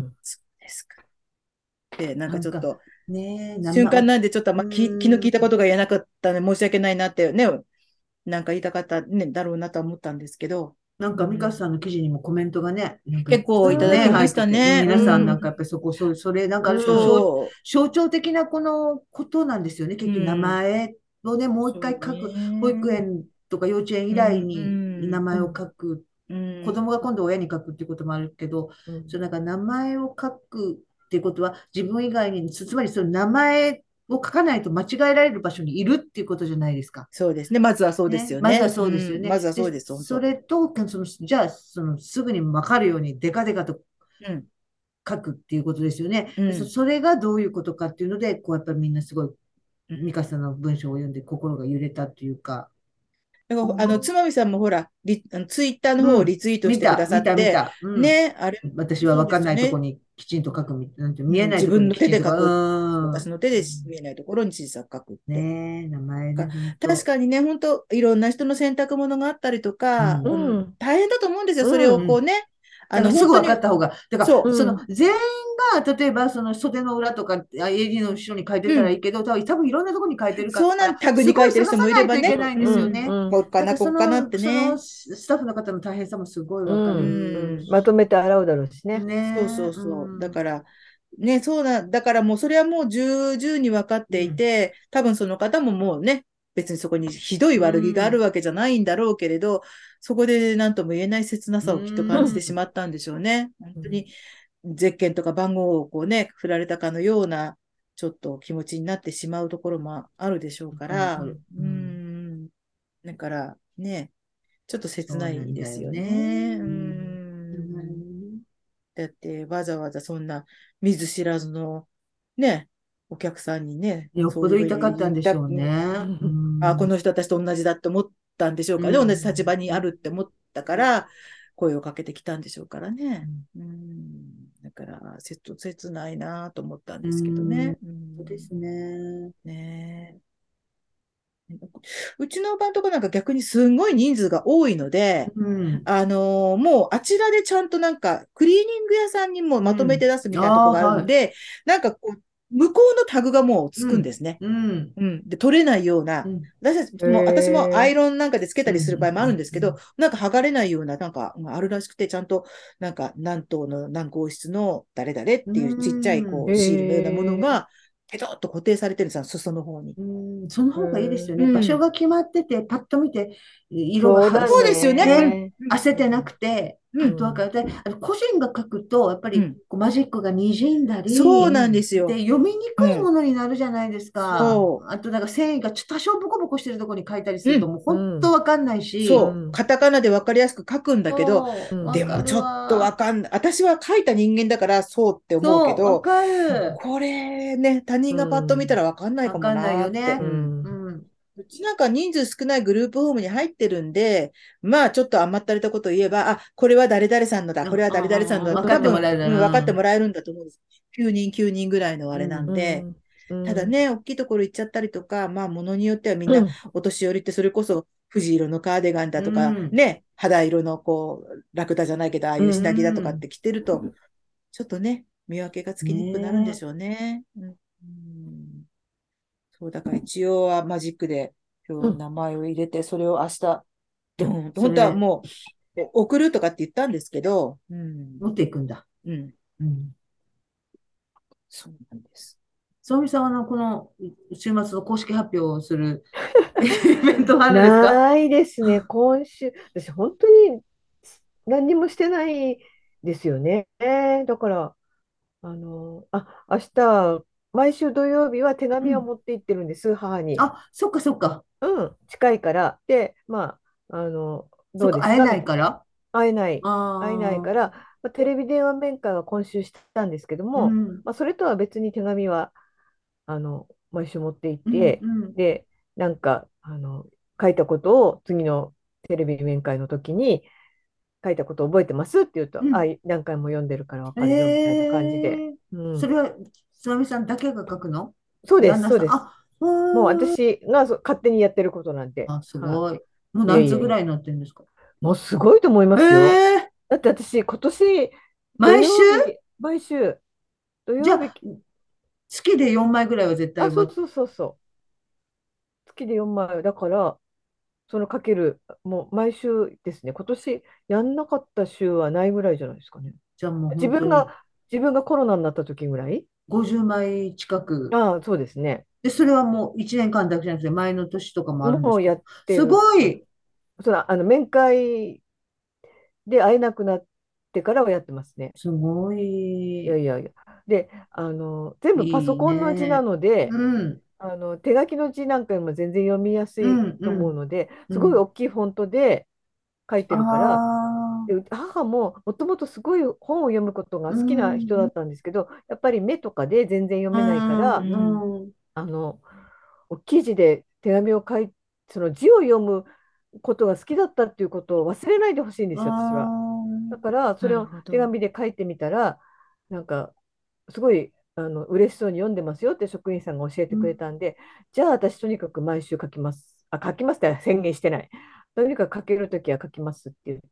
A: そうですか。で、なん
B: なんか、
A: かちょっと、
B: ねえ、
A: 瞬間なんでちょっと
B: う
A: 気の利いたこ
B: ん。
A: とが言えなかったので申し訳ないなってね、なんか言いたかったね、だろうなとは思ったんですけど、
B: なんか、ミカ
A: うん、
B: さんの記事にもコメントがね、なんかい
A: 結
B: くつかね、
A: 構いただきま
B: 入ってて、
A: したね。
B: 皆さんなんかやっぱりそれ、なんかある種
A: そ
B: 象徴的なこのことなんですよね。
A: う、
B: 結局、名前をね、もう一
A: そう
B: 回書く、保育
A: ね。
B: 園とか幼稚園以来
A: う
B: に名
A: ん、
B: 前を書く。
A: うん、
B: 子供が今度親に書くっていうこともあるけど、なんか名前を書くっていうことは、自分以外に、つまりその名前を書かないと間違えられる場所にいるっていうことじゃないですか。
A: そうですね。まずはそうです
B: ね、まずは
A: よね。
B: そうですよね。
A: まずは
B: で、
A: そうです、本
B: そ
A: 当。
B: れと、じゃあ、すぐにわかるようにデカデカと
A: うん、
B: 書くっていうことですよね。で、
A: うん。
B: それがどういうことかっていうので、こう、やっぱりみんなすごい、
A: うん
B: ミカさんの文章を読んで心が揺れたというか、
A: だから、
B: うん、
A: つまみさんもほら、ツイッターの方をリツイートしてくださって、
B: 見た。うん。
A: ね、あれ、
B: 私は
A: そう
B: 分かんないとこ
A: ですよね。
B: にきちんと書くなんて
A: うん、
B: 見えないとこに
A: 自分の
B: きちんと書く。
A: 手で書く。
B: うん。
A: 私の手で見えないところに小さく書くって。
B: ねえ、名前ね、
A: か
B: 本当。
A: 確かにね、本当いろんな人の選択物があったりとか、
B: うん。
A: 大変だと思うんですよ。それ
C: うん。
A: をこうね、
B: なんかすぐ
A: 本当に、
B: 分かった方が、だから、
A: そ
B: その
C: うん。
B: 全員が、例えばその袖の裏とか、襟の後ろに書いて
A: う、うん、
B: たらいいけど、多分いろんなところに書いてるから、
A: タグ
B: す
A: に書いてる人
B: ごい探さ
A: もいればね、
B: ないといけないんですよ
A: うん、
B: ね。
C: うん。
A: こうかな、
B: だから
A: こうかなってね。
B: スタッフの方の大変さもすごいわか
C: う
B: る。
C: ん。
A: うん、
C: まとめて洗うだろうしね。
A: そうそ
B: ねえ、
A: うそう。だから、ね、だからもうそれはもう重々に分かってい
B: うん、
A: て、多分その方ももうね、別にそこにひどい
B: う
A: 悪気がある
B: ん、
A: わけじゃないんだろうけれど、そこで何とも言えない切な
B: う
A: さをきっと感じてし
B: ん、
A: まったんでしょうね。本当に
C: うん。
A: ゼッケンとか番号をこうね、振られたかのような、ちょっと気持ちになってしまうところもあるでしょう
B: わ
A: から、
B: かるわかる。
A: うだからね、ちょっと切な
B: そうなん
A: いですよ
B: だよね。
A: ね。
B: うん、
A: だってわざわざそんな見ず知らずのね、お客さんにね、
B: よっぽど
A: そういうふう
B: 痛かったん
A: に言った、
B: でしょうね。う
A: こ
B: ん、
A: の人私と同じだって思ったんでしょう
B: う
A: かね。同じ立場
B: ん、
A: にあるって思ったから、声をかけてきたんでしょうからね。だから、切ないなと思ったん
B: う
A: ですけどね。
B: ん、そうですね。
A: ねうちのバンドがなんか逆にすんごい人数が多いので、
B: うん、
A: もうあちらでちゃんとなんかクリーニング屋さんにもまとめ
B: うん。
A: て出すみたいなと
B: ああ、
A: こがある
B: はい。
A: ので、なんかこう、向こうのタグがもうつ
B: うん、
A: くんですね。
B: うん、
A: で、取れないような、
B: うん、
A: 私もアイ
C: へえ。
A: ロンなんかでつけ
B: うん、
A: たりする場合もあるんですけど、
B: うん、
A: なんか剥がれないような、なんかあるらしくて、ちゃんと、なんか何棟の何号室の誰々っ
B: う
A: ていうちっちゃい
B: ん、
A: こ
C: へ
A: うシールのようなもの
C: え。
A: が、ペトッと固定されてるんですよ、裾の方に。
B: うん、その
C: へ
B: 方がいいですよ
C: え。
B: ね。場所
A: うん。
B: が決まってて、パッと見て、色が
C: そうだ
A: そうですよね。
B: ね、
C: ね。
B: 焦ってなくて、
A: うん。
B: わかる。で、個人が書くと、やっぱり
A: うん。
B: こうマジックが滲んだ
A: そう
B: り、
A: なんです
B: で、
A: よ。
B: 読みにくい
A: うん。
B: ものになるじゃないですか。
A: そ
B: あと、なんか繊維が多少ボコボコしてるところに書いたりす
A: う。
B: ると、
A: うん。
B: もう本当
C: うん。
B: わかんないし、
A: そう。
C: うん。
A: カタカナでわかりやすく書くんだけど、
B: そう、
C: うん。
A: で
B: わかる
A: もちょっとわ
B: わ。
A: かんない。私は書いた人間だからそうって思うけ
B: そう、わ
A: ど、
B: かる。
A: これね、他
C: う
A: 人がパッと見た
C: ん。
A: らわかんないかも
B: わかんない
A: なーって。
B: よね。
A: うん。
C: うん
B: うん。
A: うちなんか人数少ないグループホームに入ってるんで、まあちょっと甘ったれたことを言えば、あ、これは誰々さんのだ、これは誰々さんのだって多分、
B: 分かってもらえる
A: うん、分かって
B: な。
A: もらえるんだと思うんです。9人、9人ぐらいのあれなん
B: うん
A: で。
C: うん。うん。
A: ただね、大きいところ行っちゃったりとか、まあ、ものによってはみんなお年寄りってそれこそ藤色のカーディガンだ
B: う
A: とか、
B: ん。
A: ね、肌色のこう、ラクダじゃないけど、ああいう
B: う
A: 下着だとかっ
B: ん。
A: て着てると、ちょっとね、見分けがつきにくくなるんで
B: ねえ。
A: しょうね。うん、うんそう、だから一応はマジックで今日
C: うん。
A: 名前を入れて、それを明日、ドーンと、本当は
B: それ、
A: もう、送るとかって言ったんですけど、うん、
B: 持っていくんだ。
A: うん、
B: うん。
A: そうなんです。
B: そうみさんはこの週末の公式発表をするイベントはあるんですか？
C: ないですね。今週、私本当に何にもしてないですよね。だから、明日、毎週土曜日は手
B: うん。
C: 紙を持って行ってるんです、母に。
B: あ、そっかそっか。
C: うん、近いから。で、
B: そっか、
C: どうです
B: 会え
C: かみたいな。
B: ないから。
C: 会えない、会えない
B: ああ、
C: から、テレビ電話面会は今週したんですけども、
B: うん。
C: それとは別に手紙は毎週持って行っ
B: うん、
C: て、
B: うん。
C: で、なんか、書いたことを次のテレビ面会の時に、書いたこと覚えてますって言うと、あ、
B: うん。
C: 何回も読んでるからわかるよみたいな感じで。
B: ええ、
C: うん、
B: それは、つまみさんだけが書くの？
C: そうです、
B: 旦那さん。
C: そうです。
B: あ、う
C: もう
B: ーん。
C: 私が勝手にやってることなんで。
B: あ、す
C: は
B: ごい。もう
C: い。いえ
B: 何
C: いえいえ。
B: 通ぐらい載ってるんですか？
C: もうすごいと思いま
B: え
C: すよ。
B: え、
C: だって私、今年土
B: 毎週？
C: 曜日、毎週、土曜日、
B: じゃあ、月で4枚ぐらいは絶対は。
C: そうそうそうそう。月で4枚。だから、そのかける、もう毎週ですね。今年やんなかった週はないぐらいじゃないですかね。
B: じゃあもう
C: 自
B: 本当に
C: 分が、自分がコロナになった時ぐらい。
B: 50枚近く。
C: ああ、そうですね。
B: で、それはもう1年間だけじゃなくて、前の年とかもあるんですか？
C: もうやって
B: す
C: る。
B: ごい。
C: 面会で会えなくなってからはやってますね。
B: すごい。
C: いやいやいや。で、全部パソ
B: いい
C: コンの字な
B: ね。
C: ので、
B: うん。
C: 手書きの字なんかよりも全然読みやす
B: う
C: い
B: ん、
C: と
B: うん、
C: 思うので、すごい
B: うん。
C: 大きいフォントで書いて
B: あ
C: るから、で、
B: あ、
C: 母ももともとすごい本を読むことが
B: う
C: 好きな人だ
B: ん、
C: ったんですけど、やっぱり目とかで全然読
B: う
C: めないか
A: う
C: ら、
B: ん、
A: ん。
B: うん。
C: あの、大きい字で手紙を書いその字を読むことが好きだったっていうことを忘れないでほしいんで
B: あ
C: すよ、私は。だか
B: あ、
C: ら、そ
A: な
C: れを手
A: るほど。
C: 紙で書いてみたら、なんか、すごい嬉しそうに読んでますよって職員さんが教えてくれ
B: うん。
C: たんで、じゃあ私とにかく毎週書きます。あ、書きますって宣言してない。とにかく書けるときは書きますって言って、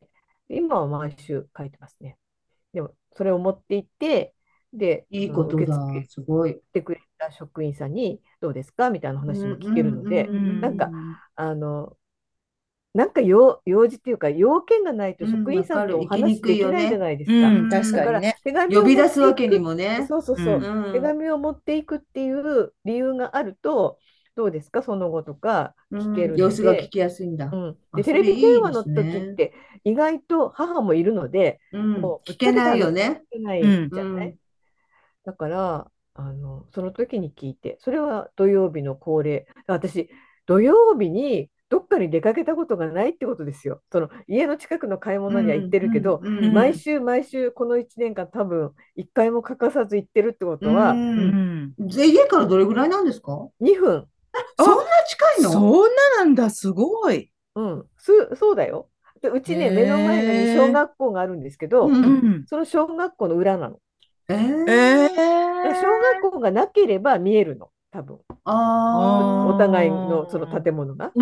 C: 今は毎週書いてますね。でも、それを持って行って、で、
B: いい
C: その
B: ことだ。
C: 受付し
B: すごい。
C: てくれた職員さんに、どうですかみたいな
B: うん、
C: 話も聞ける
B: うん、う
C: ので、
A: う
C: なんか、
A: ん。
C: あの、用事っていうか、要件がないと
B: うん、
C: 職員さん
B: わかる。
C: とお話
B: 行きにくい
C: できないじゃ
B: よね。
C: ないですか。
A: うん、確
B: うん。
C: だから、
A: かにね。
C: 手紙
B: 呼び
C: を持っ
B: 出すわけに
C: ていく、
B: もね。
C: そうそうそう、
A: うん。
C: 手
B: うん。
C: 紙を持っていくっていう理由があると、どうですか、その後とか聞け
B: うん。
C: る
B: 様子が聞
C: ので、
B: きやすいんだ。あ、
C: で、テ
B: それ
C: レビ
B: いいで
C: 電話の
B: すね。
C: 時って、意外と母もいるので、
B: うん。
C: もうぶっちゃけた
B: 聞けないよ
C: 話聞
B: ね。
C: けない
A: うん。
C: じゃない。
B: うん。
C: だから、その時に聞いて、それは土曜日の恒例。私、土曜日にどっかに出かけたことがないってことですよ。その家の近くの買い物には行っ
B: うん。うん。
C: てるけど、
B: うん。
C: 毎週毎週この1年間多分1回も欠かさず行ってるってこ
B: う
C: とは、
A: う
B: ん。
A: ん。
B: 家からどれぐらいなんですか？
C: 2分。
B: そん
A: あ、
B: な近いの？
A: そんななんだ、すごい。
C: うん、そうだよ。で、う
A: へ
C: ちね、目の前に小
A: え。
C: 学校があるんですけど、
B: うん。
A: うん。
C: その小学校の裏なの。
B: え
A: え
B: え、
C: だから小学
A: え。
C: 校がなければ見えるの、多分。お
B: あ
C: 互いのその
A: ああ。
C: 建物が。
A: うん。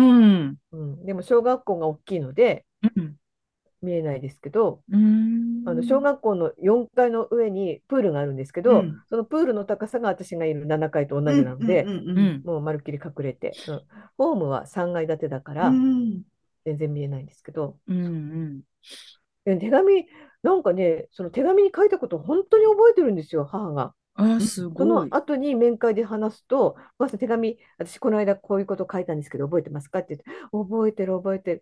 C: でも小学校が大きいので
A: うん。
C: 見えないですけど、
A: う
C: 小
A: ん。
C: 学校の4階の上にプールがあるんですけ
B: あー、う
C: ど、
B: ん。
C: そのプールの高さが私がいる7階と同じな
B: うん。うん。
C: ので、
B: うん。
A: うん。
C: もうまるっきり隠れて、ホームは3階建てだか
B: う
C: ら
B: ん。
C: 全然見えないんですけど、
A: うん。うん。
C: で手紙、なんかね、その手紙に書いたことを本当に覚えてるんですよ、母が。
A: あ、
B: うん。
A: す
C: そ
A: ごい。
C: の後に面会で話すと、お母さん手紙、私この間こういうこと書いたんですけど、覚えてますかって言って、覚えてる、覚えてる。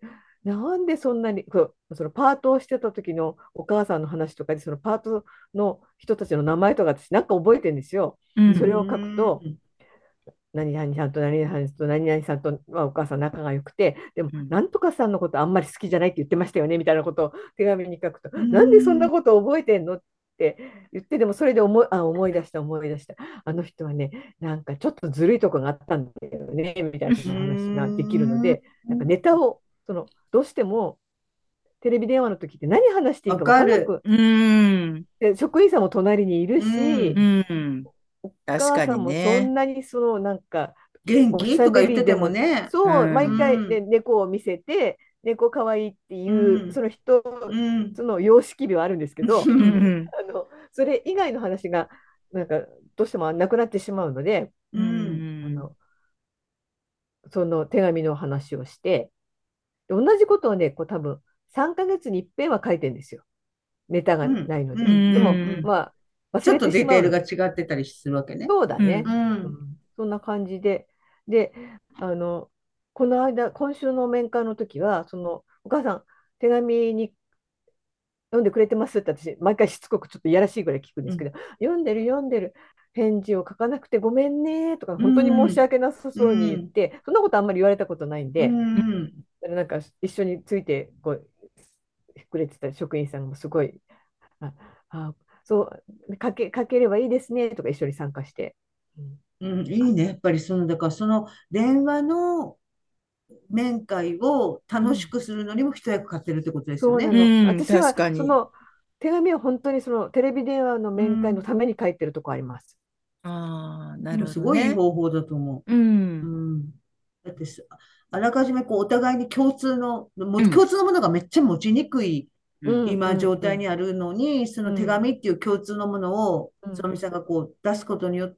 C: なんでそんなにそのパートをしてた時のお母さんの話とかで、そのパートの人たちの名前とか私なんか覚えてるんですよ。でそ
A: うん。
C: れを書くと、
B: ん。
C: 何々さんと何々さんと何々さんとはお母さん仲が良くて、でも、
A: うん。
C: なんとかさんのことあんまり好きじゃないって言ってましたよねみたいなことを手紙に書くと、
B: う
C: なんでそんな
B: ん。
C: ことを覚えてんのって言って、でもそれで思い出した、思い出した。あの人はね、なんかちょっとずるいとこがあったんだよねみたい
B: う
C: な話ができるの
B: ん。
C: で、なんかネタを、どうしてもテレビ電話の時って何話していい
B: わ
C: か分
B: かる。
C: からなく、
A: うん。
C: で職員さんも隣にいる
B: う
C: し、
B: ん。
A: うん。
C: お
A: 確かに
C: 母さんもそん
A: ね。
C: なになんか
B: 元
C: おしゃ
B: 気とか言ってて
C: べりでも、
B: もね。
A: う
C: そう毎回、
B: うん。
C: ね、猫を見せて猫かわいいって
B: う
C: いう
B: ん。
C: その人、
B: うん。
C: その様式美はあるんですけど、
A: うん。
C: それ以外の話がなんかどうしてもなくなってしまうので、
A: う
B: うん。
C: あ
A: ん。
C: のその手紙の話をして、で同じことをね多分3ヶ月に一遍は書いてるんですよ、ネタが
B: うん。
C: ないので。
B: うん。
C: でも
B: うん。
C: まあ忘れ
B: ちょっと
C: てしまうの。
B: ディテールが違ってたりするわけね。
C: そうだね。
A: うん。
B: うん。
C: うん、そんな感じで。で、あの、この間、今週の面会の時は、お母さん、手紙に読んでくれてますって私、毎回しつこくちょっといやらしいぐらい聞くんで
B: うん。
C: すけど、読んでる、読んでる、返事を書かなくてごめんねとか、
B: う
C: 本当に申し
B: ん。
C: 訳なさ
B: う
C: そうに言っ
B: ん。
C: て、そんなことあんまり言われたことないん
B: う
C: で、
B: ん。
C: なんか一緒についてくれてた職員さんもすごい、あ、あ、書ければいいですねとか一緒に参加して。うん、
B: うん。いいね。やっぱりだからその電話の面会を楽し
C: うん、
B: くするのにも一役買ってるってことですよね。
C: そうなの。
A: うん。
C: 私は
A: 確かに。
C: その手紙は本当にそのテレビ電話の
B: うん。
C: 面会のために書いてるとこあります。
A: ああ、なるほ
B: でもすごいいい
A: どね。
B: 方法だと思
A: う
B: う。
A: ん。
B: うん。だってあらかじめこうお互いに
A: うん。
B: 共通のものがめっちゃ持ちにくい
C: うん
B: 今状
C: うんうん
B: 態にあるのに、その手
C: うん
B: 紙っていう共通のものを、
C: うん
B: つまみさんがこう出すことによって、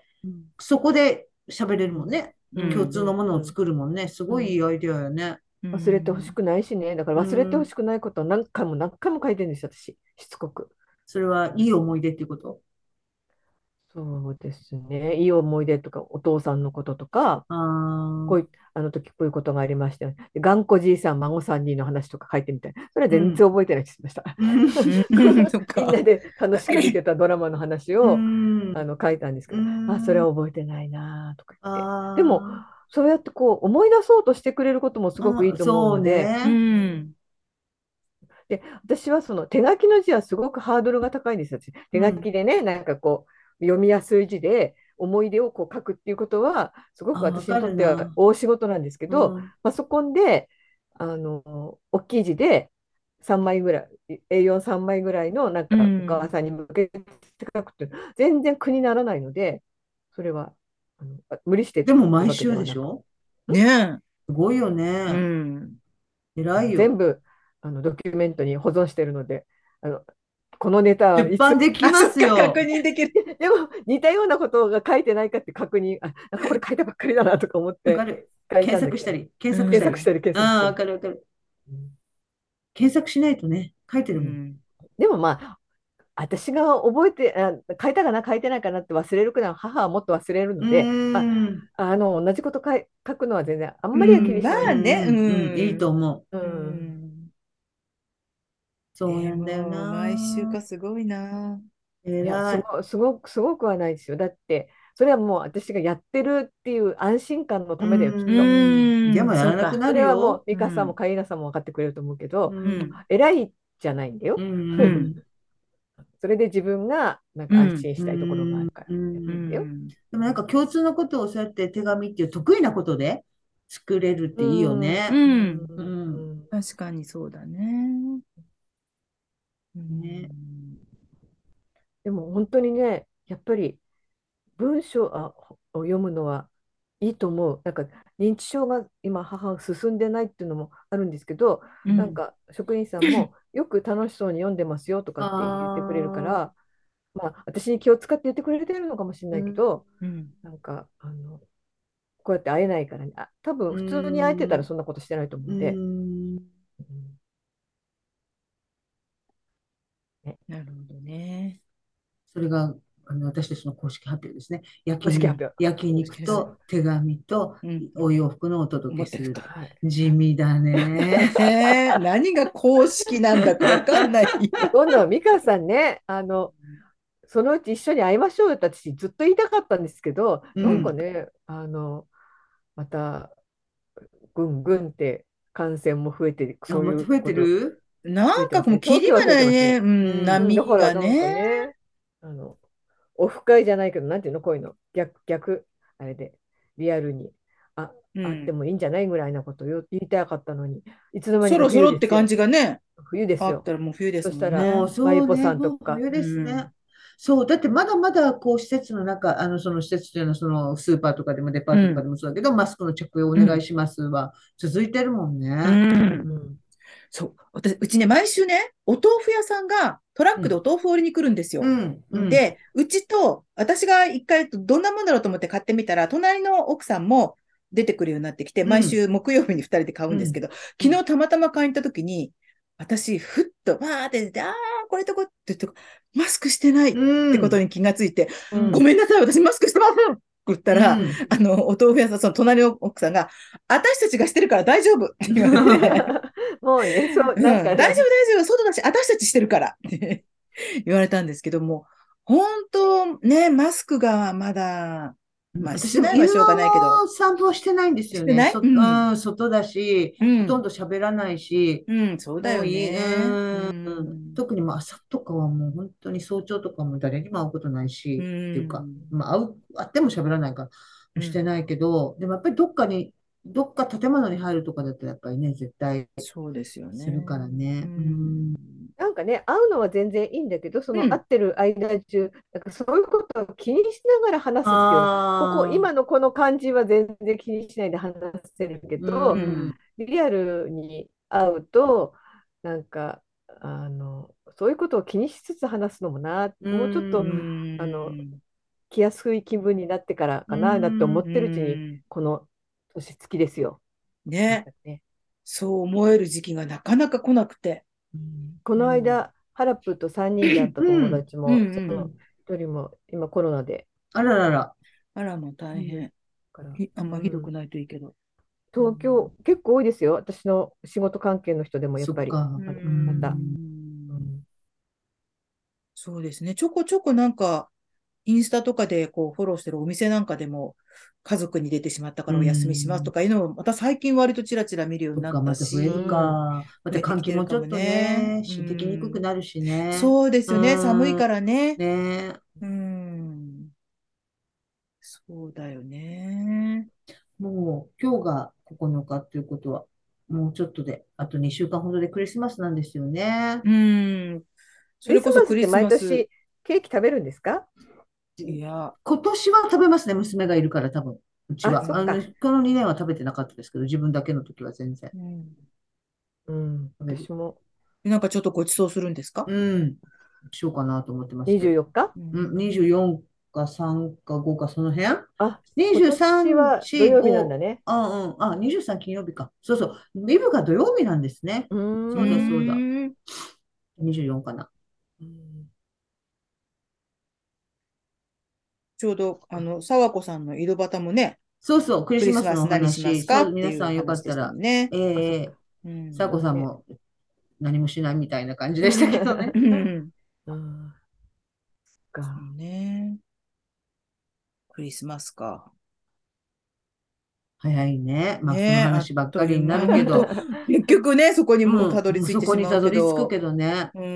C: うん
B: そこで喋れる
C: うん
B: もんね。共通
C: うん
B: のものを
C: うん
B: 作るもんね。すごいいい
C: うん、
B: アイデアよね。
A: う
C: 忘れてほし
A: ん。
C: くないしね。だか
B: う
C: ら忘れてほ
B: ん。
C: しくないことは何回も何回も書いてるんですよ、私。しつこく。
B: それはいい思い出っていうこと？
C: そうですね。いい思い出とか、お父さんのこととか、
B: ああ、
C: あの時こういうことがありましたよね。で頑固じいさん、孫さんにの話とか書いてみたい。それは
B: うん。
C: 全然覚えてない気がしました。
B: うん。
A: うん。そっ
C: みんな
A: か。
C: で楽しく見てたドラマの話
B: う
C: を
B: ん。
C: 書いたんですけ
B: う
C: ど、あ、それ
B: ん。
C: は覚えてないなとか言って。でも、
B: あ
C: そうやって思い出そうとしてくれることもすごくいいと思う
B: そう
C: ので、
A: う
B: ね。
A: ん。
C: で、私はその手書きの字はすごくハードルが高いんですよ。私手書
B: うん。
C: きでね、なんか読みやすい字で思い出を書くっていうことは、すごく
B: わか
C: 私にとっては
B: るな。
C: 大仕事なんですけど、
B: うん。
C: パソコンで、大きい字で3枚ぐらい、A43 枚ぐらいのなん
A: う
C: かお母
A: ん。
C: さんに向けて書くって全然苦にならないので、それは無理して
B: でも
C: って
B: 毎週
C: わけではなく、
B: でしょ？
A: ね
B: すごいよ
A: え。う
B: ね。
A: ん。
B: 偉いよ。
C: 全部ドキュメントに保存しているので、あのこのネタ
B: 出
C: はいつ、
B: 版でき
A: あ、
B: ま
A: そっか、確
B: すよ。
A: 認できる。
C: でも似たようなことが書いてないかって確認、なんかこれ書いたばっかりだなとか思って
B: わかる。
C: 書いたんだけど、
B: 検索したり、検索したり。
C: 検索したり検索し
B: ああ、
C: たり。
B: わかるわかる。
C: うん
B: 検索しないとね、書いてるもん。
A: うん。
C: でもまあ、私が覚えて、書いたかな、書いてないかなって忘れるくらい、母はもっと忘れる
B: うー
C: ので、
B: ん。
C: 同じこと書くのは全然あんまりは気
B: うん。
C: に
A: ま
C: しないんですけど。
A: あね、う
B: うん。いいと
A: ん。
B: 思う。
C: う
A: う
C: ん、
A: ん。
B: そうな
A: で
B: んだよ
A: も、毎週
B: な。
A: かすごいな。
C: いや、
B: 偉い。
C: すごくはないですよ。だって、それはもう私がやってるっていう安心感の
B: う
C: ためだよ、きっ
A: う
C: と。
B: ん。で
A: ーん、
B: もや
A: そうか。
B: らなくな
C: それはもう、
B: るよ。
C: ミカさんも
A: うん。
C: カイナさんも分かってくれると思うけど、
B: うん。
A: うん。
C: 偉いじゃないんだ
B: う
C: よ。
B: ん。
A: うん。
C: それで自分がなんか安
A: うん。
C: 心
B: う
C: したいところがあ
B: ん。
C: るからやっ
A: う
C: てんだよ。
A: ん。
B: でもなんか共通のことをそうやって手紙っていう得意なことで作れるっ
C: う
B: ていいよ
C: ん、
A: う
B: ね。
A: ん。
B: う
C: うん、う
B: ん。
C: ん。
A: 確かにそうだね。う
B: ね。
A: ん。
C: でも本当にね、やっぱり文章を読むのはいいと思う。なんか認知症が今母が進んでないっていうのもあるんですけど、
A: うん。
C: なんか職員さんもよく楽しそうに読んでますよとかって言ってくれるか
B: ああ、
C: ら、まあ私に気を使って言ってくれてるのかもしれ
B: うん。
C: ないけど、
A: うん。
C: なんかこうやって会えないからね、多分
B: う
C: 普通に会えてたら
B: ん。
C: そんなことしてないと思う
B: う
C: んで、
B: ん。
C: うんね、
A: なるほどね。
B: それが私たちの公式発表ですね。
C: 公式発表。
B: 焼肉と手紙とお洋服のお届けする。
C: はい。
B: 地味だね。
A: 何が公式なんだかわかんないよ。
C: 今度は美香さんね、そのうち一緒に会いましょうよって私ずっと言いたかったんですけど、なんかね、またぐんぐんって感染も増えて、そうい
B: また増え
C: うこと
B: てる。
A: なんかもう
C: 増えてますね。
A: キリが
C: 東京は増えてますね。
A: ないね。うん、
C: だ
A: 波が
C: からなんか
A: ね。
C: ね、あの、オフ会じゃないけど、なんていうの、こういうの、あれで、リアルに、あって
A: うん。
C: もいいんじゃないぐらいなことを言いたかったのに、いつの間にか
A: そろそろって感
C: 冬ですよ。
A: じがね、
C: 冬ですよ。
A: あったらもう冬です
C: そしたら、
A: もんね。
B: もう
C: マリポさ
B: そうね、
C: んとか、
B: もう冬
A: う
B: ですね。
A: ん。
B: そう、だってまだまだこう施設の中、その施設というのはそのスーパーとかでもデパートとか
A: うん。
B: でもそうだけど、マスクの着用お
A: うん。
B: 願いしますは続いてるもん
A: う
B: ね。
A: ん。
C: うん、
A: そう。うちね、毎週ね、お豆腐屋さんがトラッ
B: うん、
A: クでお豆腐を売りに来るんですよ。
B: うん、うん、
A: で、うちと、私が一回どんなもんだろうと思って買ってみたら、隣の奥さんも出てくるようになってきて、
B: うん、
A: 毎週木曜日に二人で買う
B: うん、
A: んですけど、
B: うん。
A: 昨日たまたま買いに行った時に、私、ふっと、わーって出て、これとこって言って、マスクしてないってことに気がついて、
C: うん、
A: ごめんなさい、私マスクしてませんって言ったら、
B: うん。
A: お豆腐屋さん、その隣の奥さんが、私たちがしてるから大丈夫って言われて、
C: もうね、そう、
A: うん、
C: なんか、
A: 大丈夫、大丈夫、外だし、私たちしてるからって言われたんですけども、本当ね、マスクがまだ、まあ、
B: 私
A: してないのはしょうが
B: でも犬
A: ないけど、
B: の散歩はしてないんですよね。
A: してないうん、
B: 外だし、
A: うん、
B: ほとんど喋らないし、
A: うん、そうだよ
B: もう
A: ね。うん、
B: 特にまあ朝とかはもう本当に早朝とかも誰にも会うことない
A: う
B: し、っていうか、
A: ん、
B: まあ会っても喋らないから、もうして
A: うん、
B: ないけど、でもやっぱりどっか建物に入るとかだとやっぱりね、絶対
A: そうですよ
B: するから
A: ね。う
B: ね。
A: ん、
C: なんかね、会うのは全然いいんだけど、そ
A: うん、
C: の会ってる間中、なんかそういうことを気にしながら話すっていうの、
B: ああ、
C: 今のこの感じは全然気にしないで話せるけ
B: う
C: ど、
B: ん、
C: リアルに会うと、なんか、そういうことを気にしつつ話すのもな、
B: う
C: もうちょっ
A: う
C: と、
B: ん、
C: あの、
A: ん、
C: 気安い気分になってから
B: う
C: かな、って思
B: ん。
C: ってるうちに、
A: ん、
C: この年月ですよ。やっ
A: ね、
C: ぱりね。
A: そう思える時期がなかなか来なくて。
C: こ
A: うん、
C: の間、ハラップと3人で会った友
B: うん、
C: 達
A: うん、
C: も、
A: うん。
C: 1人も今コロナで、
B: あららら。
A: あら、もう
C: うん、
A: 大変。
C: から、
A: あんまひどく
C: うん、
A: ないといいけど。う
C: 東京、
A: ん。
C: 結構多いですよ。私の仕事関係の人でもやっぱり、
B: そっか。
A: う
C: また、う
A: ん。
C: ん、
A: そうですね。ちょこちょこなんか、インスタとかでこうフォローしてるお店なんかでも、家族に出てしまった
B: う
A: からお休みしますと
B: ん。
A: かいうのを、また最近割とチラチラ見るようになっ
B: そっか、また増える
A: たし、
C: うん、
B: か。また
A: 増えて
B: 換
A: きてるかも
B: 気もちょっと
A: ね。
B: ね、
A: う
B: できにくく
A: ん。
B: なるしね。
A: そうです
B: う
A: よね。寒い
B: ん。
A: からね。
B: ね。
A: うん。そうだよね。
B: もう今日が9日っていうことは、もうちょっとで、あと2週間ほどでクリスマスなんですよね。
A: うん。そ
C: クリ
A: れこそクリ
C: スマスって
A: スマス。
C: 毎年ケーキ食べるんですか？
A: いや、
B: 今年は食べますね、娘がいるから多分。うち
C: あ、
B: は。
C: そっか。
B: この2年は食べてなかったですけど、自分だけの時は全然
A: うん。
C: うん、
B: 食べる。
C: 私も
A: なんかちょっとご馳走するんですか？
B: うん。しようかなと思ってますけ
C: 24
B: ど。
C: 日。
A: う
B: うん、
A: ん。
B: 24か3か5かその辺？
C: あ、今年
B: 23、
C: は土
B: 4、
C: 曜日なんだ
B: 5、
C: ね。
B: 23金曜日か。そうそう。ビブが土曜日なんですね。
C: う
A: う
B: そうだ
C: ーん。
B: そうだ。
A: ーん。
B: 24かな。
C: うん、
A: ちょうど、沢子さんの井戸端もね、
B: そうそう、クリ
A: クリス
B: スマスのお
A: マス何します
B: 話。
A: か
B: そう、
A: っていう
B: 皆さんよか
A: 話でしたも
B: ったら、
A: んね。
B: えー、
A: うん。
B: さこさん
C: ね。
B: も何もしないみたいな感じでしたけどね。
A: うん。
C: うん、
A: そう
C: か。
A: ね。クリスマスか。
B: 早いね。まあ、その
A: ね、あっ
B: 話ばっか
A: という間、
B: りになるけ
A: 本当
B: ど、
A: 結局ね、そこにもうた
B: うん、
A: どり
B: もうそ
A: 着いてしまう
B: こにたど
A: けど、
B: り着くけどね。
A: うん。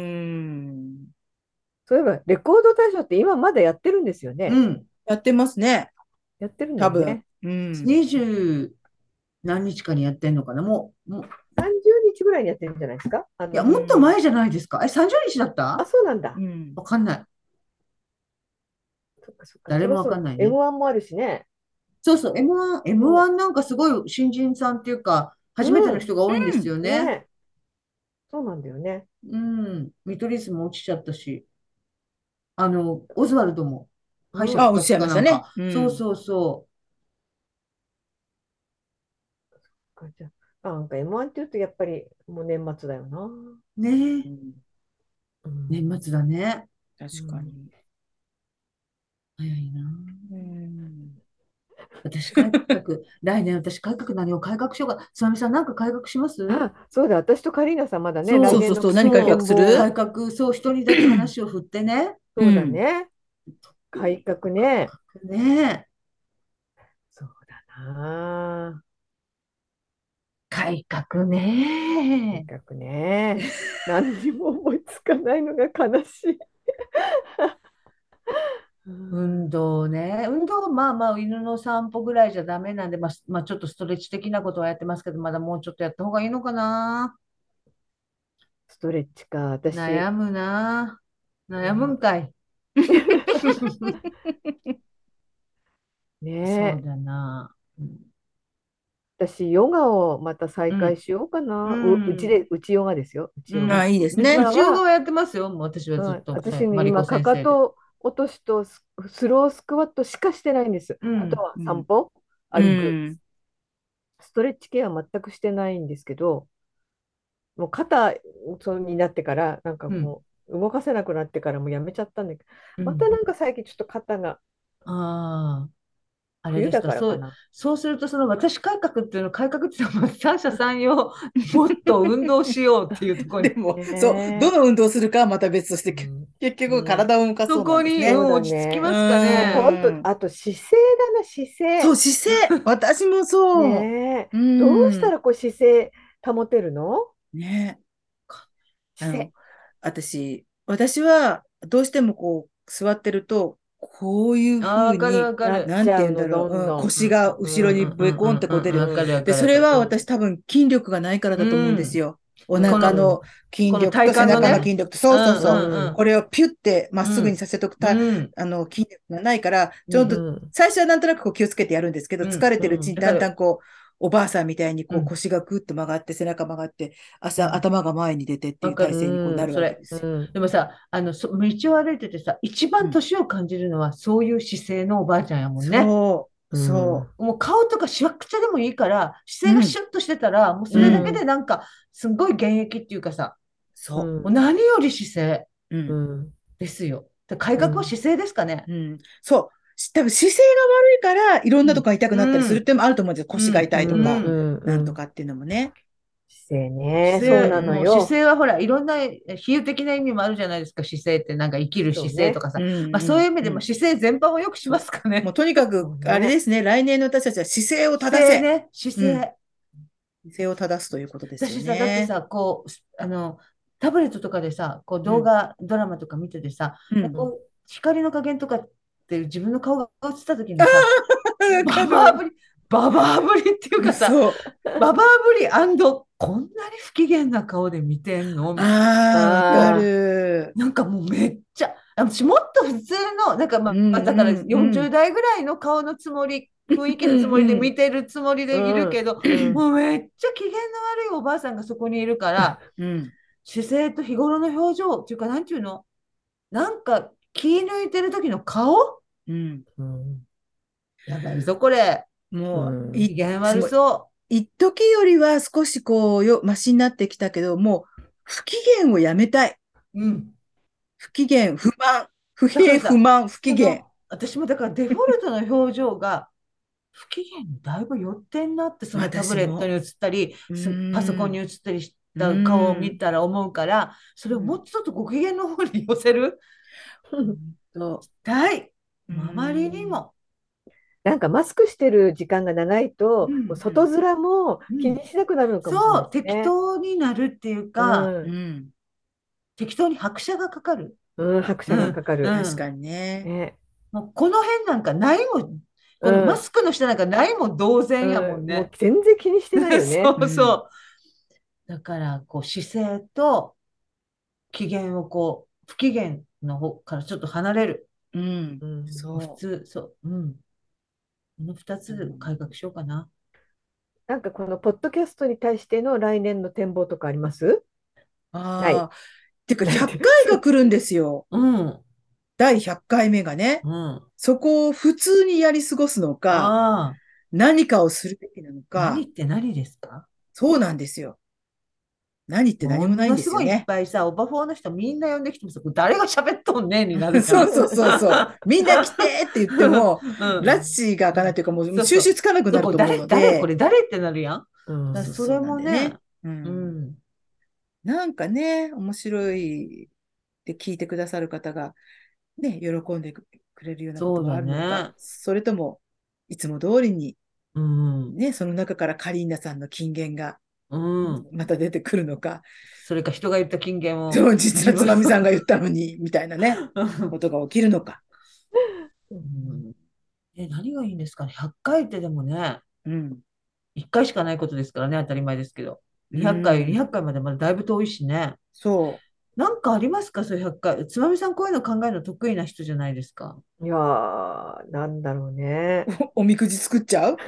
C: そういえば、レコード大賞って今まだやってるんですよね。
B: うん。
A: やってますね。
C: やってるんだ
A: 多分。
C: よね。
A: うん。
B: 20何日かにやってんのかな。
C: 30日ぐらいにやってるんじゃないですか？
B: いや、
A: う
B: もっと
A: ん。
B: 前じゃないですか。30日だっ
C: あ、
B: た？
C: そうなんだ。
A: うん。
B: わかんない。
C: そっかそっか。
B: 誰もわ
C: そろそろ
B: かんないね。
C: M1 もあるしね。
B: そうそう、
C: そ
B: M1 なんかすごい新人さんっていうか、
C: う。
B: 初めての
C: うん。
B: 人が多いんです
A: うん。
B: よね。
C: ね。そうなんだよね。
B: うん。見取り図も落ちちゃったし、オズワルドも敗者
C: うん。
A: あ、落ちちゃい
B: 復活か
A: ましたね。
B: なんか。
A: うん。
B: そうそうそ
C: じゃあ、なんか M1 って言うとやっぱりもう年末だよな。
B: う。ねえ。
A: うん。
C: うん。
B: 年末だね。
C: うん、
A: 確かに。
B: 私改革、来年私改革何を改革しようか。つまみさんなんか改革します？
C: あ、そうだ、私とカリーナさんまだね、来
B: そう、
C: 年の
A: そうそうそう。何改革
B: そう、
A: する？
B: 改革、そう、人にだけ話を振ってね。
C: そうだ
A: うん。
C: ね。改革
B: 改
C: ね。
B: 革ね。
C: そうだな。
B: 改革
C: 改
B: ね。
C: 革ね。何にも思いつかないのが悲しい。うん、
B: 運動ね。運動、まあまあ、犬の散歩ぐらいじゃダメなんで、まあちょっとストレッチ的なことはやってますけど、まだもうちょっとやった方がいいのかな。
C: ストレッチか、私。
B: 悩むな。悩むん
C: うん、
B: かい。そう
C: ねえ。
B: だな。うん。
C: 私、ヨガをまた再
B: うん。
C: 開しようか
B: う
C: な。
B: ん。
C: うちヨガですよ。うちヨガ。
A: あ、いいです
B: う
A: ね。
B: ちヨガ
C: 今は、
B: はやってますよ。もう私はずっと、
C: 私
B: マリコ
C: 今、か
B: 先生で。
C: かと落としとスロースクワットしかしてないんです。
B: うん。
C: あとは
A: うん。
C: 散歩、
A: う
C: 歩く。
A: ん。
C: ストレッチ系は全くしてないんですけど、もう肩そうになってから、なんか
B: うん。
C: もう動かせなくなってからもうやめちゃったんだけど、また
B: うん。
C: なんか最近ちょっと肩が、
B: ああ。あれ
C: 冬だ
B: ですか、
C: からかな。
B: そうすると、その私改革っていうの、改革っていうのは、三者三様、もっと運動しようっていうところに、
A: でも、そう、ど
C: ね
A: の運動するかはまた別として、
C: え。うん、
A: 結局
B: ね、
A: 体を動かそうなん
B: そこに、
A: ですね。
C: そうだ
B: 落ち着き
C: ね。
B: ますか
A: う
C: もう
B: ね。
C: 本当、
A: ん。
C: あと姿勢だな、姿勢。
A: そう、姿勢。私もそ
C: ねえ。
A: う。
C: どうし
A: うん。
C: たらこう姿勢保てるの？
A: ね。
C: 姿勢。
A: 私は、どうしてもこう、座ってると、こういう
B: ああ、わかる
A: 風に、
B: わかる。
A: なんて
C: なっちゃうの、
A: 言うんだろう、うん、
C: どんどん。
A: 腰が
B: うんうん
A: 後ろにベコンって
B: うんうんうんうん、
A: こう出る。
B: わかるわ
A: で、
B: かるわかる。
A: それは私多分筋力がないからだと思うんです
B: うん。
A: よ。お
B: この、
A: 腹の筋
B: この体
A: 力と背
B: 幹のね。
A: 中の筋力と、
B: う
A: そうそうそう。
B: ん
A: これをピュってまっすぐに
B: うん
A: させとく
B: うん。うん。
A: 筋力がないから、ちょっと、
B: うん。
C: うん。
A: 最初はなんとなくこう気をつけてやるんですけど、
B: うん。
A: 疲れてるうちにだんだん
B: わかる。
A: こう、おばあさんみたいにこう
B: うん。
A: 腰がぐっと曲がって背中曲がって
B: うん
A: 頭が前に出てっていう体
B: わかる。
A: 勢にこうなる
B: それ。
A: わけですよ。
C: うん。
B: でもさ、道を歩いててさ、一番
A: うん。
B: 年を感じるのは、そういう姿勢のおばあちゃんやもんね。
A: そう、
C: うん。
A: そ
B: もう顔とかしわくちゃでもいいから、
A: う。
B: 姿勢が
A: うん、
B: シュッとしてたら、もうそれだけ
A: うん、
B: でなんか、すごい現役っていうかさ、
A: そ
B: もう何より姿勢
A: う。うん、
C: うん。
B: ですよ。で改
C: うん。
B: 革は姿勢ですかね。
A: うん。そう。多分姿勢が悪いから、いろんなとこ
B: うん、
A: が痛くなったり
B: うん、
A: するっていうのもあると思うんですよ。腰が
B: うん、
C: う
A: 痛いとか、
C: ん。
B: うん。
A: なん
C: うん。
A: とかっていうのもね。
C: 姿勢ね。そうなの
B: もう姿
C: よ。
B: 勢はほら、いろんな比喩的な意味もあるじゃないですか。姿勢ってなんか生きる姿勢と
C: そうね。
B: かさ。
A: うん、
B: まあそういう意味で
A: うん、うん。
B: も姿勢全般を良くしま
A: そう。
B: すかね。
A: もうとにかく、
C: そうね。
A: あれですね。来年の私たちは姿勢を
B: 姿
A: 正せ。
B: 勢ね、姿
A: うん。
B: 勢。
A: 姿勢を正すということですよ
B: 私さ、だって
A: ね。
B: さ、タブレットとかでさ、こう
A: うん、
B: ドラマとか見ててさ、
A: うん。
C: うん。
B: こう、光の加減とかって自分の顔が映った時のさ、
A: わ
B: バ
A: かる。
B: バアぶり、ババアぶりっていうかさ、
A: そう。
B: ババアぶりこんなに不機嫌な顔で見てんのみたい
A: ああ、わか
C: ああ。
A: る。
B: な。なんかもうめっちゃ、私もっと普通の、なんか
A: うん、
B: だから
A: うん、うん。
B: 40代ぐらいの顔のつもり、雰囲気
A: うん、
B: のつもりで
A: うん。
B: 見てるつもり
C: う
B: でいるけ
C: ん。
B: ど、
C: うん。
B: もうめっちゃ機嫌の悪いおばあさんがそこにいるから、
A: うん。
B: 姿勢と日頃の表情っていうか、なんていうの、なんか気抜いてる時の顔、
A: うん。
C: うん。
B: やばいぞ、これ。
C: う
A: もう、
C: ん。
B: 機嫌悪そ
A: 一時よりは少しこう、マシになってきたけど、もう、不機嫌をやめたい。
B: う。うん。
A: 不機嫌、不満、不平、不
B: だからさ、
A: 満、不機嫌。
B: 私もだからデフォルトの表情が不機嫌にだいぶ寄ってんなって、そのタブ
A: 私も。
B: レットに映ったり、
A: う
B: パソコン
A: ーん。
B: に映ったりし
A: う
B: た顔を
A: ーん。
B: 見たら思うから、それをも
A: うん。
B: うちょっとご機嫌の方に寄せる。
A: ほんと。
B: たい。
A: うー
B: あまりに
A: ん。
B: も。
C: なんかマスクしてる時間が長いと、もう
B: うん、
C: 外面も気
B: うん。
C: にしなくなるのかもしれない
B: そう、適
C: ですね。
B: 当になるっていう
C: う
B: か、
A: う
C: ん。
A: ん。
B: 適当に拍車がかかる。
C: うん、拍車がか
B: うん、
C: かる。
A: 確か
B: うん。
A: にね。
C: ね。
B: もうこの辺なんかないもん。
C: う
B: このマ
C: ん。
B: スクの下なんかないもん同然やも
C: うん。もう
B: んね。
C: 全然気にしてないよね。
A: うん。
B: そうそう。だから、こう姿勢と機嫌を不機嫌の方からちょっと離れる。
A: うん。
C: うん。
B: もう普
A: そ
B: 通、そう。うん。この二
A: う。う
B: つ改革
A: ん。
B: しようかな。
C: なんかこのポッドキャストに対しての来年の展望とかあります？ない。
A: ああ。てか、100
C: ないって。
A: 回が来るんですよ。
B: うん。
A: 第100回目がね。
B: うん。
A: そこを普通にやり過ごすのか、
B: ああ。
A: 何かをするべきなのか、
B: 何って何ですか？
A: そうなんですよ。 何って何もないんですよ
B: ものすごいいっ
A: ね。
B: ぱいさ、オバフォーの人みんな呼んできてもさ、誰が喋っとんねんになるじゃん。
A: そうそうそうそう。みんな来てって言っても、拉
B: うん。
A: 致が開かないというか、もう
B: そうそう。
A: 収集つかなく
B: そう、
A: なると思うの
B: こ
A: で、
B: れ誰ってなるやん。
C: うん
B: それ
A: そうそうなん
B: もね、
A: でね。う
B: う
A: ん。
B: ん。
A: なんかね、面白いって聞いてくださる方が、ね、喜んでくれるようなことが
B: そうだ
A: あるのか、
B: ね。
A: それとも、いつも通りに、
B: うん。
A: ね、その中からカリーナさんの金言が
B: うん。
A: また出てくるのか、
B: それか人が言った金言を
A: そう実
B: 自分。
A: はつまみさんが言ったのに、みたいなね、ことが起きるのか。
C: う
B: うん。何がいいんですかね。100回ってでもね、
A: うん。
B: 1回しかないことですからね、当たり前ですけど。
A: う
B: 200回、200
A: ん。
B: 回までまだだいぶ遠いしね。
A: そ
B: なんかありますか、そういう100回。つまみさんこういうの考えるの得意な人じゃないですか。
C: いやー、なんだろうね。
A: う。おみくじ作っちゃう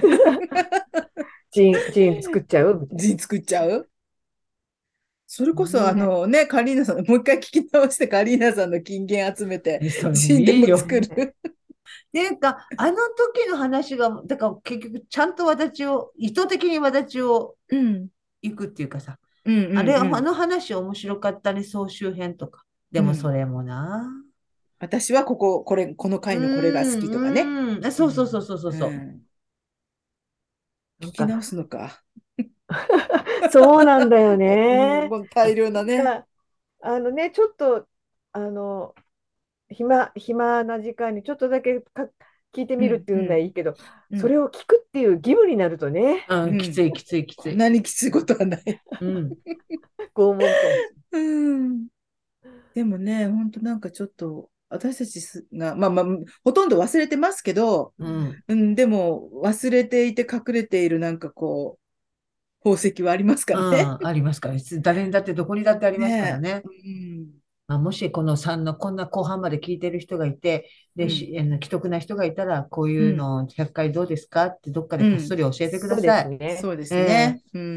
C: ジン作っちゃうみたい
A: 陣作っちゃうそれこそ、
B: ね
A: ね、カリーナさん、もう一回聞き直してカリーナさんの金言集めて、
B: それも
A: 陣でも
B: いいよ。
A: 作る。
B: っていうか、あの時の話が、だから結局、ちゃんと意図的に轍を
A: うん。
B: 行くっていうかさ、
A: うんうんうん。
B: あの話面白かったね、総集編とか。で
A: うん。
B: もそれもな。
A: 私はこの回のこれが好きとかね。
B: そうそうそう
A: うん。
B: そうそうそう。
A: うん。
C: な。なんか、
A: 聞き直すのか。
C: そうなんだよ
A: うん、
C: ね。
A: この大量なね。
C: いや、ちょっと、あの、暇な時間にちょっとだけ聞いてみるっていうのは
A: うんうん
C: いいけど、
A: うん。
C: それを聞くっていう義務になるとね、
B: うん、きつ
A: うん。
B: いきついきつい。
A: こんなにきついことはない。
B: うん。
C: 拷問かもし
A: うん。でもね、本当なんかちょっと、私たちが、まあまあ、ほとんど忘れてますけど、
B: うん。
A: うん、でも忘れていて隠れているなんかこう、宝石はありますか
B: うん、
A: らね。
B: ありますから。誰にだってどこにだってありますから
A: ね
B: ね。
A: え。うん。
B: まあ、もしこの3のこんな後半まで聞いてる人がいて、で、
A: うん。
B: 既得な人がいたら、こういう
A: うん。
B: の100回どうですかってどっかでこっそ
A: うん。
B: り教えてく
C: れない。そうで
B: ださい。
C: すね。
A: そうです
B: え
A: ね。うん。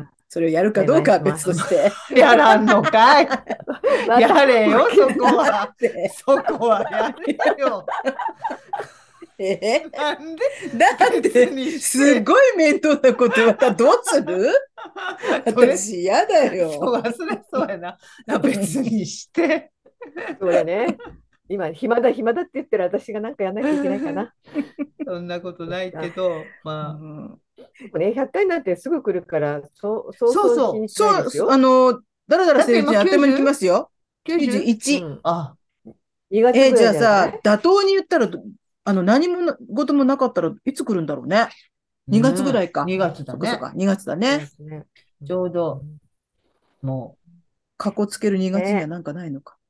C: あ、
A: それをやるか
C: お
A: どうかは別
C: 願いします。
A: として。
B: やらんのかい。
C: また、
B: やれよ、そこ
A: だっ
B: は。
A: て、
B: そこはやれよ。
A: え
B: なんで
A: だっ
B: 別
A: て、
B: にして。
A: すごい面倒なこと言われたらどうする
B: それ、
A: 私嫌だよ。
B: そう、それそうやな。別にして。
C: そうだね。今、暇だって言ってる私がなんかやんなきゃいけないかな。
B: そんなことないけ
C: あ、
B: ど、
A: う
B: まあ、
A: ん、
C: でもね、100回なんてすぐ来るから、そう
B: そう
C: そう気
B: そう。
C: にしないで
A: そう、
C: すよ。
A: だらだらしてるうち
B: だって今
A: にあっという間に来ま
B: 90?90?
A: すよ。91。
C: うん。
B: あ、
C: 2月ぐらい
A: じゃあさ、
C: じゃない
A: 妥当に言ったら、何も事もなかったらいつ来るんだろうね。2月ぐら
B: ねえ、
A: いか。
B: 2月だね。
A: そっかそっか、2月だね。
C: ですね。う
B: ちょうど、
C: ん
B: も
A: かこつける2月には
C: ね
A: なんかないのか。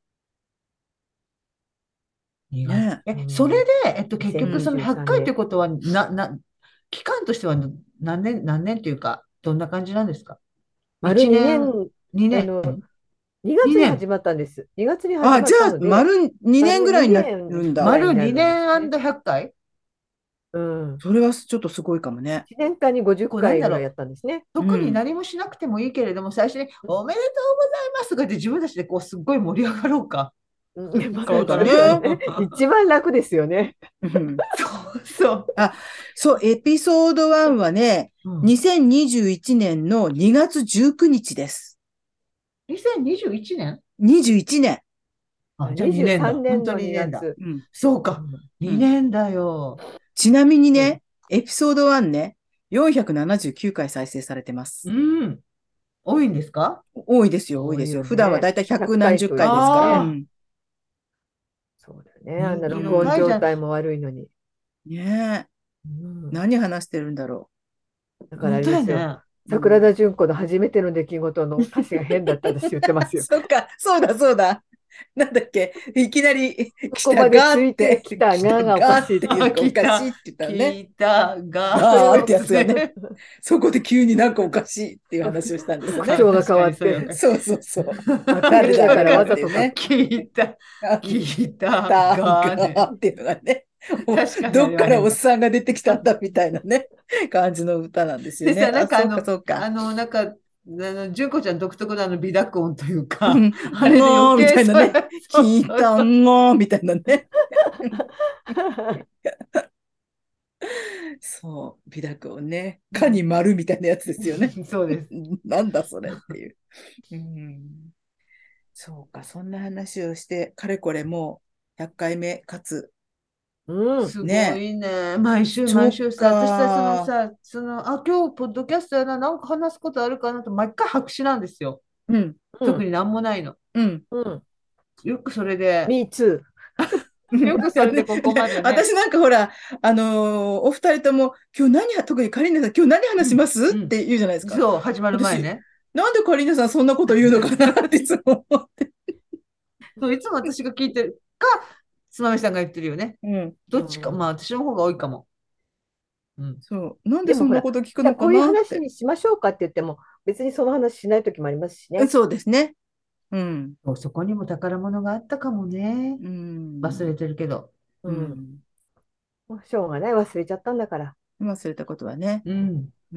B: う2月。
A: ね
B: それ
C: うん、
B: で、結局その100
C: 2023年。
B: 回ということは、期間としては何年というか、どんな感じなんですか？
C: 丸
B: 1
C: 2
B: 年、
C: 年、
B: 2
C: あの、
B: 年、
C: 2月に
B: 2年。
C: 始まったんです。2月に始
A: あ、
C: まった
A: じゃあ、
C: ので、
A: 丸2年
C: 丸
A: ぐらいにな
C: 2年
A: るんだ。
C: ぐらい
B: 丸
C: になるんで
B: 2
C: すね。
B: 年 &100 回。
C: うん。
A: それはちょっとすごいかもね。
C: 1年間に50
B: こうなん
C: 回ぐらいやっ
B: だろう。
C: たんですね。
B: 特に
A: うん。
B: 何もしなくてもいいけれども、最初におめでとうございますとか言って自分たちでこうすっごい盛り上がろうか。
C: うんまあ、
A: そうだ
C: それがね、
A: ね。
C: 一番楽ですよね。
A: うん。
B: そうそう。
A: あ、そう、エピソード1はね、
B: うん。
A: 2021年の2月19日です。
B: 2021年。
A: 21年。
B: あ、じゃあ
C: 23
B: 2年だ。本当
C: 年の
B: に2年だ。
C: 2月。
A: うん。
B: そうか。
C: うん
A: うん。
B: 2年だよ。
A: ちなみに
C: そうで
A: ね、エピソード1ね、479回再生されてま
B: う
A: す。
B: ん。多いんですか？
A: 多いですよ、多い
C: 多い
A: ですよ。
C: よね。
A: 普段はだいたい百
C: 100
A: 何十
C: 回といえ
A: 回ですから。う
C: ばね。
B: ああ
A: ん。
C: そうだよね。あん
B: 人気の
C: な録音
A: うん。
B: 回じゃん。
C: 状態も悪いのに。
A: ねえ。
C: うん、
A: 何話してるんだろ
C: だからあ
B: 本当
C: れですよ。
B: やね。
A: う。うん。
C: 桜田淳子の初めての出来事の歌詞が変だった私言ってますよ。
A: そっか、そうだ、そうだ。なんだっけ、いきなり、
C: そこまでついてきた
B: 来た。
C: ががおかしいって
B: あ、
C: いう。
A: 言うのがお
B: 来た。
A: かしいって言ったのね。
B: 聞いたが、
C: それを、
A: ガーってやつがね、
B: ね。
A: そこで急になんかおかしいっていう話をしたんですよね。
C: 口調が
B: 確か
C: 変わって、
B: にそれわかる。
A: そうそうそう。
C: あ、クイズだから
A: 誰だあれは
C: わざとか。
A: っていうね。
B: 聞いた、
A: あ
B: 聞いた
A: ガ
B: がね。
A: ーっていうのがね、
B: 確かにあ
A: どっからおっ
B: れは変だ。
A: さんが出てきたんだみたいなね、感じの歌なんですよ
B: でさ、
A: ね。あ、そうか、そうか。
B: 純子ちゃん独特の美濁音というか、
A: うん、
B: あれで余
A: もうみ
B: 計それ、
A: たいなね。
B: そう
A: 聞いた
B: そうそう。
A: んごみたいなね。そう、美濁音ね。かに丸みたいなやつですよね。
B: そうです。
A: なんだそれっていう。 うん。そうか、そんな話をして、かれこれもう100回目、かつ、
C: うん。
B: すご
A: ね、
B: いね。毎週
A: そう
B: 毎週さ、私さ、
A: か、
B: 今日、ポッドキャストやな、なんか話すことあるかなと、毎回白紙なんですよ。
A: うん、
C: うん。
B: 特になんもないの。
A: うん。
C: うん。
B: よくそれで、
C: Me too。
B: よくそれでここまでね。
A: 私なんかほら、お二人とも、今日特にカリーナさん、今日何
B: うん、
A: 話します
B: うん。
A: って言うじゃないですか。
B: そう、始まる前
A: 私、
B: ね。
A: なんでカリーナさんそんなこと言うのかなっていつも思って。
B: そう、いつも私が聞いてるか、つまみさんが言ってるよね。
A: うん。
B: どっちか、まあ私の方が多いかも。うん。
A: そう。なんで
C: でもほら、
A: そんなこと聞く
C: じゃあ
A: のか
C: こういう話
A: なって。
C: にしましょうかって言っても、別にその話しない時もありますしね。
A: そうですね。うん。
B: そう、そこにも宝物があったかもね。
A: うん。
B: 忘れてるけど。
C: うん。
A: うん。
C: もうしょうがない。忘れちゃったんだから。
A: 忘れたことはね。
B: うん。
A: うん。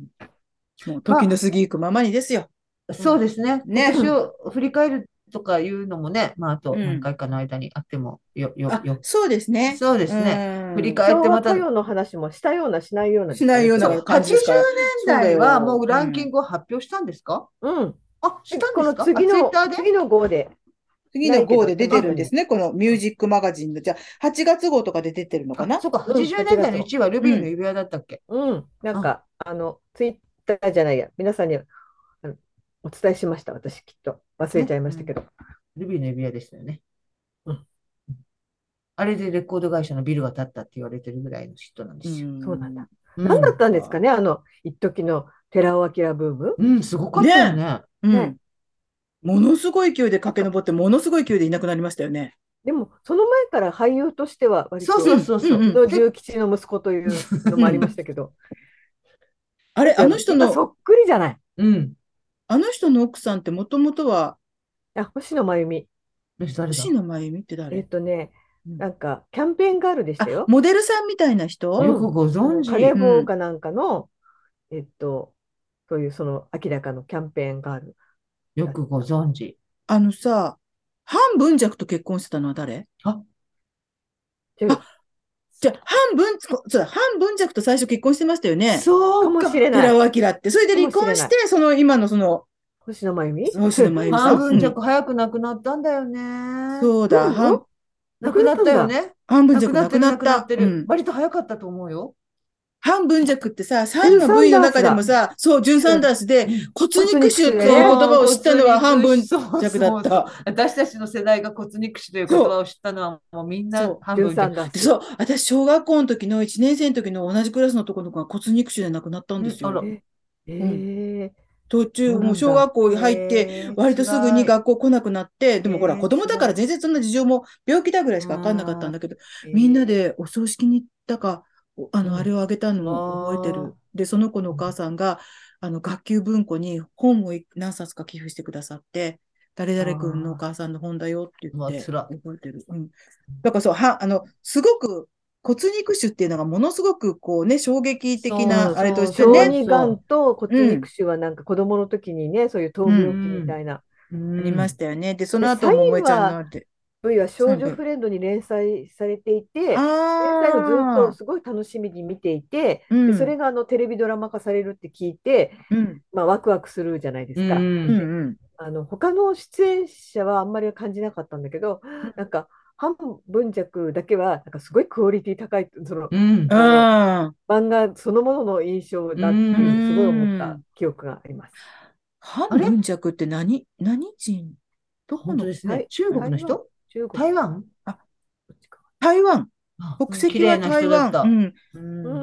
A: もう時の
B: ま
A: 過ぎゆくままにですよ。
B: あ、
C: うん。
B: そうですね。今
A: ね。
B: 年を振り返るとかいうのもね、まあ、あと何
A: うん。
B: 回かの間にあっても
A: あ、そうですね。
B: そうで
A: う
B: すね。振り
A: ん。
B: 返ってまた、
C: 昭和歌謡の話もしたような、しないようなですかね、
A: しないような
C: 今日。
B: そう、80
A: 感じですから。
B: 年
A: そうだ
B: 代はも
A: よ。
B: うランキン
A: うん。
B: グを発表したんですか？
C: うん。
B: あ、したん
C: この
B: ですか？あ、ツイッターで。
C: 次の号で、
A: 次の号
C: ないけど、
A: で出て
C: 手元に。
A: るんですね。このミュージックマガジンの。じゃあ、8月号とかで出てるのか
B: あ、
A: な？
B: そうか、
C: うん、
B: 80年
C: 8月を。
B: 代の1位はルビーの
A: うん。
B: 指輪だったっけ？
C: うん。なん
B: あ、
C: か、ツイッターじゃないや。皆さんにのお伝えしました。私、きっと。忘れちゃ
B: ね、
C: いましたけど。
B: ルビーの指輪でしたよね。
C: うん。
B: あれでレコード会社のビルが建ったって言われてるぐらいの人なんで
A: う
B: すよ。
C: そうなんだ。
A: ん。
C: 何だっ
B: うん。
C: たんですかね、一時の寺尾明ブーム。
B: うん、すごかったよ
A: ね
B: ね。
A: え。う
C: ね。
A: ん。ものすごい勢いで
C: なんか、
A: 駆け上って、ものすごい勢いでいなくなりましたよね。
C: でも、その前から俳優としては、割
B: そうそう
C: と、
A: うん、うん、
B: そうそう。
A: うん。
C: 宇野重吉の息子というのもありま
A: うん。
C: したけど、
A: あれ、
C: だって今そっくりじゃない。
B: うん。
A: あの人の奥さんってもともとは、
C: 星野真由美。
B: 誰だ？
A: 星野真由美って誰？
B: うん。
C: なんか、キャンペーンガールでした
A: あ、
C: よ。
A: モデルさんみたいな人？
C: うん。
B: よくご存
C: カネ
B: 知。
A: うん。
C: ボウかなんかの、えっと、そういうその明らかのキャンペーンガール
B: よくご
C: だった。
B: 存知。
A: あのさ、ハン・ブンジャクと結婚してたのは誰？
B: あ、
A: あ、
C: 違う。
A: じゃあ、ハン・ブンジャクと最初結婚してましたよね。
C: かもし
B: そうか。
C: れない。
A: 寺尾明って。それで
C: か
A: 離
C: もしれない。
A: 婚して、今の
C: 星野真由美。
A: 星野真由美さん。う
B: 半分
A: ん。
B: 弱早く亡くなったんだよね。
A: そうだ、
C: そうなの？亡くな
B: 亡くなっ
C: ったんだ。
B: たよね。
A: ハン・ブンジャク亡く
B: 亡くなってる、亡くなっ
A: なった。
B: てる。
A: うん。
B: 割と早かったと思うよ。
A: ハン・ブンジャクってさ、
C: ジュン・
A: 3の部位の
C: サンダースだ。
A: 中でもさ、そう、ジュン・サンダースで
B: うん。
A: 骨
C: 骨肉
A: 肉腫って
C: 腫でね。
A: いう言葉を知った
B: 骨
A: のはハン・
B: 肉腫、
A: ブン
B: そう
A: ジャクだ
B: そうそう。
A: った。
B: 私たちの世代が骨肉腫という言
A: そう、
B: 葉を知ったのはもうみんな
A: そう。
C: ジュン・
B: 半分じゃ。
A: で、
C: サンダース。
A: そう、私、小学校の時の1年生の時の同じクラスの男の子が骨肉腫で亡くなったん
B: うん、
A: ですよ。
B: あら、
C: え、
A: うん。
C: え
A: 途中、
B: そう
A: もう
B: なんだ。
A: 小学校に入って、割とすぐに
B: 辛い。
A: 学校来なくなって、でもほら、子供だから
B: 辛い。
A: 全然そんな事情も病気だぐらいしか分かんなかった
B: あ
A: んだけど、みんな
C: え
A: でお葬式に行ったか、あれ
C: うん。
A: をあげたのを覚えて
B: あ
A: る。で、その子のお母さんが、学級文庫に本を何冊か寄付してくださって、誰
B: あ、
A: 々君のお
B: ああ、
A: 母さんの本だよって言っ
B: うわ、
A: て
B: 辛い。
A: 覚えてる。うん。だからそう、すごく骨肉腫っていうのがものすごくこうね、衝撃的
C: うん、
A: なあれとして
C: 小
B: そう
A: ね、
C: 児がん
B: そ
C: と
A: う
C: 骨肉
A: ん、
C: 腫はなんか子供の時にね、そういう
B: う。う
C: 闘病期みた
B: ん。
C: いな。
B: う
A: ありまし
B: ん。
A: たよね。で、そ
C: で、
A: の後、
C: サイ
A: 桃江ちゃん
C: ンは、
A: ので、
C: V は少
A: 最後、
C: 女フレンドに連載されていて、連載をずっと
A: ああ、
C: すごい楽しみに見ていて、で、そ
A: うん、
C: れがテレビドラマ化されるって聞いて、
A: うん、
C: まあ、ワクワクするじゃないで
B: う
C: すか。
B: ん。
A: うん、
C: で、
A: うん。
C: 他の出演者はあんまり感じなかったんだけど、なんか、半文弱だけは、なんかすごいクオリティ高い、
B: うん。
A: ああ、
C: 漫画そのものの印象
B: う
C: だっていう、すごい
B: ん。
C: 思った
A: ん。
C: 記憶があります。
B: あれ、
A: 反文弱って何人？どこの？
B: 本当ですね。中国の
C: 台湾、
B: 人？
C: 中国、
B: 台湾？
A: あ、
C: どっちか。
A: 台湾。
B: あ、
A: 国籍は
B: 綺麗な
A: 台湾。う
B: 人だった。
A: ん。
B: うん。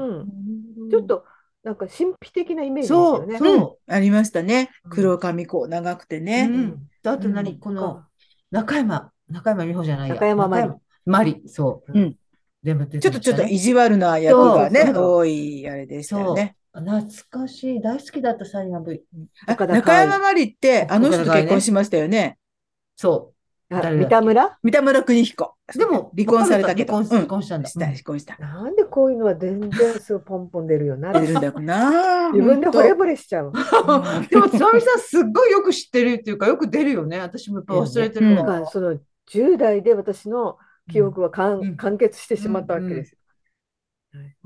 C: うん。ちょっ
A: うん、
C: と、なんか神秘的なイメージでしたよ
B: そう、
C: ね。
A: うん、
B: そ
A: ありましたね。
B: う。うん。
A: 黒髪こう長くて
B: う
A: ね。
B: ん。であと何
A: うん、
B: この、
C: か。
B: 中山美穂じゃない
C: 中
B: や。
C: 山まり。
B: 中山、マリ、そ
C: うん。
A: うん。
B: う。全部出
A: ちょっとちょっと意
B: てましたね。
A: 地悪な役
C: そうそう
A: がね、
C: そうそ
A: 多いあれでしたよね。
B: そう。懐かしい。大好きだったサイナ V。
A: うん、
C: う。岡田
A: 中
C: 可愛い。
A: 山まりってあの人と
B: 岡田がいね。
A: 結婚しましたよね。
B: そう。誰だっけ？
C: 三田村。
A: 三田村邦彦。
B: でも、
A: 離婚
B: 別れた。
A: されたけど。う
B: 離
A: ん。
B: 婚したんだ。
A: 離
B: うん。
A: 婚した。
C: なんでこういうのは全然すぐポンポン出るようになる。
A: 出るんだろうな。
C: 自分で惚れ
A: ほんと。
C: 惚れしちゃう。
A: うん。
B: でも、つまみさん、すっごいよく知ってるっていうか、よく出るよね。私もやっぱ
C: 出るね。
B: 忘れて
A: うん。
C: だから
B: るわ。
C: その10代で私の記
B: うん。
C: 憶は
B: うん。
C: 完結して
B: うん。
C: しまったわ
B: うん。
C: けですよ。はい。
A: うん。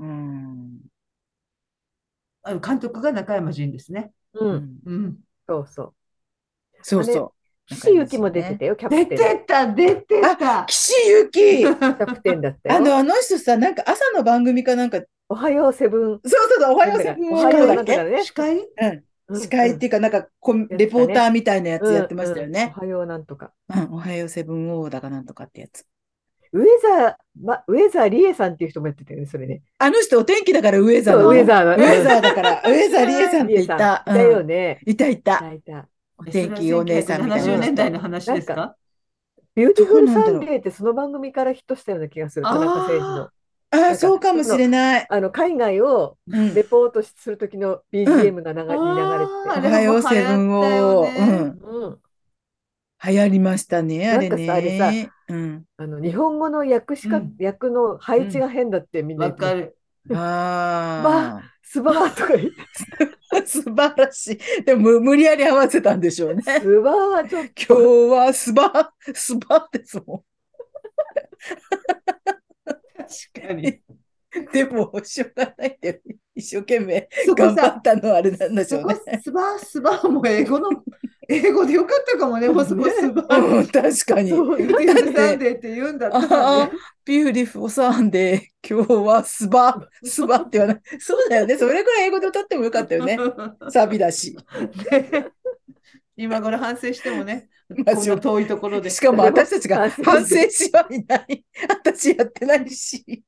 B: 監督が中山仁ですね。
C: うん。
A: うん。
B: うん。
C: そうそう。
A: そうそう。
C: 岸由紀も出てたよ、キャ
B: 出
C: プテン。
B: てた、出てた。
A: 岸由紀。
C: キャプテンだったよ。
A: あの人さ、なんか朝の番組かなんか、
C: おはようセブン。
A: そうそうそう、おはようセブン
C: おはよう
A: だっけ？
C: なんとかね。
B: 司会
A: 司会っていうか、なんかレポーターみたいなやつやってましたよ
C: お
A: ね。
C: はようなんとか。
A: おはようセブン王だかなんとかってやつ。
C: ウェザーリエさんっていう人もやってたよね、それね。
A: あの人お天気だからウェザーなの。
C: ウェザー
A: だから、ウェザーリエさんっていた。
C: いたよね。
A: いた。
C: いた。
A: お天気お姉さんみたいな。
B: 1970年代の話ですか？
C: ビューティフルサンデーってその番組からヒットしたような気がする、田中誠二の。
A: そうかもしれない。
C: 海外をレポートする時の BGM に流れて。
A: おはようセブン王。流行りましたね、あれね。
C: あれさ、日本語の訳の配置が変だってみんな
B: わかる。
C: スバーとか言って。
A: 素晴らしい。でも無理やり合わせたんでしょうね。
C: スバーはちょっと。
A: 今日はスバーですもん。
B: 確かに。
A: でも、しょうがないって、一生懸命頑張ったのはあれなんでしょうね。
B: スバーも英語でよかったかもね、もうそこスバー。
A: 確かに。
B: ビューティフルサンデーって言うんだったらね。
A: ビューティフルサンデー、今日はスバって言わない。そうだよね。それくらい英語で歌ってもよかったよね。サビだし。
B: 今頃反省してもね、こんな遠いところで。
A: しかも私たちが反省しはいない。私やってないし。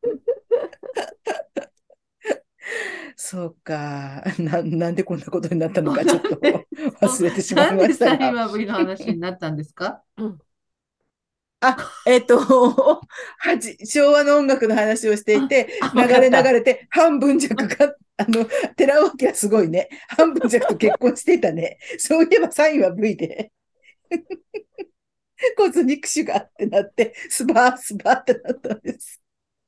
A: そうか。なんでこんなことになったのかちょっと忘れてしまいましたが。
B: なんでサイマブリの話になったんですか？
A: 昭和の音楽の話をしていて、流れて、半分弱が、寺尾明すごいね。半分弱と結婚していたね。そういえばサインは V で。骨肉腫がってなって、スバーってなったんです。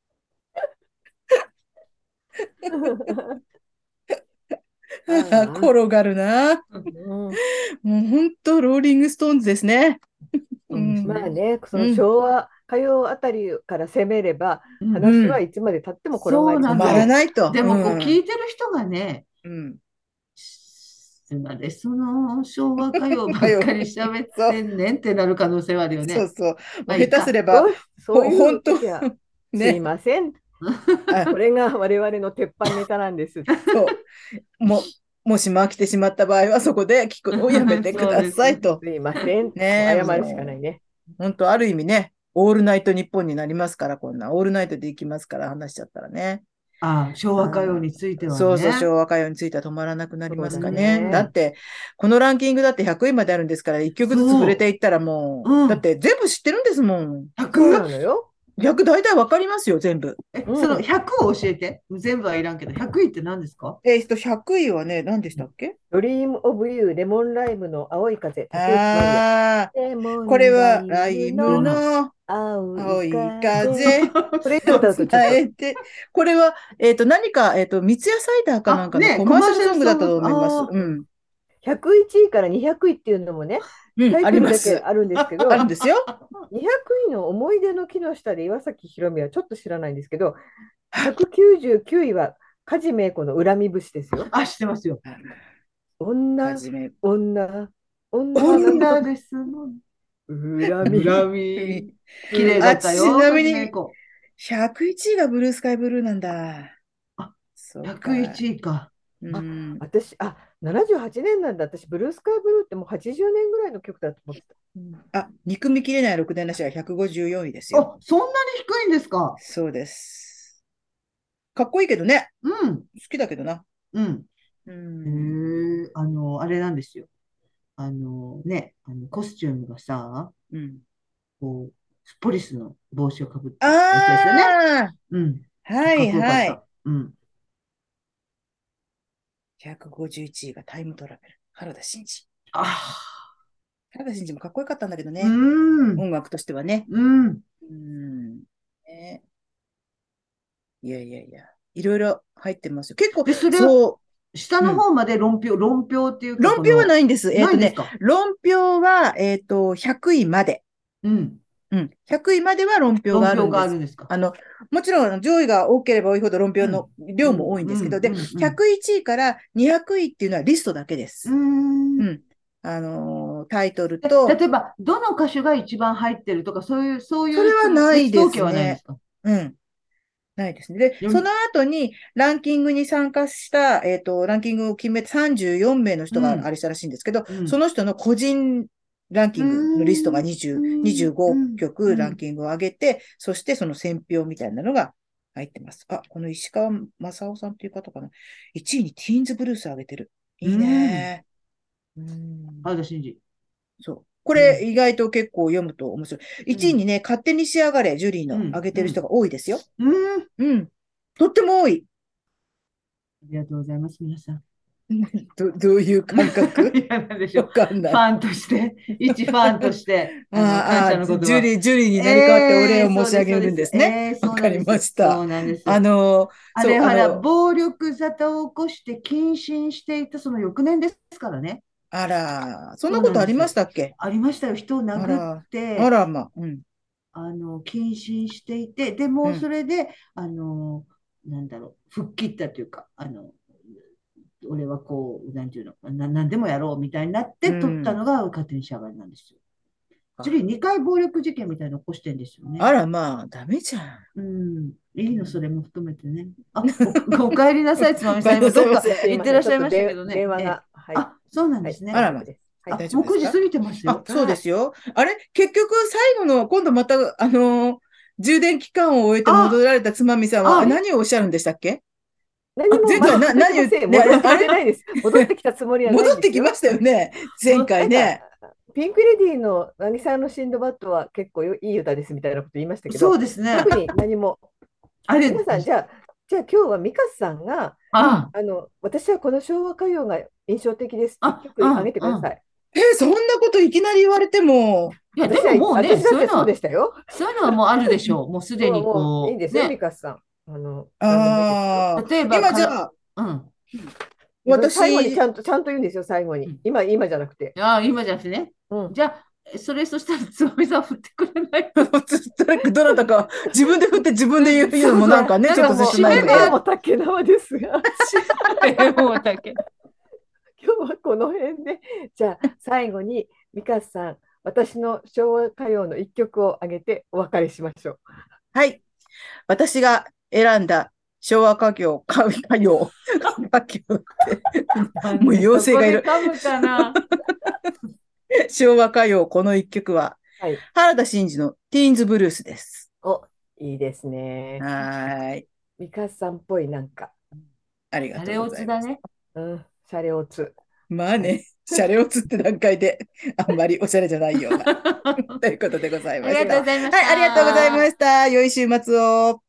A: 転がるな。もう本当、ローリングストーンズですね。
C: まあね、その昭和、歌謡あたりから攻めれば、話はいつまで経っても転がり
A: 止まらないと。
B: でも、聞いてる人がね、その昭和歌謡ばっかり喋ってんねんってなる可能性はあるよね。
A: そうそう。下手すれば、
C: 本当すいません。これが我々の鉄板ネタなんです。
A: もしも飽きてしまった場合は、そこで聞くのをやめてくださいと。
C: すいません。謝るしかないね。
A: 本当、ある意味ね、オールナイトニッポンになりますから、こんな。オールナイトで行きますから、話しちゃったらね。
B: 昭和歌謡についてはね。
A: そうそう、昭和歌謡については止まらなくなりますかね。だって、このランキングだって100位まであるんですから、1曲ずつ触れていったらもう、だって全部知ってるんですもん。
C: 100なのよ。
A: 100大体わかりますよ、全部。
B: その100を教えて。全部はいらんけど、100位って何ですか
A: ？100位はね、何でしたっけ？
C: ドリームオブユー、レモンライムの青い風。こ
A: れはライムの青い風。
C: これ歌うとちょっと。
A: これは、何か、三ツ矢サイダーかなんかのコマーシャルソングだったと思います。
C: 101位から200位っていうのもね、
A: あります。
C: あるんですけど、
A: あるんですよ。
C: 200位の思い出の木の下で岩崎宏美はちょっと知らないんですけど、199位は梶芽子の恨み節ですよ。
B: 知ってますよ。
C: 女ですの恨み。
B: 綺麗だったよ。
A: ちなみに、101位がブルースカイブルーなんだ。
B: 101位か。
C: 私、78年なんだ。私、ブルースカイブルーってもう80年ぐらいの曲だと思って
A: た。憎みきれない6年なしは154位ですよ。
B: そんなに低いんですか？
A: そうです。かっこいいけどね。
B: 好
A: きだけどな。
B: あれなんですよ。コスチュームがさ、こう、ポリスの帽子をかぶったやつですよね。
A: はいはい。151位がタイムトラベル。原田真二。原田真二もかっこよかったんだけどね。音楽としてはね。いや。いろいろ入ってますよ。結構、
B: 下の方まで論評っていうか。
A: 論評はないんです。論評は、100位まで。100位までは論評があるんです。もちろん上位が多ければ多いほど論評の量も多いんですけど、で、101位から200位っていうのはリストだけです。 タイトルと、
B: 例えば、どの歌手が一番入ってるとか、そういう
A: それはない
B: 別統計
A: ですね。
B: はないんですか？
A: うん。ないですね。で、
B: よん
A: その後にランキングに参加した、ランキングを決めて34名の人
B: うん、
A: があれしたらしいんですけど、
B: うん、
A: その人の個人ランキ
B: う
A: ングのリストが
B: ん、う
A: 20、
B: ん、う
A: 25
B: ん、う
A: 曲ラン
B: ん。
A: キングを上げて、そしてその選票みたいなのが入ってます。あ、この石川正夫さんという方かな。1位にティーンズブルース上げてる。
B: う
A: いい
B: ん。
A: ね。うん。
B: 原田真二。
A: そう。こ
B: うん、
A: れ意外と結構読むと面白い。1位
B: うん、
A: にね、勝手に仕上がれ、ジュリー
B: うん、
A: の上げ
B: うん、
A: てる人が多いですよ。
B: うん。
A: うん。とっても多い。
B: ありがとうございます、皆さん。
A: どういう感覚？
B: いや、なんでしょ
A: わ
B: う。
A: かんない。
B: ファンとして、一ファンとして、感謝の言葉。
A: ジュリーに成り代わってお礼を申
B: そうです、そう
A: し上げ
B: です。
A: るんですね。わ
B: そう
A: かり
B: なんです。
A: ました。
B: そうなんです。
A: そう、
B: あれ、ほら、暴力沙汰を起こして謹慎していたその翌年ですからね。
A: あら、そん
B: そ
A: なことありま
B: うなんです。
A: したっけ？
B: ありましたよ。人を殴っ
A: あら、あ
B: て、
A: ら、まあ、うん、
B: 謹慎していて、でも
A: うん、
B: それで、なんだろう、吹っ切ったというか、俺はこう、なんていうの、なんでもやろうみたいになっ
A: う
B: て取った
A: ん。
B: のが勝手にしやがりなんですよ。それ
A: あ
B: 2回暴力事件みたいなの起こしてんですよね。
A: あら、まあ、ダメじゃん。
B: うん。いいの、そ
A: うん、
B: れも含めてね。お帰りなさい、つまみさん。
A: ごめんな
B: 今、どっか
A: さいませ。
B: 行っ
C: すいません。ちょっと
B: てらっしゃいましたけどね。
C: 電話が、はい、
B: そうなん
C: はい、
B: ですね。
A: あら、まあ、
C: 大丈夫です。はい。
A: 大丈夫
B: もう9時過
A: ですか？
B: ぎてます
A: あ、
B: よ。
A: そうで
C: はい。
A: すよ。あれ結局、最後の、今度また、充電期間を終えて戻
B: あ、
A: られたつまみさんは、
B: あ、
A: 何をおっしゃるんでしたっけ？
C: 何もまだ
A: 前回
C: 戻ってません。
A: ね、
C: 戻っ
A: あれ
C: てないです。戻ってきたつもりはないんですよ。
A: 戻ってきましたよね。前
B: もう、
A: 回
C: なんか、
A: ね。
C: ピンクレディーの渚さんのシンドバッドは結構いい歌ですみたいなこと言いましたけ
B: そう
C: ど、
B: ですね。
C: 特に何も。
B: あれ、
C: 皆さん、じゃあ今日はミカさんが、
B: あ、
C: 私はこの昭和歌謡が印象的です。一
B: あ、
C: 曲あげてください。
A: そんなこといきなり言われても、
B: いや、でももうね、
C: 私だってそうでしたよ。
B: そういうのはもうあるでしょう。もうすでに
C: もういいんですよ、ミ
B: こう、ね。
C: カさん。何でもいいですよ。
B: 例えば、
A: 今じゃあ、
B: うん。
C: 最後にち
A: 私、
C: ゃんと言うんですよ、最後に。
B: うん。
C: 今じゃなくて。
B: 今じゃなくてね。
C: うん。
B: じゃあ、そしたら、つまみさん振ってくれない？
A: どなたか自分で振って自分で言うのも
B: そうそう。
A: なんかね、
B: なんか
A: ちょっと切
B: 締
A: ないので。
B: めが、
C: もう竹縄ですが、
B: もうだけ。
C: 今日はこの辺で、じゃあ最後にミカさん、私の昭和歌謡の一曲をあげてお別れしましょう。
A: はい。私が選んだ昭和歌謡って、もう
B: なんでそこ
A: 妖精がいる。
B: で噛むかな。
A: 昭和歌謡、この一曲は、
C: はい。
A: 原田真二のティーンズブルースです。
C: お、いいですね。
A: はい。
C: ミカさんっぽいなんか、
A: ありがとう
B: あれ
A: ございます。
B: 落ちだね。
C: シャレオツ。はい。
A: まあね、シャレオツって段階で、あんまりおしゃれじゃないような。ということでござい
B: あり
A: ました。はい、
B: がとうございまし
A: ありがとうございま
B: た。
A: した。良い週末を。